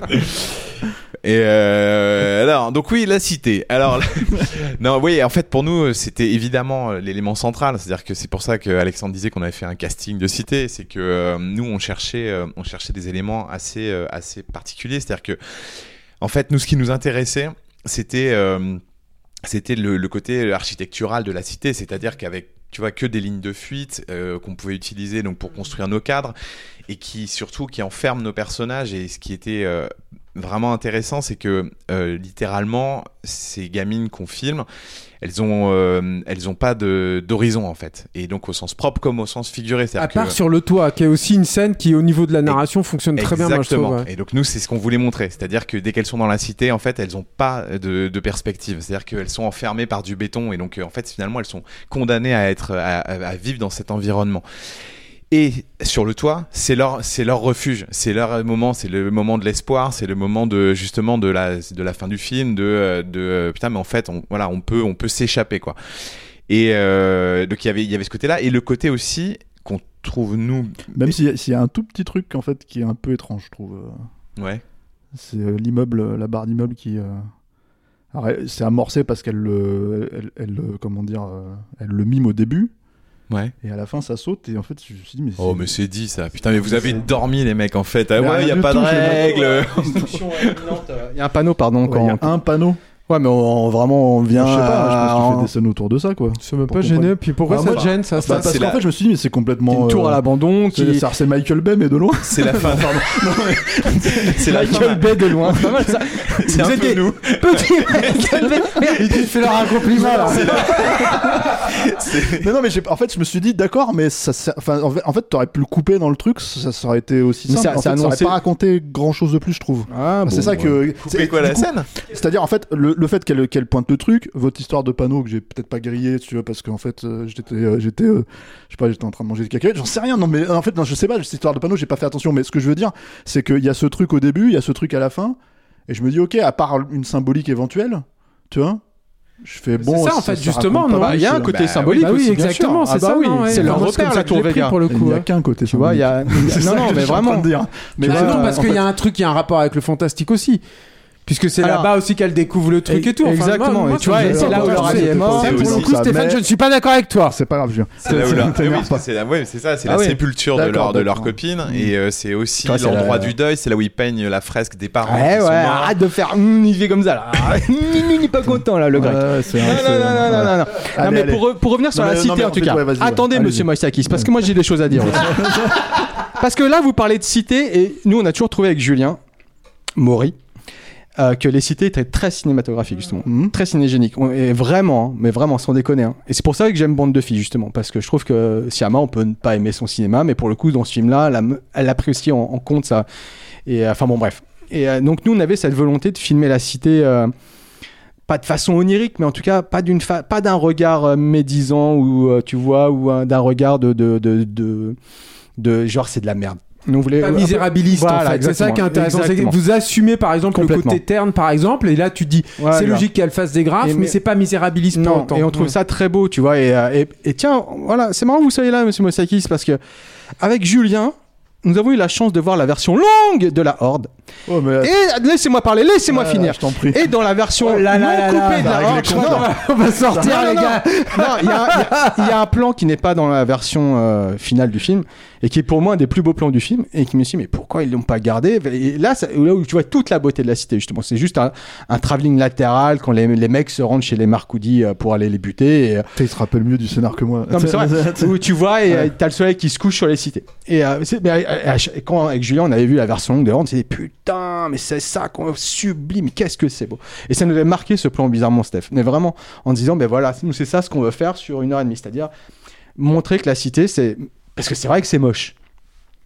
Et euh, alors, donc oui, la cité. Alors, non, oui, en fait, pour nous, c'était évidemment l'élément central. C'est-à-dire que c'est pour ça que Alexandre disait qu'on avait fait un casting de cité. C'est que euh, nous, on cherchait, euh, on cherchait des éléments assez, euh, assez particuliers. C'est-à-dire que, en fait, nous, ce qui nous intéressait, c'était, euh, c'était le, le côté architectural de la cité. C'est-à-dire qu'avec, tu vois, que des lignes de fuite euh, qu'on pouvait utiliser donc pour construire nos cadres et qui surtout qui enferment nos personnages. Et ce qui était euh, vraiment intéressant, c'est que euh, littéralement ces gamines qu'on filme, elles ont euh, elles ont pas de d'horizon en fait, et donc au sens propre comme au sens figuré. À Que... part sur le toit, qui est aussi une scène qui au niveau de la narration fonctionne très bien. Moi, je Exactement. trouve, ouais. Et donc nous, c'est ce qu'on voulait montrer, c'est-à-dire que dès qu'elles sont dans la cité, en fait, elles ont pas de, de perspective, c'est-à-dire qu'elles sont enfermées par du béton, et donc en fait, finalement, elles sont condamnées à être à, à vivre dans cet environnement. Et sur le toit, c'est leur, c'est leur refuge, c'est leur moment, c'est le moment de l'espoir, c'est le moment de justement de la, de la fin du film, de, de putain, mais en fait, on, voilà, on peut, on peut s'échapper quoi. Et euh, donc il y avait, il y avait ce côté-là, et le côté aussi qu'on trouve nous. Même s'il y, a, s'il y a un tout petit truc en fait qui est un peu étrange, je trouve. Ouais. C'est euh, l'immeuble, la barre d'immeuble qui. Euh... Alors, elle- c'est amorcé parce qu'elle le, elle, elle, le- comment dire, euh, elle le mime au début. Ouais. Et à la fin, ça saute. Et en fait, je me suis dit, mais. Oh, mais c'est dit ça. Putain, mais vous avez dormi, les mecs, en fait. Ah Mais ouais, rien il y a du pas tout, de j'ai règles. Il y a un panneau, pardon. Ouais, quand il y a un panneau. Ouais, mais on, vraiment, on vient. Je sais pas, je pense qu'il en- fait des scènes autour de ça, quoi. Ça m'a Pour pas comprendre. gêné. Puis pourquoi Bah, ça moi, te gêne ça Bah, ça parce c'est qu'en la- fait, je me suis dit, mais c'est complètement. Une tour euh, à l'abandon C'est, qui. c'est, c'est Michael Bay, mais de loin. C'est la fin. C'est la Michael fin. Bay de loin. C'est pas mal ça. C'est un Vous êtes peu des nous. petits Michael Bay. Il te fait leur un compliment là. Mais non, mais j'ai, en fait, je me suis dit, d'accord, mais ça, sert- enfin, en fait, en fait, t'aurais pu le couper dans le truc, ça, ça aurait été aussi Mais simple. ça- en ça fait, ça aurait annonçait- pas raconté grand chose de plus, je trouve. Ah, c'est bon, ça ouais. que. Couper c'est- quoi, du la coup, scène? C'est-à-dire, en fait, le, le fait qu'elle, qu'elle pointe le truc, votre histoire de panneau que j'ai peut-être pas grillé, tu vois, parce qu'en fait, euh, j'étais, euh, j'étais, euh, je sais pas, j'étais en train de manger des cacahuètes, j'en sais rien, non, mais en fait, non, je sais pas, cette histoire de panneau, j'ai pas fait attention, mais ce que je veux dire, c'est qu'il y a ce truc au début, il y a ce truc à la fin, et je me dis, ok, à part une symbolique éventuelle, tu vois. Je fais bon. C'est ça, en fait, justement, non, Bah, il y a un plus, côté euh, symbolique. Bah oui, aussi, bien exactement, sûr. c'est Ah bah ça, oui, non, ouais. c'est leur Moi, c'est repère, comme la ça que tour je l'ai pris Vega. pour le Il coup. n'y a ouais. qu'un côté Tu vois, il y a. C'est ça Non, non, que mais je suis en train vraiment. de dire. Mais Ah voilà, non, parce en qu'il y fait- a un truc qui a un rapport avec le fantastique aussi. Puisque c'est Alors- là-bas aussi qu'elle découvre le truc et tout. Enfin, Exactement, moi, moi, et tu ça vois, me et gêne c'est pas. là où leur ami est mort. Ça, C'est pour le aussi coup, ça, Stéphane, mais- je ne suis pas d'accord avec toi. C'est pas grave, je viens. C'est là où la... T'énerve oui, pas. c'est la... ouais, c'est ça, c'est Ah la oui. sépulture de D'accord, leur, de leur d'accord. copine, et euh, c'est aussi Ouais, c'est l'endroit la- du deuil, c'est là où ils peignent la fresque des parents. Ouais, qui sont ouais, morts. arrête de faire. hum, il fait comme ça là. Hum, Il n'est pas content là, le grec. Ouais, c'est Non, vrai, non, c'est- non, non, non, non, non. Non, Allez, mais allez. pour, re- pour revenir sur Non, la mais- non, cité mais en en tout fait, cas, ouais, vas-y, ouais. attendez Allez-y. monsieur Moïsakis, parce que moi j'ai des choses à dire aussi. Parce que là vous parlez de cité et nous on a toujours trouvé avec Julien Maury euh, que les cités étaient très cinématographiques justement, Mhm. très cinégéniques. On- Et vraiment, hein, mais vraiment sans déconner. hein. Et c'est pour ça que j'aime Bande de filles justement, parce que je trouve que Siama on peut ne pas aimer son cinéma, mais pour le coup dans ce film-là, elle, a- elle apprécie en, en compte ça. Et euh, enfin bon bref. Et euh, donc nous on avait cette volonté de filmer la cité. euh, pas de façon onirique, mais en tout cas pas d'une fa- pas d'un regard euh, médisant ou euh, tu vois ou euh, d'un regard de de, de de de genre c'est de la merde. Nous, on voulait Pas misérabiliste Voilà, en fait, c'est ça exactement. qui est intéressant, c'est que Exactement. vous assumez par exemple le Complètement. côté terne par exemple, et là tu dis Voilà. c'est logique qu'elle fasse des graphes, Et mais, mais- c'est pas misérabiliste pour Non, autant. et on trouve Ouais. ça très beau, tu vois. Et, euh, et, et tiens, voilà, c'est marrant que vous soyez là, monsieur Moïsakis, parce que avec Julien, nous avons eu la chance de voir la version longue de la Horde. Oh, mais. Et laissez-moi parler, laissez-moi Ah, finir. Je t'en prie. Et dans la version Oh là là là non là, coupée de ça la arrive Horde, les non, comptes. non, On va sortir non, les non, gars. non, il y, a- il y a- il y a un plan qui n'est pas dans la version euh, finale du film et qui est pour moi un des plus beaux plans du film et qui me dit mais pourquoi ils l'ont pas gardé. Et là, ça- là où tu vois toute la beauté de la cité justement, c'est juste un, un travelling latéral quand les, les mecs se rendent chez les Marcoudi euh, pour aller les buter. Et, euh, Putain, il se rappelle mieux du scénar que moi. non, mais c'est vrai. Où tu vois et Ouais. euh, t'as le soleil qui se couche sur les cités. Et, euh, c'est- mais, euh, euh, et quand avec Julien on avait vu la version longue de Horde, on s'est dit putain mais c'est ça qu'on sublime, qu'est-ce que c'est beau. Et ça nous avait marqué ce plan bizarrement Steph. Mais vraiment en disant ben voilà nous c'est ça ce qu'on veut faire sur une heure et demie, c'est-à-dire montrer que la cité c'est parce que c'est vrai que c'est moche.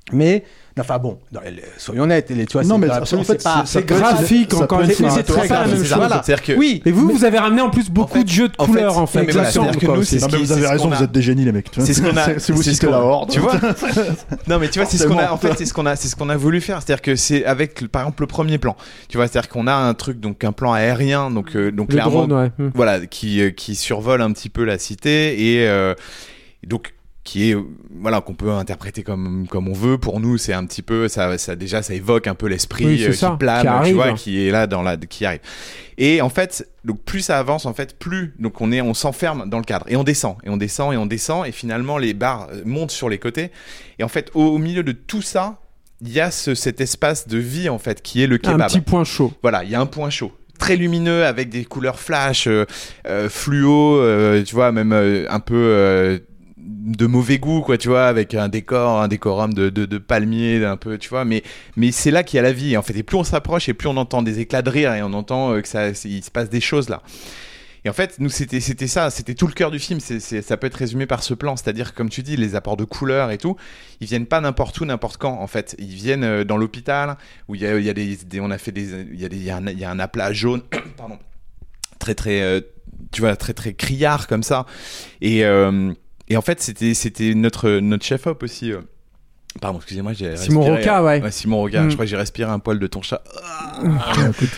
Mais enfin bon, dans les, soyons honnêtes, les, tu vois, non, c'est, mais ça, en fait, c'est, pas, c'est graphique encore une fois, c'est très pas la même chose. Voilà. C'est-à-dire que oui, et vous, vous avez ramené en plus beaucoup en fait, de jeux de en couleurs fait, en fait. mais voilà, c'est-à-dire que nous, c'est non, ce mais qui- vous avez c'est ce raison, qu'on a- vous êtes des génies les mecs. Tu vois. C'est ce qu'on a. Si vous c'est ce citez qu'on la a- horde. Tu vois. Non, mais tu vois, c'est ce qu'on a. En Forcément. fait, c'est ce qu'on a. C'est ce qu'on a voulu faire. C'est-à-dire que c'est avec, par exemple, le premier plan. Tu vois, c'est-à-dire qu'on a un truc, donc un plan aérien, donc euh, donc Le clairement, drone, ouais. Hmm. voilà, qui euh, qui survole un petit peu la cité et euh, donc qui est euh, voilà qu'on peut interpréter comme comme on veut. Pour nous, c'est un petit peu ça, ça déjà ça évoque un peu l'esprit Oui, c'est euh, ça, qui plane, qui tu arrive. vois, qui est là dans la qui arrive. Et en fait, donc plus ça avance, en fait, plus donc on est on s'enferme dans le cadre et on descend et on descend et on descend et finalement les barres euh, montent sur les côtés et en fait au, au milieu de tout ça, il y a ce, cet espace de vie en fait qui est le kebab. Un petit point chaud. Voilà, il y a un point chaud. Très lumineux avec des couleurs flash, euh, euh, fluo, euh, tu vois, même euh, un peu euh, de mauvais goût, quoi, tu vois, avec un décor, un décorum de, de, de palmiers, un peu, tu vois, mais, mais c'est là qu'il y a la vie, en fait. Et plus on s'approche et plus on entend des éclats de rire et on entend euh, que ça, il se passe des choses là. Et en fait, nous, c'était, c'était ça, c'était tout le cœur du film. C'est, c'est, ça peut être résumé par ce plan, c'est-à-dire, comme tu dis, les apports de couleurs et tout, ils viennent pas n'importe où, n'importe quand, en fait. Ils viennent euh, dans l'hôpital, où il y a, il y a des, des, on a fait des, il y a des, il y a un, il y a un aplat jaune, pardon, très, très, euh, tu vois, très, très criard comme ça. Et, euh, et en fait, c'était, c'était notre, notre chef-op aussi. Euh, Pardon, excusez-moi, j'ai Simon respiré, Roca, ouais. ouais. Simon Roca, Mm. je crois que j'ai respiré un poil de ton chat. Ah, écoute,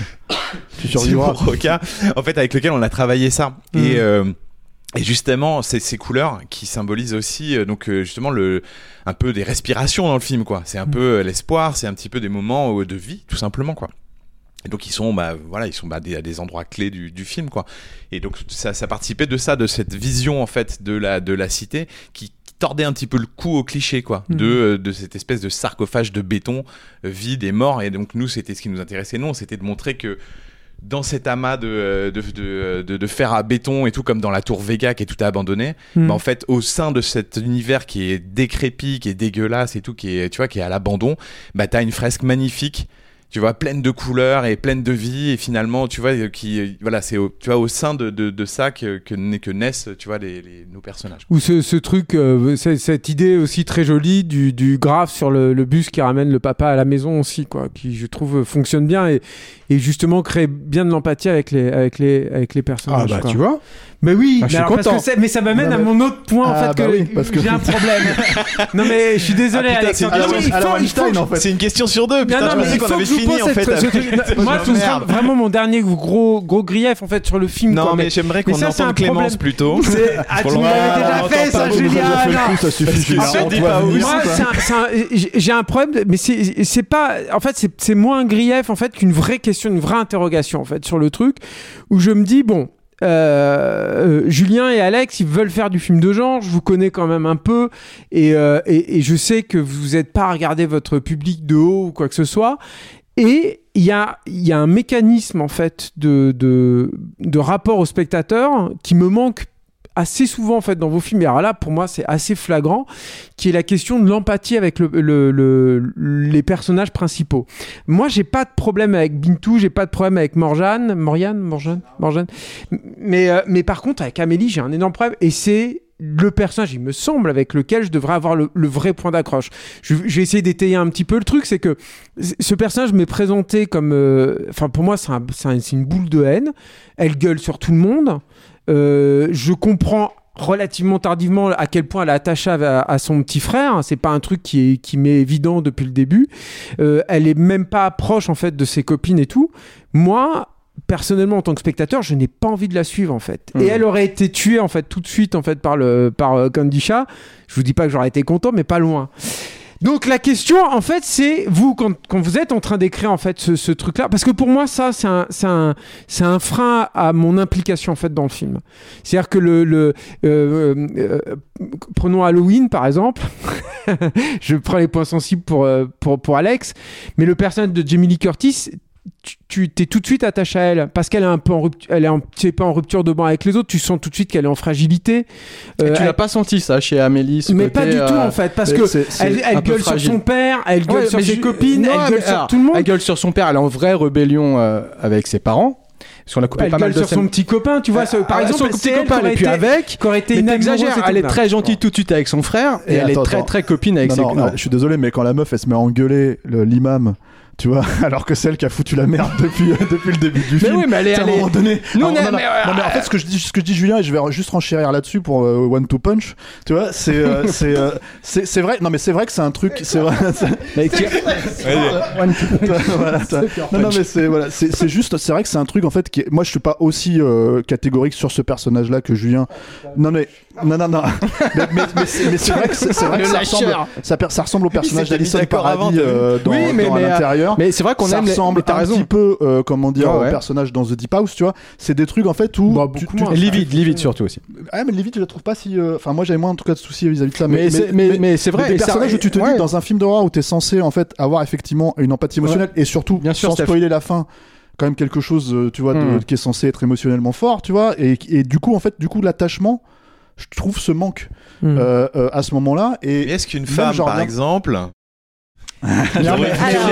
tu Simon survivras. Roca, en fait, avec lequel on a travaillé ça. Mm. Et, euh, et justement, c'est ces couleurs qui symbolisent aussi, euh, donc euh, justement, le, un peu des respirations dans le film, quoi. C'est un Mm. peu euh, l'espoir, c'est un petit peu des moments euh, de vie, tout simplement, quoi. Et donc ils sont, bah voilà, ils sont bah, des, à des endroits clés du, du film, quoi. Et donc ça, ça participait de ça, de cette vision en fait de la de la cité qui tordait un petit peu le cou au cliché, quoi, Mmh. de de cette espèce de sarcophage de béton euh, vide et mort. Et donc nous, c'était ce qui nous intéressait, non, c'était de montrer que dans cet amas de, de, de, de, de fer à béton et tout, comme dans la tour Vega qui est tout abandonné, Mm. bah en fait, au sein de cet univers qui est décrépit, qui est dégueulasse et tout, qui est, tu vois, qui est à l'abandon, bah t'as une fresque magnifique, tu vois, pleine de couleurs et pleine de vie, et finalement, tu vois, euh, qui, euh, voilà, c'est au, tu vois, au sein de, de, de ça que, que, na- que naissent, tu vois, les, les, nos personnages. Ou ce, ce truc, euh, c'est- cette idée aussi très jolie du, du graphe sur le, le bus qui ramène le papa à la maison aussi, quoi, qui je trouve fonctionne bien et, et justement crée bien de l'empathie avec les, avec les, avec les Ah personnages. bah quoi. tu vois. Mais oui, Ah, je mais, suis alors, parce content. que c'est- mais ça m'amène Non, à mais- mon autre point en Ah, fait bah que, oui, parce que- j'ai un problème. Non mais je suis désolé, Ah, putain, Alex. c'est- Non, ah, mais ouais, il faut- à la il faut Weinstein, que- en fait. C'est une question sur deux, putain, non, je mais pensais il qu'on faut avait que je vous fini, pose en cette- fait. ce avec- truc. Moi, ce sera Merde. vraiment mon dernier gros, gros grief en fait sur le film. Non, quoi, mais j'aimerais mais qu'on ça, c'est un entende Clémence problème. plutôt. C'est- Ah, Pour tu le me moment, l'avais déjà on fait, entend ça, pas, vous nous avez Julien. fait le non. coup, ça suffit. En fait, Antoine dis pas oui. Nice. Moi, c'est un- c'est un- j'ai- j'ai un problème, mais c'est c'est pas. En fait, c'est c'est moins un grief en fait qu'une vraie question, une vraie interrogation en fait sur le truc où je me dis bon. Euh, euh, Julien et Alex, ils veulent faire du film de genre. Je vous connais quand même un peu, et, euh, et, et je sais que vous n'êtes pas à regarder votre public de haut ou quoi que ce soit. Et il y a, il y a un mécanisme en fait de, de, de rapport au spectateur qui me manque assez souvent en fait dans vos films. Et alors là, pour moi, c'est assez flagrant, qui est la question de l'empathie avec le, le, le, les personnages principaux. Moi, j'ai pas de problème avec Bintou, j'ai pas de problème avec Morjane, Morjane, Morjane, Morjane. Mais, euh, mais par contre, avec Amélie, j'ai un énorme problème, et c'est le personnage, il me semble, avec lequel je devrais avoir le, le vrai point d'accroche. Je, je vais essayer d'étayer un petit peu le truc, c'est que ce personnage m'est présenté comme... Enfin, euh, pour moi, c'est, un, c'est, un, c'est une boule de haine. Elle gueule sur tout le monde. Euh, je comprends relativement tardivement à quel point elle est attachée à, à son petit frère. C'est pas un truc qui est qui m'est évident depuis le début. Euh, elle est même pas proche en fait de ses copines et tout. Moi, personnellement, en tant que spectateur, je n'ai pas envie de la suivre en fait. Mmh. Et elle aurait été tuée en fait tout de suite en fait par le par euh, Kandisha. Je vous dis pas que j'aurais été content, mais pas loin. Donc la question, en fait, c'est vous quand, quand vous êtes en train d'écrire en fait ce, ce truc-là, parce que pour moi ça c'est un c'est un c'est un frein à mon implication en fait dans le film. C'est-à-dire que le le euh, euh, prenons Halloween par exemple, je prends les points sensibles pour pour pour Alex, mais le personnage de Jamie Lee Curtis, tu t'es tout de suite attaché à elle parce qu'elle est un peu en rupture, elle est un petit peu en rupture de banc avec les autres. Tu sens tout de suite qu'elle est en fragilité. Euh, tu elle... l'as pas senti ça chez Amélie ce mais côté, pas du euh... tout en fait, parce que c'est, c'est elle, elle gueule sur son père, elle gueule ouais, sur ses je... copines, non, elle gueule sur alors, tout le monde. Elle gueule sur son père. Elle est en vraie rébellion euh, avec ses parents. Parce qu'on a coupé Elle pas mal gueule de sur son petit copain, tu vois. ce- Par Ah, exemple, son petit c'est elle copain, qui aurait et puis été- avec. qui aurait été Mais une t'exagères, amoureuse et elle est tout. très gentille tout de suite avec son frère et Et elle attends, est très attends. très copine avec Non, ses non, non. euh, je suis désolé, mais quand la meuf elle se met à engueuler le- l'imam, tu vois, alors que c'est elle qui a foutu la merde depuis, depuis le début du Mais film. oui, mais elle est- à un elle est- moment donné. Nous, non, on est- non, non, mais, non, mais en fait, ce que je dis, ce que je dis Julien, et je vais juste renchérir là-dessus pour euh, One Two Punch, tu vois, c'est, euh, c'est, euh, c'est, c'est vrai. Non, mais c'est vrai que c'est un truc, c'est vrai. c'est- Mais qui- One Two Punch. Voilà, t'as- non, non, mais c'est voilà, c'est, c'est juste, c'est vrai que c'est un truc en fait qui, est- moi, je suis pas aussi euh, catégorique sur ce personnage-là que Julien. Non, mais non, non, non. mais, mais, mais c'est, mais c'est vrai que c'est, c'est vrai Le que ça lâcheur. ressemble, ça, per- ça ressemble au personnage s'était mis d'Alison d'accord avant, Paradis t'as vu euh, dans, Oui, mais- dans mais, à l'intérieur. mais c'est vrai qu'on ça aime les- ressemble mais t'as un raison. petit peu, euh, comment dire, Ouais, ouais. au personnage dans The Deep House, tu vois. C'est des trucs en fait où Bah, tu- beaucoup tu- moins. Livid, livid surtout aussi. Ah, mais Livy, tu la trouves pas si. euh, Enfin, moi, j'avais moins en tout cas de soucis vis-à-vis de ça. Mais c'est- mais- mais c'est vrai, Des et ça- personnages où tu te ouais. dis dans un film d'horreur où t'es censé en fait avoir effectivement une empathie émotionnelle et surtout, Bien sûr, sans Steph. spoiler la fin, quand même quelque chose, euh, tu vois, de- Hmm. qui est censé être émotionnellement fort, tu vois. Et, et du coup, en fait, du coup, l'attachement, je trouve ce manque Hmm. euh, euh, à ce moment-là. Et Mais est-ce qu'une même, femme, genre, par bien- exemple. Non, mais- J'aurais fait Alors-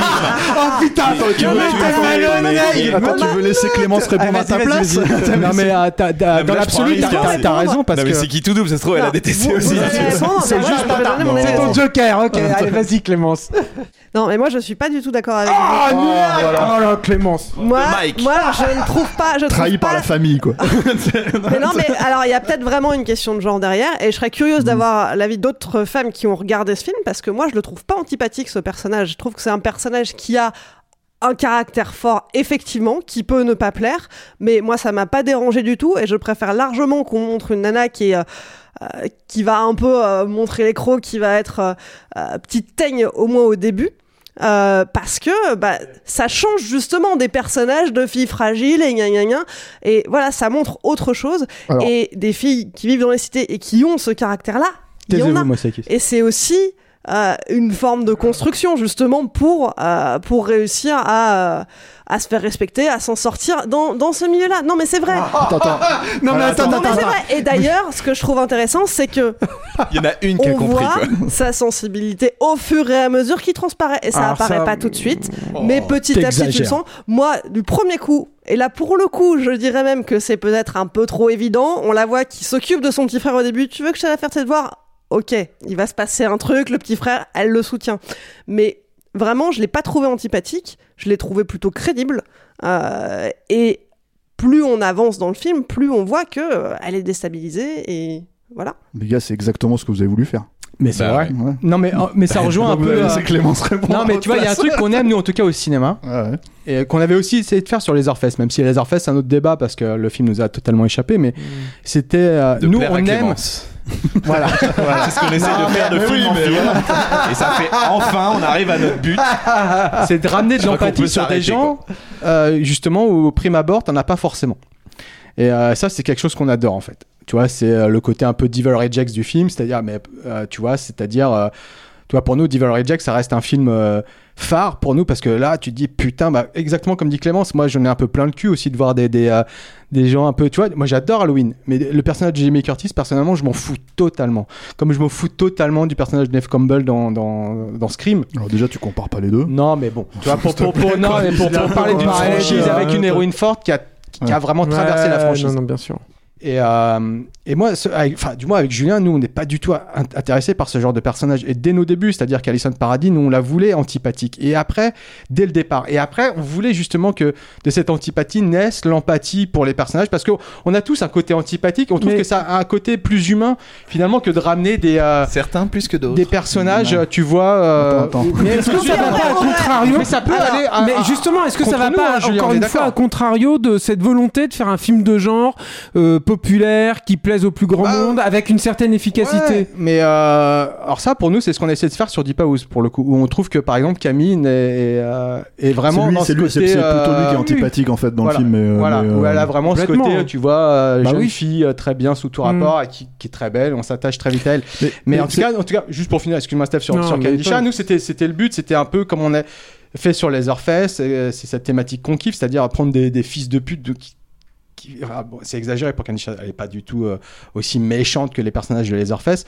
Oh putain, attends, tu veux, Non, mais tu veux- t'as fait le mec. Attends, tu veux laisser Clémence répondre à ta Vas-y, place vas-y, vas-y. Non mais euh, t'as- t'as- mais dans là, je l'absolu, prends un t'as risque, t'as- hein. t'as raison parce Non, mais que c'est qui tout double, ça se trouve, elle a Non, détesté vous- aussi. vous allez répondre, c'est mais moi, juste je peux donner mon c'est avis. ton Joker. Ok, allez, vas-y Clémence. Non, mais moi, je suis pas du tout d'accord avec Ah, vous. merde. Oh là, Clémence. Moi, Le Mike. moi, je ne trouve pas. Je trahi trouve par pas- la famille, quoi. Mais non, mais alors il y a peut-être vraiment une question de genre derrière, et je serais curieuse d'avoir l'avis d'autres femmes qui ont regardé ce film, parce que moi je le trouve pas antipathique ce personnage. Je trouve que c'est un personnage qui a un caractère fort, effectivement, qui peut ne pas plaire, mais moi ça m'a pas dérangé du tout, et je préfère largement qu'on montre une nana qui est euh, euh, qui va un peu euh, montrer les crocs, qui va être euh, euh, petite teigne au moins au début. Euh, parce que bah, ça change justement des personnages de filles fragiles et gna gna gna, et voilà, ça montre autre chose. Alors- Et des filles qui vivent dans les cités et qui ont ce caractère-là, il y en a. Taisez-vous, Mosaki. Et c'est aussi euh, une forme de construction justement pour, euh, pour réussir à, euh, à se faire respecter, à s'en sortir dans, dans ce milieu-là. Non mais c'est vrai. Attends, attends. Non mais Voilà, attends, Non mais attends, c'est vrai. Et d'ailleurs, ce que je trouve intéressant, c'est que Il y en a une qui a on compris, voit quoi. sa sensibilité au fur et à mesure qui transparaît. Et ça Alors apparaît ça, pas tout de suite, oh, mais petit à petit tu le t'exagères. sens. Moi, du premier coup, et là pour le coup, je dirais même que c'est peut-être un peu trop évident, on la voit qui s'occupe de son petit frère au début. Tu veux que je t'aille faire tes devoirs ? Ok, il va se passer un truc, le petit frère, elle le soutient. Mais vraiment, je l'ai pas trouvé antipathique, je l'ai trouvé plutôt crédible. Euh, et plus on avance dans le film, plus on voit que euh, elle est déstabilisée et voilà. Les gars, c'est exactement ce que vous avez voulu faire. Mais c'est Bah vrai. Ouais. Non mais euh, mais ça rejoint un Vous peu. avez euh, laissé Clémence répondre. Non mais tu vois, il y a un truc qu'on aime nous en tout cas au cinéma. Ouais, ouais. Et qu'on avait aussi essayé de faire sur les Orfest, même si les Orfest c'est un autre débat parce que le film nous a totalement échappé, mais c'était euh, De nous plaire à on aime. Clémence. Voilà. C'est ce qu'on essaie Non, de faire mais- de mais film oui, en mais film. voilà. Et ça fait enfin, on arrive à notre but. C'est de ramener de Je crois qu'on l'empathie peut sur des s'arrêter, gens, euh, justement, où au prime abord, t'en as pas forcément. Et euh, ça, c'est quelque chose qu'on adore, en fait. Tu vois, c'est euh, le côté un peu Devil Rejects du film, c'est-à-dire, mais euh, tu vois, c'est-à-dire, euh, tu vois, pour nous, Devil Rejects, ça reste un film euh, phare pour nous, parce que là, tu te dis, putain, bah, exactement comme dit Clémence, moi, j'en ai un peu plein le cul aussi de voir des, des, euh, des gens un peu, tu vois, moi, j'adore Halloween, mais le personnage de Jamie Curtis, personnellement, je m'en fous totalement. Comme je m'en fous totalement du personnage de Neve Campbell dans, dans, dans Scream. Alors déjà, tu compares pas les deux. Non, mais bon, tu vois, pour, pour, pour, non, mais pour, pour parler d'une Ouais, franchise ouais, avec ouais, une ouais. héroïne forte qui a, qui a vraiment Ouais, traversé la franchise. Non, non, bien sûr. Et, euh, et moi, ce- avec- enfin, du moins avec Julien, nous, on n'est pas du tout a- intéressés par ce genre de personnage. Et dès nos débuts, c'est-à-dire qu'Alison Paradis, nous, on la voulait antipathique. Et après, dès le départ. Et après, on voulait justement que de cette antipathie naisse l'empathie pour les personnages, parce qu'on a tous un côté antipathique. On trouve Mais- que ça a un côté plus humain, finalement, que de ramener des, euh, Certains plus que d'autres. des personnages, Non. tu vois. euh, Attends, attends. Mais est-ce que ça va pas à contrario Mais ça peut Alors, aller à- mais à- justement, est-ce que ça contre va nous, pas hein, Julien, encore on est une fois d'accord. à contrario de cette volonté de faire un film de genre euh, populaire qui plaise au plus grand Bah, monde avec une certaine efficacité? Ouais, mais euh, alors ça pour nous c'est ce qu'on essaie de faire sur Deep House pour le coup, où on trouve que par exemple Camille est, est, euh, est vraiment C'est lui, dans c'est ce lui, côté, c'est- c'est plutôt lui qui est euh, antipathique en fait dans voilà, le film. Mais, euh, voilà, mais, où euh, elle a vraiment ce complètement. côté, tu vois, euh, Bah jeune oui. fille euh, très bien sous tout Mm. rapport et qui, qui est très belle, on s'attache très vite à elle. Mais, Mais, mais en tout c'est- cas, en tout cas, juste pour finir, excuse-moi Steph sur, Non, sur mais Candisha, pas- nous c'était c'était le but, c'était un peu comme on a fait sur Leatherface, c'est c'est cette thématique qu'on kiffe, c'est-à-dire prendre des, des fils de pute de, qui, qui- ah, bon, c'est exagéré pour Candisha, elle est pas du tout euh, aussi méchante que les personnages de Leatherface.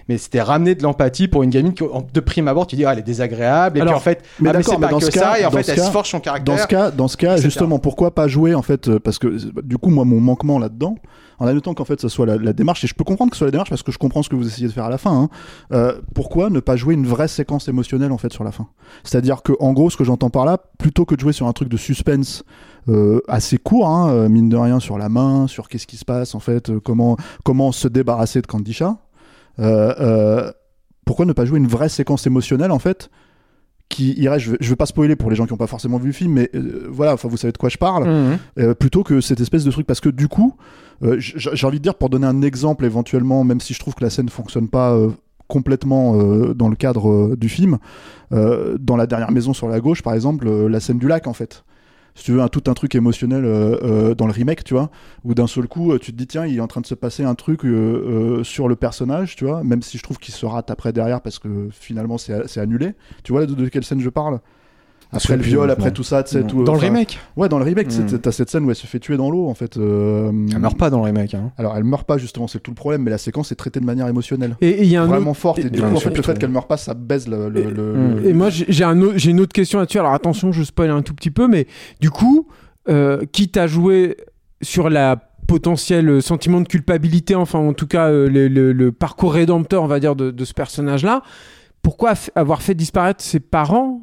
mais c'était ramener de l'empathie pour une gamine qui, de prime abord, tu dis ah, elle est désagréable, et Alors, puis en fait, mais ah, mais d'accord, c'est mais pas dans que ce cas, ça, et en dans fait, ce elle cas- se forge son caractère. Dans ce cas, dans ce cas et cetera. justement, pourquoi pas jouer en fait, euh, parce que du coup, moi, mon manquement là-dedans, en admettant qu'en fait, ça soit la, la démarche, et je peux comprendre que ce soit la démarche parce que je comprends ce que vous essayez de faire à la fin. Hein, euh, pourquoi ne pas jouer une vraie séquence émotionnelle en fait sur la fin ? C'est-à-dire que, en gros, ce que j'entends par là, plutôt que de jouer sur un truc de suspense euh, assez court, hein, euh, mine de rien, sur la main, sur qu'est-ce qui se passe en fait, euh, comment comment se débarrasser de Kandisha. Euh, euh, pourquoi ne pas jouer une vraie séquence émotionnelle en fait qui irait, je ne veux pas spoiler pour les gens qui n'ont pas forcément vu le film, mais euh, voilà, enfin vous savez de quoi je parle, Mmh. euh, plutôt que cette espèce de truc, parce que du coup, euh, j'ai envie de dire, pour donner un exemple éventuellement, même si je trouve que la scène ne fonctionne pas euh, complètement euh, dans le cadre euh, du film, euh, dans La Dernière Maison sur la gauche par exemple, euh, la scène du lac en fait. Si tu veux, un, tout un truc émotionnel euh, euh, dans le remake, tu vois, où d'un seul coup, euh, tu te dis, tiens, il est en train de se passer un truc euh, euh, sur le personnage, tu vois, même si je trouve qu'il se rate après derrière parce que finalement c'est c'est annulé. Tu vois de, de quelle scène je parle ? Après le viol, après tout ça, tu sais, tout. Dans le enfin, remake. Ouais, dans le remake, Mm. tu t'as cette scène où elle se fait tuer dans l'eau, en fait. Euh... Elle meurt pas dans le remake. Hein. Alors, elle meurt pas, justement, c'est tout le problème, mais la séquence est traitée de manière émotionnelle. Et il y a un Vraiment autre... forte, et, et, du et, coup, en et, fait, et, le fait qu'elle meure pas, ça baise le. le, et, le, mm. le... et moi, j'ai un autre, j'ai une autre question là-dessus. Alors, attention, je spoil un tout petit peu, mais du coup, euh, quitte à jouer sur la potentiel sentiment de culpabilité, enfin, en tout cas, euh, le, le, le parcours rédempteur, on va dire, de, de ce personnage-là, pourquoi f- avoir fait disparaître ses parents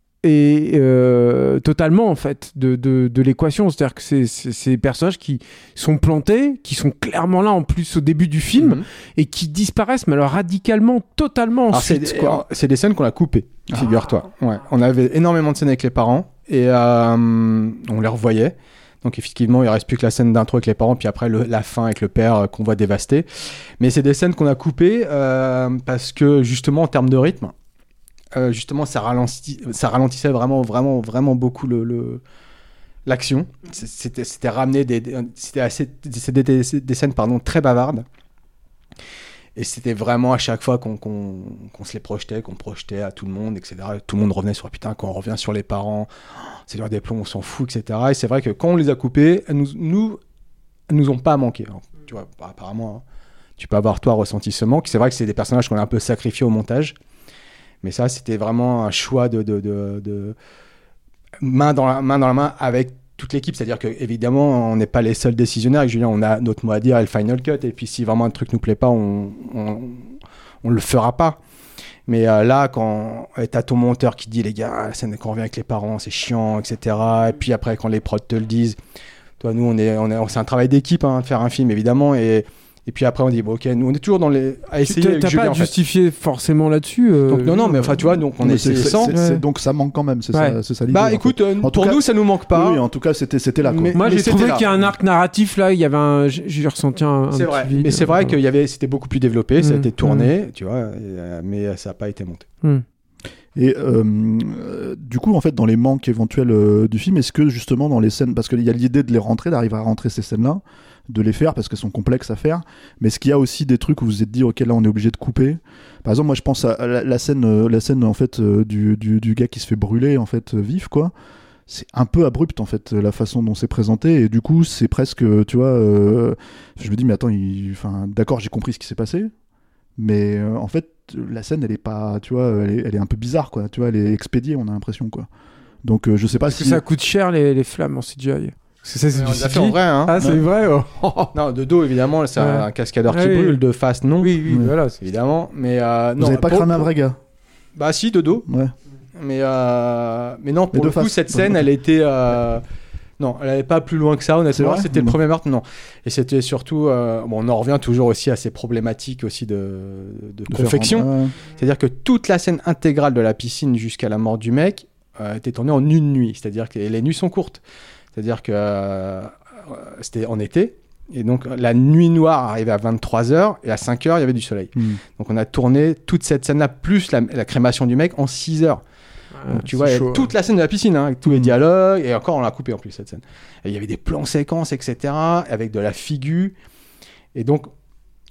et euh, totalement en fait de, de, de l'équation, c'est-à-dire que c'est, c'est, c'est des personnages qui sont plantés, qui sont clairement là en plus au début du film mm-hmm. et qui disparaissent mais alors radicalement, totalement ensuite. C'est, quoi. c'est des scènes qu'on a coupées, ah. figure-toi. Ouais, on avait énormément de scènes avec les parents et euh, on les revoyait. Donc effectivement, il reste plus que la scène d'intro avec les parents, puis après le, la fin avec le père euh, qu'on voit dévasté. Mais c'est des scènes qu'on a coupées euh, parce que justement en termes de rythme. Euh, justement, ça, ralentit, ça ralentissait vraiment, vraiment, vraiment beaucoup le, le, l'action. C'était, c'était ramené des, des, c'était assez, c'était des, des, des scènes pardon, très bavardes. Et c'était vraiment à chaque fois qu'on, qu'on, qu'on se les projetait, qu'on projetait à tout le monde, et cetera. Tout le monde revenait sur putain, quand on revient sur les parents, c'est l'heure des plombs, on s'en fout, et cetera. Et c'est vrai que quand on les a coupés, elles nous, nous, elles nous ont pas manqué. Alors, tu vois, apparemment, hein, tu peux avoir toi ressenti ce manque. C'est vrai que c'est des personnages qu'on a un peu sacrifiés au montage. Mais ça, c'était vraiment un choix de, de, de, de main, dans la, main dans la main avec toute l'équipe. C'est-à-dire qu'évidemment, on n'est pas les seuls décisionnaires. Avec Julien, on a notre mot à dire et le final cut. Et puis, si vraiment un truc ne nous plaît pas, on ne le fera pas. Mais euh, là, quand tu as ton monteur qui dit, les gars, la scène qu'on revient avec les parents, c'est chiant, et cetera. Et puis après, quand les prods te le disent, toi, nous, on est, on est, c'est un travail d'équipe, hein, de faire un film, évidemment. Et... Et puis après on dit bon, ok, nous on est toujours dans les à essayer. Tu avec t'as Julien, pas en fait. justifié forcément là-dessus. Euh... Donc non non mais enfin tu vois donc on mais est c'est, sans. c'est, c'est, c'est, donc ça manque quand même, c'est ouais. ça, c'est ça l'idée. Bah écoute, euh, pour cas, nous ça nous manque pas. Oui, en tout cas c'était c'était là. Quoi. Mais, moi mais j'ai trouvé là. qu'il y a un arc narratif là, il y avait un, j'ai, j'ai ressenti un. un c'est vrai. Vide, mais c'est vrai euh... qu'il y avait, c'était beaucoup plus développé, mmh, ça a été tourné, mmh. tu vois, et, euh, mais ça n'a pas été monté. Mmh. Et euh, euh, du coup, en fait, dans les manques éventuels euh, du film, est-ce que justement dans les scènes, parce qu'il y a l'idée de les rentrer, d'arriver à rentrer ces scènes-là, de les faire parce qu'elles sont complexes à faire, mais est-ce qu'il y a aussi des trucs où vous vous êtes dit, ok, là, on est obligé de couper. Par exemple, moi, je pense à la, la scène, euh, la scène en fait euh, du, du, du gars qui se fait brûler en fait euh, vif, quoi. C'est un peu abrupt en fait la façon dont c'est présenté et du coup, c'est presque, tu vois, euh, je me dis, mais attends, enfin, d'accord, j'ai compris ce qui s'est passé. Mais euh, en fait, la scène, elle est pas, tu vois, elle est, elle est un peu bizarre, quoi. Tu vois, elle est expédiée, on a l'impression, quoi. Donc, euh, je sais pas Parce si. que ça coûte cher les, les flammes en C G I. C'est ça, c'est on du l'a fait en vrai, hein. Ah, c'est ouais. vrai. Oh. Non, de dos évidemment, c'est ouais. un cascadeur ouais, qui oui. brûle, de face non. Oui, oui, mmh. voilà, c'est évidemment. Mais euh, vous non. avez pas pour... cramé un vrai gars. Bah si, de dos. Ouais. Mais euh... mais non, pour mais le face. coup, cette scène, elle était. Euh... Non, elle n'allait pas plus loin que ça, honnêtement. C'était le premier meurtre, non. Et c'était surtout... Euh, bon, on en revient toujours aussi à ces problématiques aussi de, de, de confection. Faire... Ouais. C'est-à-dire que toute la scène intégrale de la piscine jusqu'à la mort du mec euh, était tournée en une nuit. C'est-à-dire que les nuits sont courtes. C'est-à-dire que euh, c'était en été. Et donc, la nuit noire arrivait à vingt-trois heures et à cinq heures, il y avait du soleil. Mm. Donc, on a tourné toute cette scène-là, plus la, la crémation du mec, en six heures. Donc, tu vois, chaud, toute ouais. la scène de la piscine, hein, avec tous les dialogues, et encore on l'a coupé en plus cette scène. Et il y avait des plans séquences, et cetera, avec de la figure. Et donc,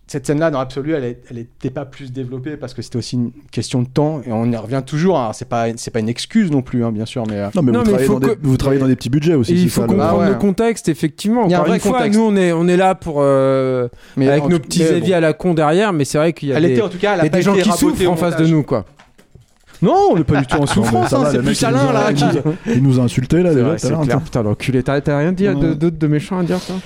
cette scène-là, dans l'absolu, elle n'était pas plus développée parce que c'était aussi une question de temps et on y revient toujours. Alors, c'est pas, c'est pas une excuse non plus, hein, bien sûr, mais. Euh... Non, mais, non, vous, mais travaillez dans que... des, vous travaillez dans des petits budgets aussi. Et c'est il faut ça, comprendre ah ouais. le contexte, effectivement. Il y a un Encore vrai une fois, contexte. nous, on est, on est là pour euh, mais avec en nos tout... petits avis bon. à la con derrière, mais c'est vrai qu'il y a elle des, était, en tout cas, elle a y a pas des gens été qui souffrent en face de nous, quoi. Non, on n'est pas du tout en souffrance, hein, c'est plus Alain là qui. Il nous a insulté là, déjà. C'est clair, putain, l'enculé. T'as rien dit d'autre de méchant à dire, toi?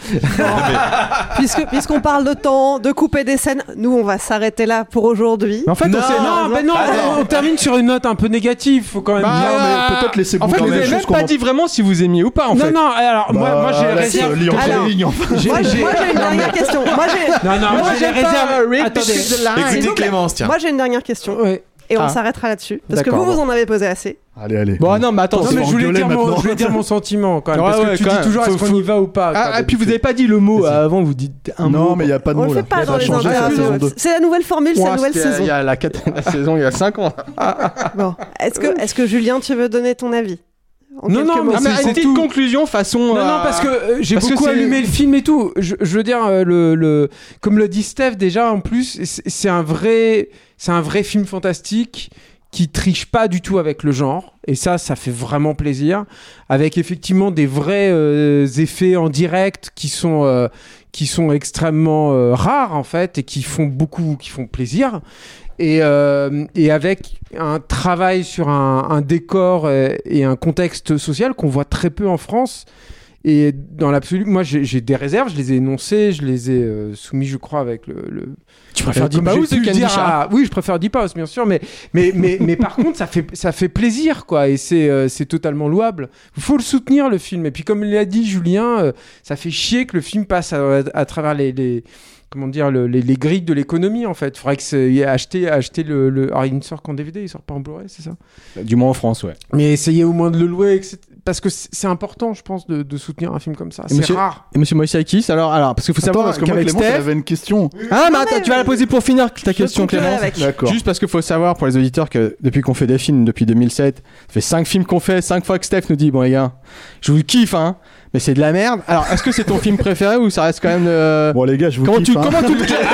Puisque, puisqu'on parle de temps, de couper des scènes, nous on va s'arrêter là pour aujourd'hui. En fait, non, on sait, non, non, mais non, on, on termine sur une note un peu négative, faut quand même bah, dire. Mais peut-être laisser En fait, vous n'avez même pas dit vraiment si vous aimiez ou pas, en non, fait. Non, non, alors, moi, moi j'ai réserve. Alors, moi, j'ai une dernière question. Moi, j'ai. Non, non, moi, j'ai réserve. Attendez, écoutez Clémence, tiens. Moi, j'ai une dernière question. Ouais. Et on ah. s'arrêtera là-dessus. Parce que vous, bon. vous en avez posé assez. Allez, allez. Bon, non, mais attends, non, mais je voulais, dire mon, je voulais dire mon sentiment quand même. Ouais, parce ouais, que tu quand dis même. toujours faut, est-ce qu'on faut... y va ou pas. Ah, et puis vous n'avez pas dit le mot euh, avant, vous dites un non, mot. Non, mais il n'y a pas de on mot le là. fait pas dans les interviews. C'est la nouvelle formule, c'est la nouvelle saison. Il y a la saison, il y a cinq ans. Bon, est-ce que, est-ce que Julien, tu veux donner ton avis? Non, non, mais c'est une petite conclusion façon. Non, non, parce que euh, j'ai parce beaucoup que allumé le film et tout. Je, je veux dire, euh, le, le, comme le dit Steph déjà, en plus, c'est un vrai, c'est un vrai film fantastique qui triche pas du tout avec le genre. Et ça, ça fait vraiment plaisir. Avec effectivement des vrais euh, effets en direct qui sont, euh, qui sont extrêmement euh, rares en fait et qui font beaucoup, qui font plaisir. Et, euh, et avec un travail sur un, un décor et, et un contexte social qu'on voit très peu en France. Et dans l'absolu, moi j'ai des réserves, je les ai énoncées, je les ai euh, soumis, je crois, avec le. le... Tu préfères Deep House ou Candy à... Oui, je préfère Deep House, bien sûr, mais, mais, mais, mais par contre, ça fait, ça fait plaisir, quoi, et c'est euh, totalement louable. Il faut le soutenir, le film. Et puis, comme l'a dit Julien, euh, ça fait chier que le film passe à, à, à travers les. les comment dire, le, les, les grilles de l'économie, en fait. Il faudrait que c'est acheter, acheter le, le... Alors, il ne sort qu'en D V D, il sort pas en Blu-ray, c'est ça? Du moins en France, ouais. Mais essayez au moins de le louer, et cetera. Parce que c'est important, je pense, de, de soutenir un film comme ça. C'est rare. Et Monsieur Moïsakis, alors, alors, parce qu'il faut savoir qu'avec Steph... avait une question. Ah, mais attends, tu vas la poser pour finir ta question, Clémence. D'accord. Juste parce qu'il faut savoir, pour les auditeurs, que depuis qu'on fait des films, depuis deux mille sept, ça fait cinq films qu'on fait, cinq fois que Steph nous dit, bon les gars, je vous kiffe, hein, mais c'est de la merde. Alors, est-ce que c'est ton film préféré ou ça reste quand même... Euh... Bon les gars, je vous comment kiffe, tu, hein. comment, tu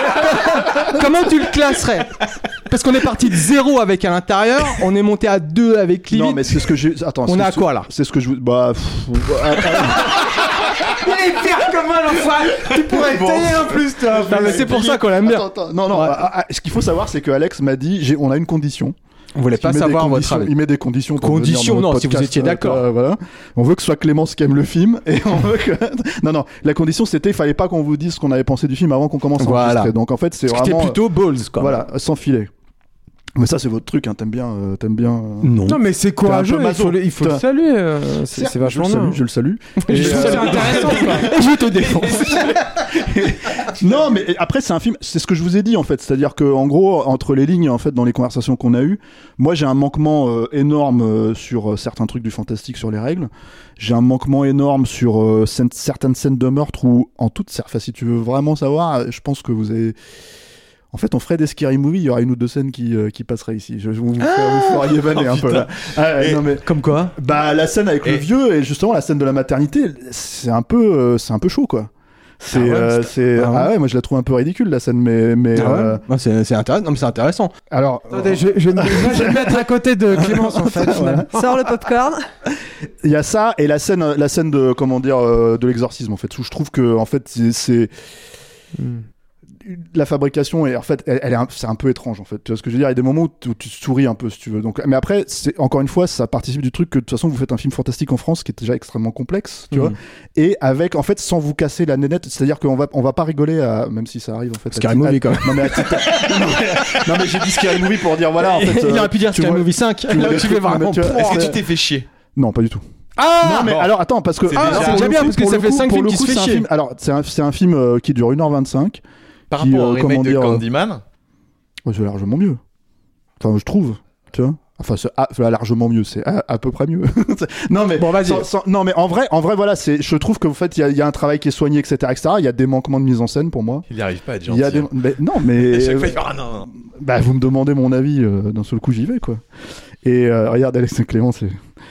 le... comment tu le classerais? Parce qu'on est parti de zéro avec à l'intérieur, on est monté à deux avec limite. Non, mais c'est ce que j'ai... Attends, on est à quoi là? C'est ce que je vous... Bah... Il est pire que moi, l'enfoiré. Tu pourrais bon. Tailler en plus, toi. Non, mais c'est pour ça qu'on l'aime bien. Attends, attends. Non, non. Ouais. Ah, ah, ce qu'il faut savoir, c'est que Alex m'a dit, on a une condition. On voulait pas savoir votre avis. Il met des conditions. Pour conditions, non, podcast, si vous étiez d'accord. Euh, voilà. On veut que ce soit Clémence qui aime le film et on veut que. Non, non. La condition, c'était, il fallait pas qu'on vous dise ce qu'on avait pensé du film avant qu'on commence à voilà. enregistrer. Donc en fait, c'est vraiment. C'était plutôt balls, quoi. Voilà, sans filet. Mais ça, c'est votre truc, hein. T'aimes bien, euh, t'aimes bien. Euh... Non. Non, mais c'est courageux. Il faut le, il faut le saluer. Euh, c'est vachement bien. Je le salue. Et je trouve ça intéressant. Et je te défonce. Non, mais après, c'est un film. C'est ce que je vous ai dit en fait. C'est-à-dire que, en gros, entre les lignes, en fait, dans les conversations qu'on a eues, moi, j'ai un manquement euh, énorme euh, sur euh, certains trucs du fantastique, sur les règles. J'ai un manquement énorme sur euh, scène, certaines scènes de meurtre où, en toute, enfin, si tu veux vraiment savoir, je pense que vous avez. En fait, on ferait des scary movies, il y aura une ou deux scènes qui, euh, qui passeraient ici. Je, vous, vous, ah vous feriez vanner oh, un peu là. Ah, non, mais, comme quoi? Bah, la scène avec et... le vieux et justement la scène de la maternité, c'est un peu, euh, c'est un peu chaud quoi. C'est, ah ouais, euh, c'est, ah ouais. ah ouais, moi je la trouve un peu ridicule la scène, mais, mais. Ah ouais. euh... non, c'est, c'est intéressant. Non, mais c'est intéressant. Alors. Attendez, euh... je, je, je, je vais me mettre à côté de Clémence en fait. Voilà. Sors le popcorn. Il y a ça et la scène, la scène de comment dire, euh, de l'exorcisme en fait, où je trouve que en fait c'est. c'est... Hmm. La fabrication est en fait elle, elle est un, c'est un peu étrange en fait, tu vois ce que je veux dire, il y a des moments où tu, où tu souris un peu si tu veux, donc mais après c'est encore une fois ça participe du truc que de toute façon vous faites un film fantastique en France qui est déjà extrêmement complexe, tu mmh. vois, et avec en fait sans vous casser la nénette, c'est-à-dire qu'on va on va pas rigoler à, même si ça arrive en fait Scary Movie quand même. Non mais, à titre... non, mais, non mais j'ai dit Scary Movie pour dire voilà en fait il euh, aurait pu dire Scary Movie cinq. Tu là tu fais vraiment. Est-ce que tu t'es fait chier? Non, pas du tout. Ah non mais bon. Alors attends parce que c'est ah, déjà bien parce que ça fait cinq films qui se fait chier. Alors c'est un c'est un film euh, qui dure une heure vingt-cinq. Par qui, rapport euh, au remake de dire, Candyman, ouais, c'est largement mieux. Enfin, je trouve, tu vois. Enfin, c'est ah, largement mieux, c'est à, à peu près mieux. non mais bon, vas-y. Sans, sans, non mais en vrai, en vrai, voilà, c'est. Je trouve que en fait, il y, y a un travail qui est soigné, et cetera, et cetera. Il y a des manquements de mise en scène pour moi. Il n'y arrive pas à être gentil. Il y a des, mais, non mais. Chaque fois, il y aura non, non. Bah, vous me demandez mon avis, euh, d'un seul coup, j'y vais quoi. Et euh, regarde, Alex et Clément, c'est.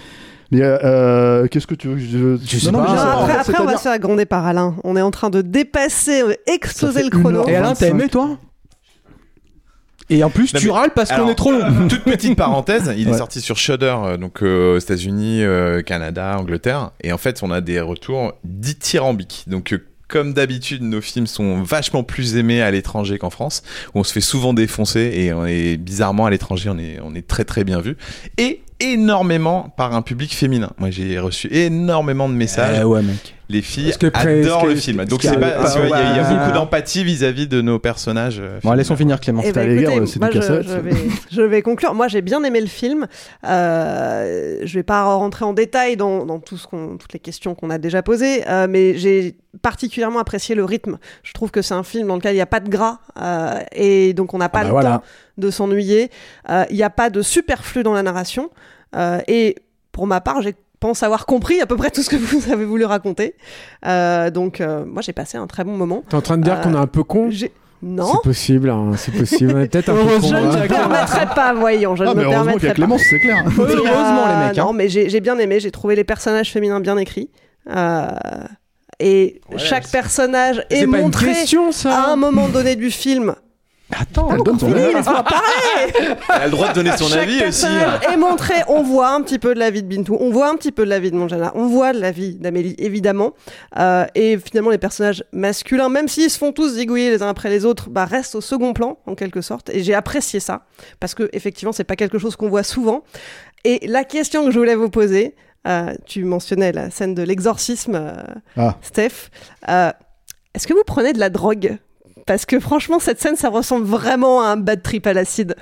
Mais euh, qu'est-ce que tu veux que je... Je sais non, non, pas. mais Non, ça- après, en fait, après, on va se faire gronder par Alain. On est en train de dépasser, on va exploser le chrono. Et Alain, t'as aimé toi? Et en plus, Non, tu mais- râles parce qu'on Alors, est trop long. Toute petite parenthèse, il Ouais. est sorti sur Shudder, euh, donc euh, aux États-Unis, euh, Canada, Angleterre, et en fait, on a des retours dithyrambiques. Donc, euh, comme d'habitude, nos films sont vachement plus aimés à l'étranger qu'en France, où on se fait souvent défoncer, et on est bizarrement à l'étranger, on est, on est très très bien vu, et énormément par un public féminin. Moi, j'ai reçu énormément de messages. Eh ouais, mec. Les filles Parce que pré- adorent parce le que- film. parce Donc, qu'il y c'est a- pas, bah, tu vois, il y a- il y, a bah, beaucoup d'empathie vis-à-vis de nos personnages. euh, Bon, féminins. laissons finir Clément. Eh ben, Putain, les gars, écoutez, c'est moi, du je, cassette. je vais, je vais conclure. Moi, j'ai bien aimé le film. Euh, je vais pas rentrer en détail dans, dans tout ce qu'on, toutes les questions qu'on a déjà posées, euh, mais j'ai particulièrement apprécié le rythme. Je trouve que c'est un film dans lequel il n'y a pas de gras, euh, et donc on n'a pas Ah bah le voilà. temps de s'ennuyer. Euh, Il n'y a pas de superflu dans la narration. Euh, et pour ma part, j'ai pense avoir compris à peu près tout ce que vous avez voulu raconter. Euh, donc, euh, moi, j'ai passé un très bon moment. T'es en train de dire Euh, qu'on est un peu con? J'ai- Non. C'est possible, hein, c'est possible. On est peut-être un peu con. Je ne hein. me permettrai pas, voyons, je Ah, ne mais me heureusement qu'il y permettrai a pas. Clémence, c'est clair. Heureusement, les mecs, hein. Non, mais j'ai j'ai bien aimé, j'ai trouvé les personnages féminins bien écrits. Euh, et Ouais, chaque c'est- personnage est C'est pas une montré question, ça. à un moment donné du film. Attends, Elle donne son Fini, avis. laisse-moi parler. Elle a le droit de donner son Chaque avis aussi. personnage est montré, on voit un petit peu de la vie de Bintou, on voit un petit peu de la vie de Monjana, on voit de la vie d'Amélie, évidemment. Euh, et finalement, les personnages masculins, même s'ils se font tous zigouiller les uns après les autres, bah, restent au second plan, en quelque sorte. Et j'ai apprécié ça, parce que effectivement, c'est pas quelque chose qu'on voit souvent. Et la question que je voulais vous poser, euh, tu mentionnais la scène de l'exorcisme, euh, Ah. Steph. Euh, est-ce que vous prenez de la drogue ? Parce que franchement, cette scène, ça ressemble vraiment à un bad trip à l'acide.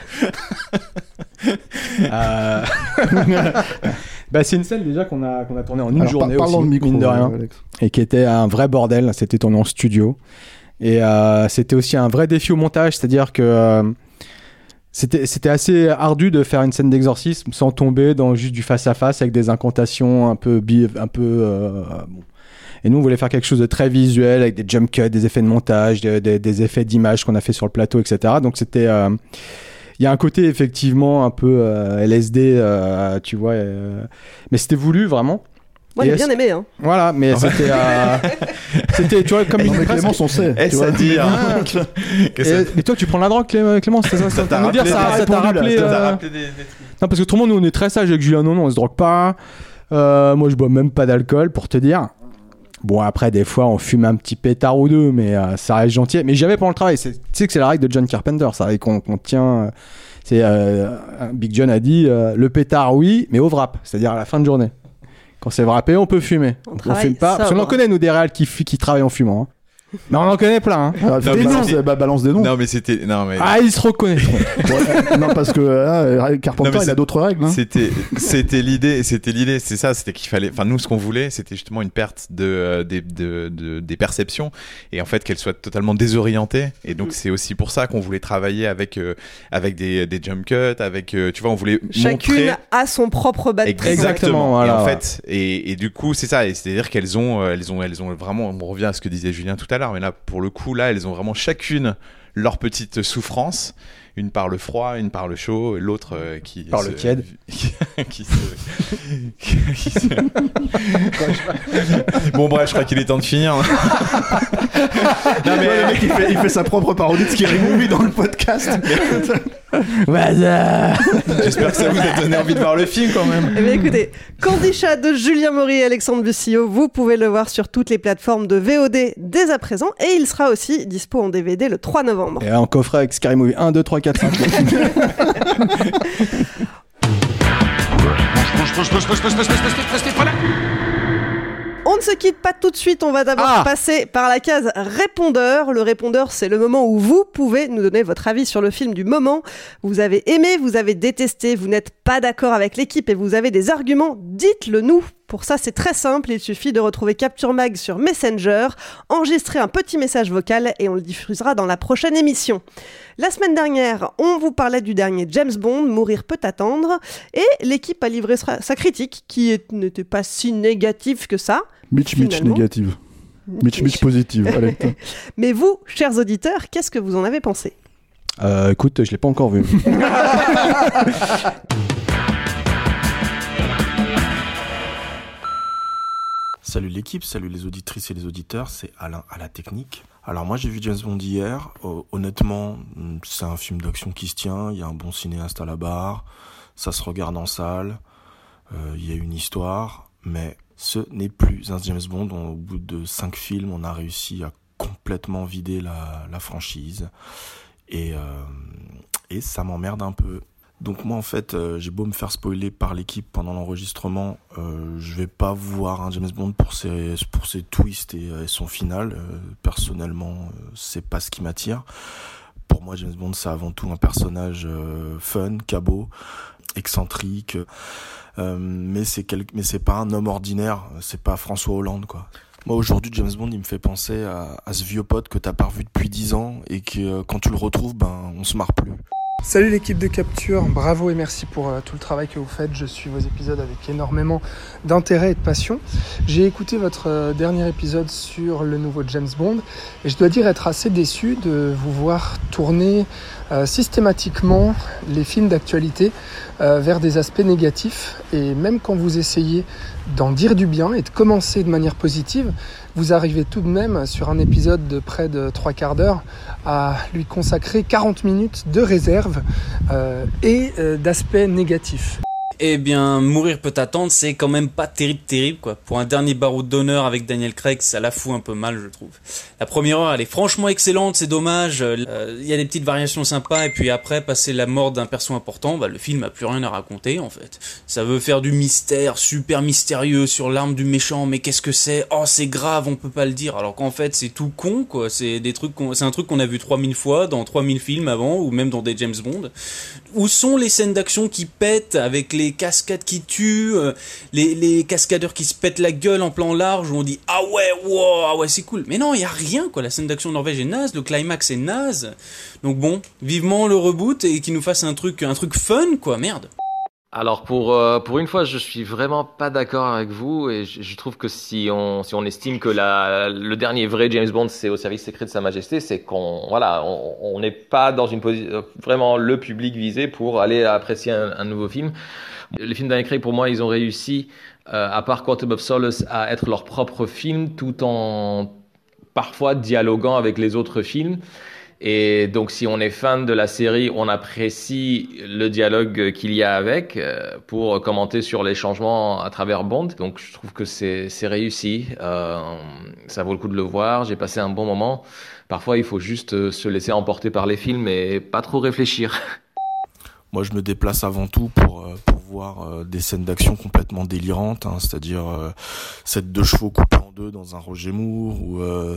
Euh... bah, c'est une scène déjà qu'on a, qu'on a tournée en une Alors, journée par- parle aussi, dans le micro, mine de rien, euh, Alex. et qui était un vrai bordel. C'était tourné en studio. Et euh, c'était aussi un vrai défi au montage, c'est-à-dire que euh, c'était, c'était assez ardu de faire une scène d'exorcisme sans tomber dans juste du face-à-face avec des incantations un peu... bi- un peu euh, bon. Et nous, on voulait faire quelque chose de très visuel, avec des jump cuts, des effets de montage, des, des, des effets d'image qu'on a fait sur le plateau, et cetera. Donc c'était... euh, il y a un côté effectivement un peu euh, L S D, euh, tu vois, euh, mais c'était voulu vraiment. Moi, Et j'ai est-ce- bien aimé. Hein. Voilà, mais c'était, euh, c'était, tu vois, comme Non, une mais presque- Clémence, on sait. tu Est-ce vois. à dire que Et, ça et toi, tu prends la drogue, Clé- Clémence, c'est ça, ça t'a nous dire, rappelé, ça, ça ça t'a rappelé. ça t'a euh, rappelé des, des trucs. Non, parce que tout le monde, nous, on est très sage avec Julien. Non, non, on se drogue pas. Euh, moi, je bois même pas d'alcool, pour te dire. Bon, après, des fois, on fume un petit pétard ou deux, mais euh, ça reste gentil. Mais j'avais pendant le travail. C'est- Tu sais que c'est la règle de John Carpenter, ça, et qu'on, qu'on tient. euh, c'est euh, Big John a dit euh, le pétard, oui, mais au wrap, c'est-à-dire à la fin de journée. Quand c'est wrappé, on peut fumer. On On, travaille fume pas. Parce qu'on en sobre. connaît, nous, des réals qui, fu- qui travaillent en fumant. hein. Mais on en connaît plein. hein. Ah, mais balance, c'était- bah, balance des noms. Non mais c'était non mais Ah, ils se reconnaîtront. Ouais, non, parce que euh, Carpenter, Non, mais il a c'est- d'autres règles. Hein. c'était c'était l'idée c'était l'idée c'est ça, c'était qu'il fallait enfin nous ce qu'on voulait c'était justement une perte de euh, des de, de- des perceptions et en fait qu'elles soient totalement désorientées et donc c'est aussi pour ça qu'on voulait travailler avec euh, avec des des jump cuts avec euh, tu vois on voulait Chacune montrer a son propre bad trip. Exactement. Voilà, et en ouais. fait, et, et du coup, c'est ça. Et c'est-à-dire qu'elles ont, euh, elles ont, elles ont vraiment. On revient à ce que disait Julien tout à l'heure, mais là, pour le coup, là, elles ont vraiment chacune leur petite souffrance. Une par le froid, une par le chaud, et l'autre euh, qui Par se- le tiède. qui se, qui se- Bon bref, je crois qu'il est temps de finir. Non, mais le mec, il fait, il fait sa propre parodie de Scary Movie dans le podcast. J'espère que ça vous a donné envie de voir le film quand même. Eh bien, écoutez, Candy Chat de Julien Maury et Alexandre Bussillot, vous pouvez le voir sur toutes les plateformes de V O D dès à présent et il sera aussi dispo en D V D le trois novembre. Et en coffret avec Scary Movie un, deux, trois, quatre, cinq. On ne se quitte pas tout de suite, on va d'abord Ah passer par la case répondeur. Le répondeur, c'est le moment où vous pouvez nous donner votre avis sur le film du moment. Vous avez aimé, vous avez détesté, vous n'êtes pas d'accord avec l'équipe et vous avez des arguments, dites-le nous. Pour ça, c'est très simple, il suffit de retrouver Capture Mag sur Messenger, enregistrer un petit message vocal et on le diffusera dans la prochaine émission. La semaine dernière, on vous parlait du dernier James Bond, Mourir peut attendre, et l'équipe a livré sa, sa critique, qui est- n'était pas si négative que ça. Mitch, Mitch Finalement. négative. Mitch, Mitch positive. Allez, putain. Mais vous, chers auditeurs, qu'est-ce que vous en avez pensé ? Euh, écoute, je l'ai pas encore vu. Salut l'équipe, salut les auditrices et les auditeurs, c'est Alain à la technique. Alors moi j'ai vu James Bond hier, euh, honnêtement c'est un film d'action qui se tient, il y a un bon cinéaste à la barre, ça se regarde en salle, euh, il y a une histoire, mais ce n'est plus un James Bond. On, au bout de cinq films, on a réussi à complètement vider la, la franchise et, euh, et ça m'emmerde un peu. Donc moi en fait euh, j'ai beau me faire spoiler par l'équipe pendant l'enregistrement, euh, je vais pas voir un James Bond pour ses, pour ses twists et, et son final. Euh, personnellement euh, c'est pas ce qui m'attire. Pour moi James Bond c'est avant tout un personnage euh, fun, cabot, excentrique, euh, mais c'est quel... mais c'est pas un homme ordinaire, c'est pas François Hollande quoi. Moi aujourd'hui James Bond il me fait penser à, à ce vieux pote que t'as pas revu depuis dix ans et que euh, quand tu le retrouves ben on se marre plus. Salut l'équipe de Capture, bravo et merci pour euh, tout le travail que vous faites. Je suis vos épisodes avec énormément d'intérêt et de passion. J'ai écouté votre euh, dernier épisode sur le nouveau James Bond et je dois dire être assez déçu de vous voir tourner euh, systématiquement les films d'actualité euh, vers des aspects négatifs. Et même quand vous essayez d'en dire du bien et de commencer de manière positive, vous arrivez tout de même sur un épisode de près de trois quarts d'heure à lui consacrer quarante minutes de réserve euh, et euh, d'aspects négatifs. Eh bien, Mourir peut attendre, c'est quand même pas terrible, terrible, quoi. Pour un dernier baroud d'honneur avec Daniel Craig, ça la fout un peu mal, je trouve. La première heure, elle est franchement excellente, c'est dommage. Il euh, y a des petites variations sympas, et puis après, passer la mort d'un perso important, bah, le film a plus rien à raconter, en fait. Ça veut faire du mystère, super mystérieux, sur l'arme du méchant, mais qu'est-ce que c'est? Oh, c'est grave, on peut pas le dire. Alors qu'en fait, c'est tout con, quoi. C'est des trucs qu'on... c'est un truc qu'on a vu trois mille fois, dans trois mille films avant, ou même dans des James Bond. Où sont les scènes d'action qui pètent, avec les cascades qui tuent, euh, les, les cascadeurs qui se pètent la gueule en plan large, où on dit ah ouais, wow, ah ouais c'est cool. Mais non, il y a rien quoi, la scène d'action en Norvège est naze, le climax est naze. Donc bon, vivement le reboot et qu'il nous fasse un truc, un truc fun quoi, merde. Alors pour euh, pour une fois, je suis vraiment pas d'accord avec vous et je, je trouve que si on si on estime que la le dernier vrai James Bond c'est au service secret de Sa Majesté, c'est qu'on voilà on on n'est pas dans une position vraiment le public visé pour aller apprécier un, un nouveau film. Les films Daniel Craig pour moi ils ont réussi euh, à part Quantum of Solace à être leur propre film tout en parfois dialoguant avec les autres films. Et donc, si on est fan de la série, on apprécie le dialogue qu'il y a avec euh, pour commenter sur les changements à travers Bond. Donc, je trouve que c'est, c'est réussi. Euh, ça vaut le coup de le voir. J'ai passé un bon moment. Parfois, il faut juste se laisser emporter par les films et pas trop réfléchir. Moi, je me déplace avant tout pour, euh, pour voir euh, des scènes d'action complètement délirantes, hein, c'est-à-dire euh, cette deux chevaux coupée en deux dans un Roger Moore ou, euh,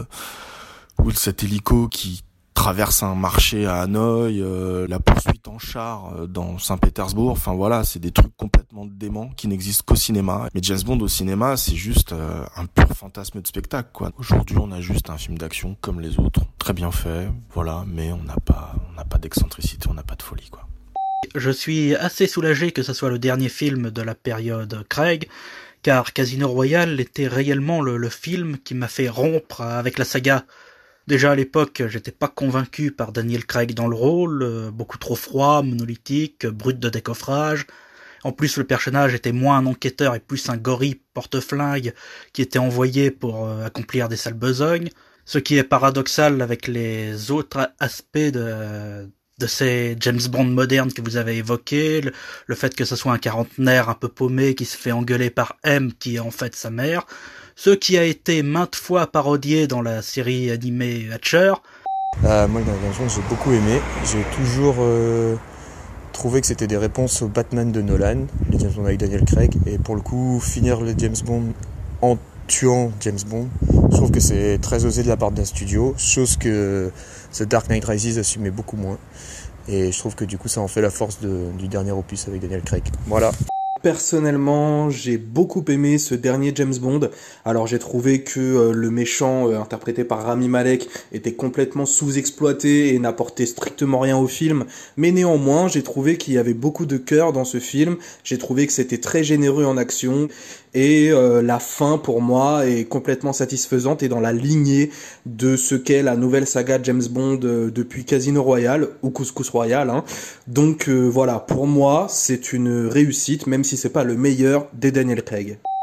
ou cet hélico qui traverse un marché à Hanoï, euh, la poursuite en char euh, dans Saint-Pétersbourg, enfin voilà, c'est des trucs complètement déments qui n'existent qu'au cinéma. Mais James Bond au cinéma, c'est juste euh, un pur fantasme de spectacle, quoi. Aujourd'hui, on a juste un film d'action comme les autres, très bien fait, voilà, mais on n'a pas, on n'a pas d'excentricité, on n'a pas de folie, quoi. Je suis assez soulagé que ce soit le dernier film de la période Craig, car Casino Royale était réellement le, le film qui m'a fait rompre avec la saga. Déjà à l'époque, j'étais pas convaincu par Daniel Craig dans le rôle, euh, beaucoup trop froid, monolithique, brut de décoffrage. En plus, le personnage était moins un enquêteur et plus un gorille porte-flingue qui était envoyé pour euh, accomplir des sales besognes. Ce qui est paradoxal avec les autres aspects de, de ces James Bond modernes que vous avez évoqués, le, le fait que ce soit un quarantenaire un peu paumé qui se fait engueuler par M, qui est en fait sa mère. Ce qui a été maintes fois parodié dans la série animée Hatcher. Euh, moi, James Bond, j'ai beaucoup aimé. J'ai toujours euh, trouvé que c'était des réponses au Batman de Nolan, les James Bond avec Daniel Craig. Et pour le coup, finir le James Bond en tuant James Bond, je trouve que c'est très osé de la part d'un studio, chose que The Dark Knight Rises assumait beaucoup moins. Et je trouve que du coup, ça en fait la force de, du dernier opus avec Daniel Craig. Voilà. Personnellement, j'ai beaucoup aimé ce dernier James Bond. Alors j'ai trouvé que euh, le méchant euh, interprété par Rami Malek était complètement sous-exploité et n'apportait strictement rien au film. Mais néanmoins, j'ai trouvé qu'il y avait beaucoup de cœur dans ce film. J'ai trouvé que c'était très généreux en action. Et euh, la fin, pour moi, est complètement satisfaisante et dans la lignée de ce qu'est la nouvelle saga James Bond euh, depuis Casino Royale, ou Couscous Royale. Hein. Donc euh, voilà, pour moi, c'est une réussite, même si c'est pas le meilleur des Daniel Craig.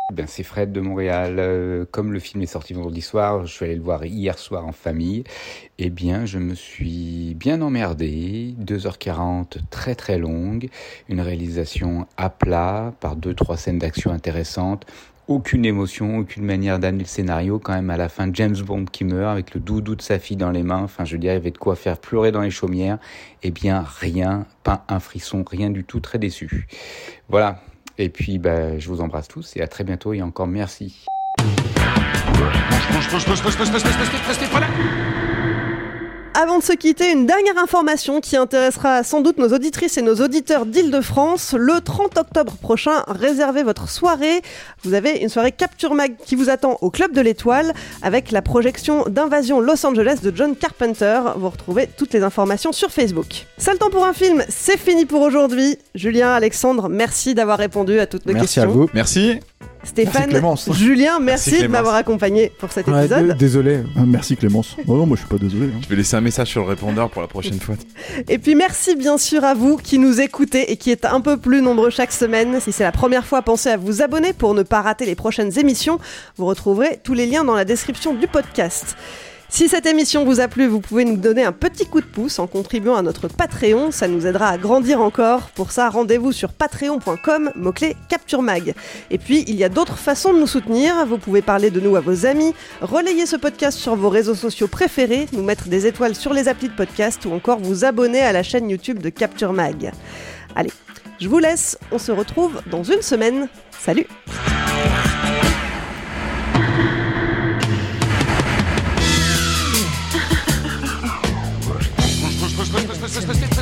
Ben, c'est Fred de Montréal. Euh, comme le film est sorti vendredi soir, je suis allé le voir hier soir en famille. Eh bien, je me suis bien emmerdé. deux heures quarante, très très longue. Une réalisation à plat, par deux, trois scènes d'action intéressantes. Aucune émotion, aucune manière d'amener le scénario. Quand même, à la fin, James Bond qui meurt avec le doudou de sa fille dans les mains. Enfin, je veux dire, il y avait de quoi faire pleurer dans les chaumières. Eh bien, rien, pas un frisson, rien du tout. Très déçu. Voilà. Et puis, bah, je vous embrasse tous et à très bientôt et encore merci. Avant de se quitter, une dernière information qui intéressera sans doute nos auditrices et nos auditeurs d'Île-de-France. Le trente octobre prochain, réservez votre soirée. Vous avez une soirée Capture Mag qui vous attend au Club de l'Étoile avec la projection d'Invasion Los Angeles de John Carpenter. Vous retrouvez toutes les informations sur Facebook. C'est le temps pour un film, c'est fini pour aujourd'hui. Julien, Alexandre, merci d'avoir répondu à toutes nos Merci questions. à vous. Merci. Stéphane, Merci Julien, merci, Merci de Clémence. m'avoir accompagné pour cet Ouais, épisode. d- désolé. Ah, merci Clémence. Oh non, moi je suis pas désolé. hein. Je vais laisser un message sur le répondeur pour la prochaine fois. Et puis merci bien sûr à vous qui nous écoutez et qui êtes un peu plus nombreux chaque semaine. Si c'est la première fois, pensez à vous abonner pour ne pas rater les prochaines émissions. Vous retrouverez tous les liens dans la description du podcast. Si cette émission vous a plu, vous pouvez nous donner un petit coup de pouce en contribuant à notre Patreon, ça nous aidera à grandir encore. Pour ça, rendez-vous sur patreon point com, mot-clé Capture Mag. Et puis, il y a d'autres façons de nous soutenir. Vous pouvez parler de nous à vos amis, relayer ce podcast sur vos réseaux sociaux préférés, nous mettre des étoiles sur les applis de podcast ou encore vous abonner à la chaîne YouTube de Capture Mag. Allez, je vous laisse, on se retrouve dans une semaine. Salut! Push, push, push, push, push, push, push, push.